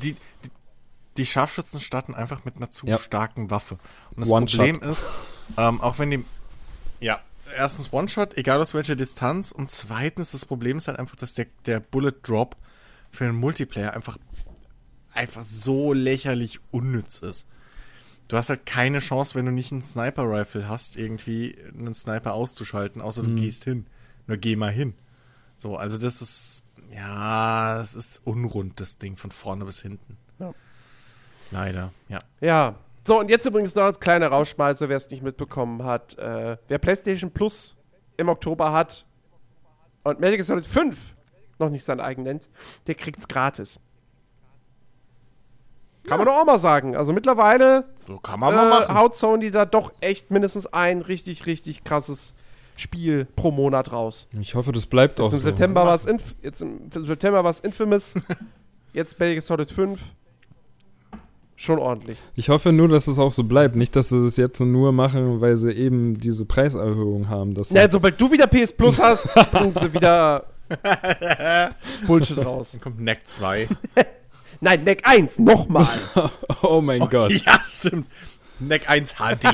Die Scharfschützen starten einfach mit einer zu starken Waffe. Und das One-Shot. Problem ist, auch wenn erstens One-Shot, egal aus welcher Distanz, und zweitens das Problem ist halt einfach, dass der Bullet Drop für einen Multiplayer einfach so lächerlich unnütz ist. Du hast halt keine Chance, wenn du nicht einen Sniper-Rifle hast, irgendwie einen Sniper auszuschalten, außer du gehst hin. Nur geh mal hin. So, also das ist unrund, das Ding von vorne bis hinten. Ja. Leider, ja. Ja. So, und jetzt übrigens noch als kleiner Rausschmeißer, wer es nicht mitbekommen hat. Wer PlayStation Plus im Oktober hat und Metal Gear Solid 5 noch nicht sein eigen nennt, der kriegt's gratis. Kann man doch auch mal sagen. Also mittlerweile So kann man mal machen. haut Sony da doch echt mindestens ein richtig, richtig krasses Spiel pro Monat raus. Ich hoffe, das bleibt auch Jetzt im so. September war es Infamous. Jetzt Metal Gear Solid 5. schon ordentlich. Ich hoffe nur, dass es auch so bleibt. Nicht, dass sie es jetzt nur machen, weil sie eben diese Preiserhöhung haben. Na, sobald du wieder PS Plus hast, bringen sie wieder Bullshit raus. Dann kommt Neck 2. Nein, Neck 1, nochmal. Oh mein Gott. Ja, stimmt. Neck 1 HD.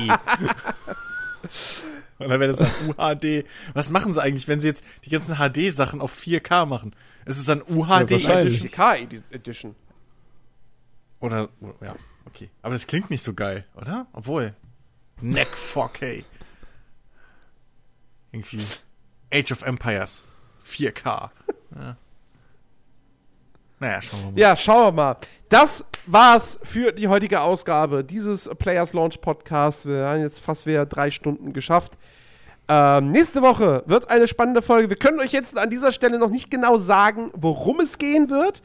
Und dann wäre das dann UHD. Was machen sie eigentlich, wenn sie jetzt die ganzen HD-Sachen auf 4K machen? Ist es dann UHD wahrscheinlich. Edition? 4K Edition. Oder, ja, okay. Aber das klingt nicht so geil, oder? Obwohl. Neck 4K. Irgendwie. Age of Empires. 4K. Ja. Naja, schauen wir mal. Ja, schauen wir mal. Das war's für die heutige Ausgabe dieses Players Launch Podcasts. Wir haben jetzt fast wieder 3 Stunden geschafft. Nächste Woche wird eine spannende Folge. Wir können euch jetzt an dieser Stelle noch nicht genau sagen, worum es gehen wird.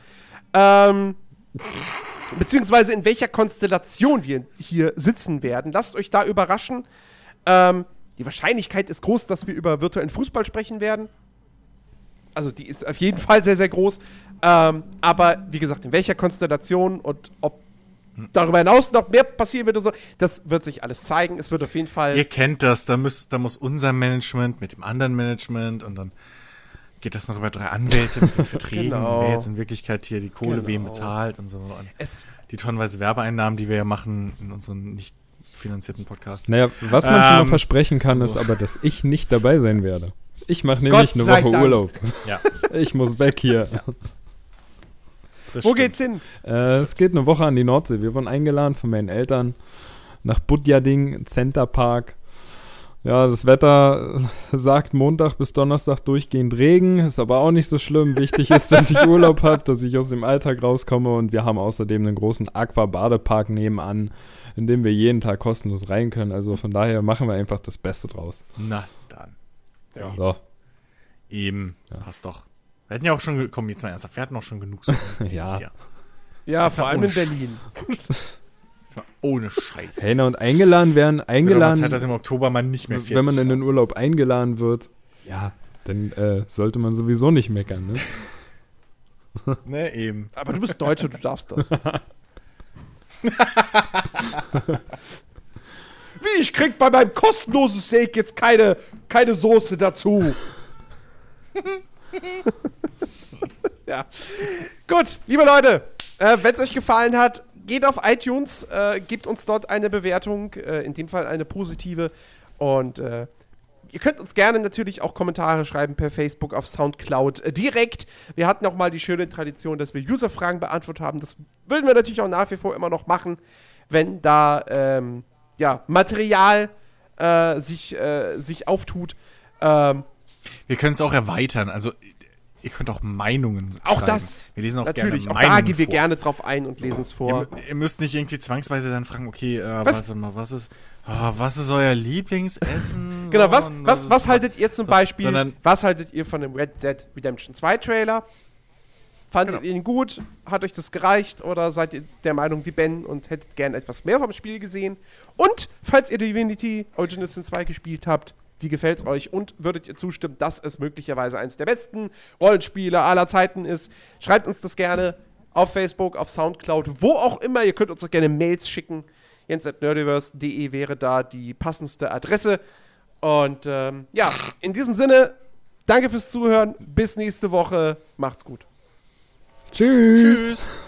Beziehungsweise in welcher Konstellation wir hier sitzen werden. Lasst euch da überraschen. Die Wahrscheinlichkeit ist groß, dass wir über virtuellen Fußball sprechen werden. Also die ist auf jeden Fall sehr, sehr groß. Aber wie gesagt, in welcher Konstellation und ob darüber hinaus noch mehr passieren wird und so, das wird sich alles zeigen. Es wird auf jeden Fall... Ihr kennt das, da muss unser Management mit dem anderen Management und dann geht das noch über 3 Anwälte mit den Verträgen, Genau. wer jetzt in Wirklichkeit hier die Kohle wem bezahlt und so. Und die tonnenweise Werbeeinnahmen, die wir ja machen in unseren nicht finanzierten Podcasts. Naja, was man schon mal versprechen kann, ist aber, dass ich nicht dabei sein werde. Ich mache nämlich eine Woche Urlaub. Ja. Ich muss weg hier. Ja. Wo geht's hin? Es geht eine Woche an die Nordsee. Wir wurden eingeladen von meinen Eltern nach Budjading, Centerpark. Ja, das Wetter sagt Montag bis Donnerstag durchgehend Regen. Ist aber auch nicht so schlimm. Wichtig ist, dass ich Urlaub habe, dass ich aus dem Alltag rauskomme. Und wir haben außerdem einen großen Aquabadepark nebenan, in dem wir jeden Tag kostenlos rein können. Also von daher machen wir einfach das Beste draus. Na dann. Ja. So. Eben. Ja. Passt doch. Wir hatten ja auch schon, komm jetzt mal ernsthaft, wir hatten auch schon genug dieses Ja. Jahr. Ja, Das vor war allem ohne in Berlin. Scheiß. Das war ohne Scheiß. Hey, na, und eingeladen werden, Wird doch mal Zeit, eingeladen, dass im Oktober mal nicht mehr 40 wenn man in den Grad Urlaub eingeladen wird, ja, dann sollte man sowieso nicht meckern, ne? sind. Ne, eben. Aber du bist Deutscher, du darfst das. Wie, ich krieg bei meinem kostenlosen Steak jetzt keine Soße dazu. Ja. Gut, liebe Leute, wenn es euch gefallen hat, geht auf iTunes, gebt uns dort eine Bewertung, in dem Fall eine positive. Und ihr könnt uns gerne natürlich auch Kommentare schreiben per Facebook, auf Soundcloud direkt. Wir hatten auch mal die schöne Tradition, dass wir User-Fragen beantwortet haben. Das würden wir natürlich auch nach wie vor immer noch machen, wenn da Material sich auftut. Wir können es auch erweitern. Also, ihr könnt auch Meinungen Auch schreiben. das. Wir lesen auch Natürlich, gerne auch Meinungen da gehen wir vor. gerne drauf ein und lesen es vor. Ihr müsst nicht irgendwie zwangsweise dann fragen, okay, warte mal, was ist euer Lieblingsessen? Genau, So, und was haltet ihr zum Beispiel, sondern- was haltet ihr von dem Red Dead Redemption 2 Trailer? Fandet Genau. ihr ihn gut? Hat euch das gereicht? Oder seid ihr der Meinung wie Ben und hättet gerne etwas mehr vom Spiel gesehen? Und, falls ihr Divinity Original Sin 2 gespielt habt, wie gefällt's euch? Und würdet ihr zustimmen, dass es möglicherweise eines der besten Rollenspiele aller Zeiten ist? Schreibt uns das gerne auf Facebook, auf Soundcloud, wo auch immer. Ihr könnt uns auch gerne Mails schicken. jens@nerdiverse.de wäre da die passendste Adresse. Und in diesem Sinne, danke fürs Zuhören. Bis nächste Woche. Macht's gut. Tschüss. Tschüss.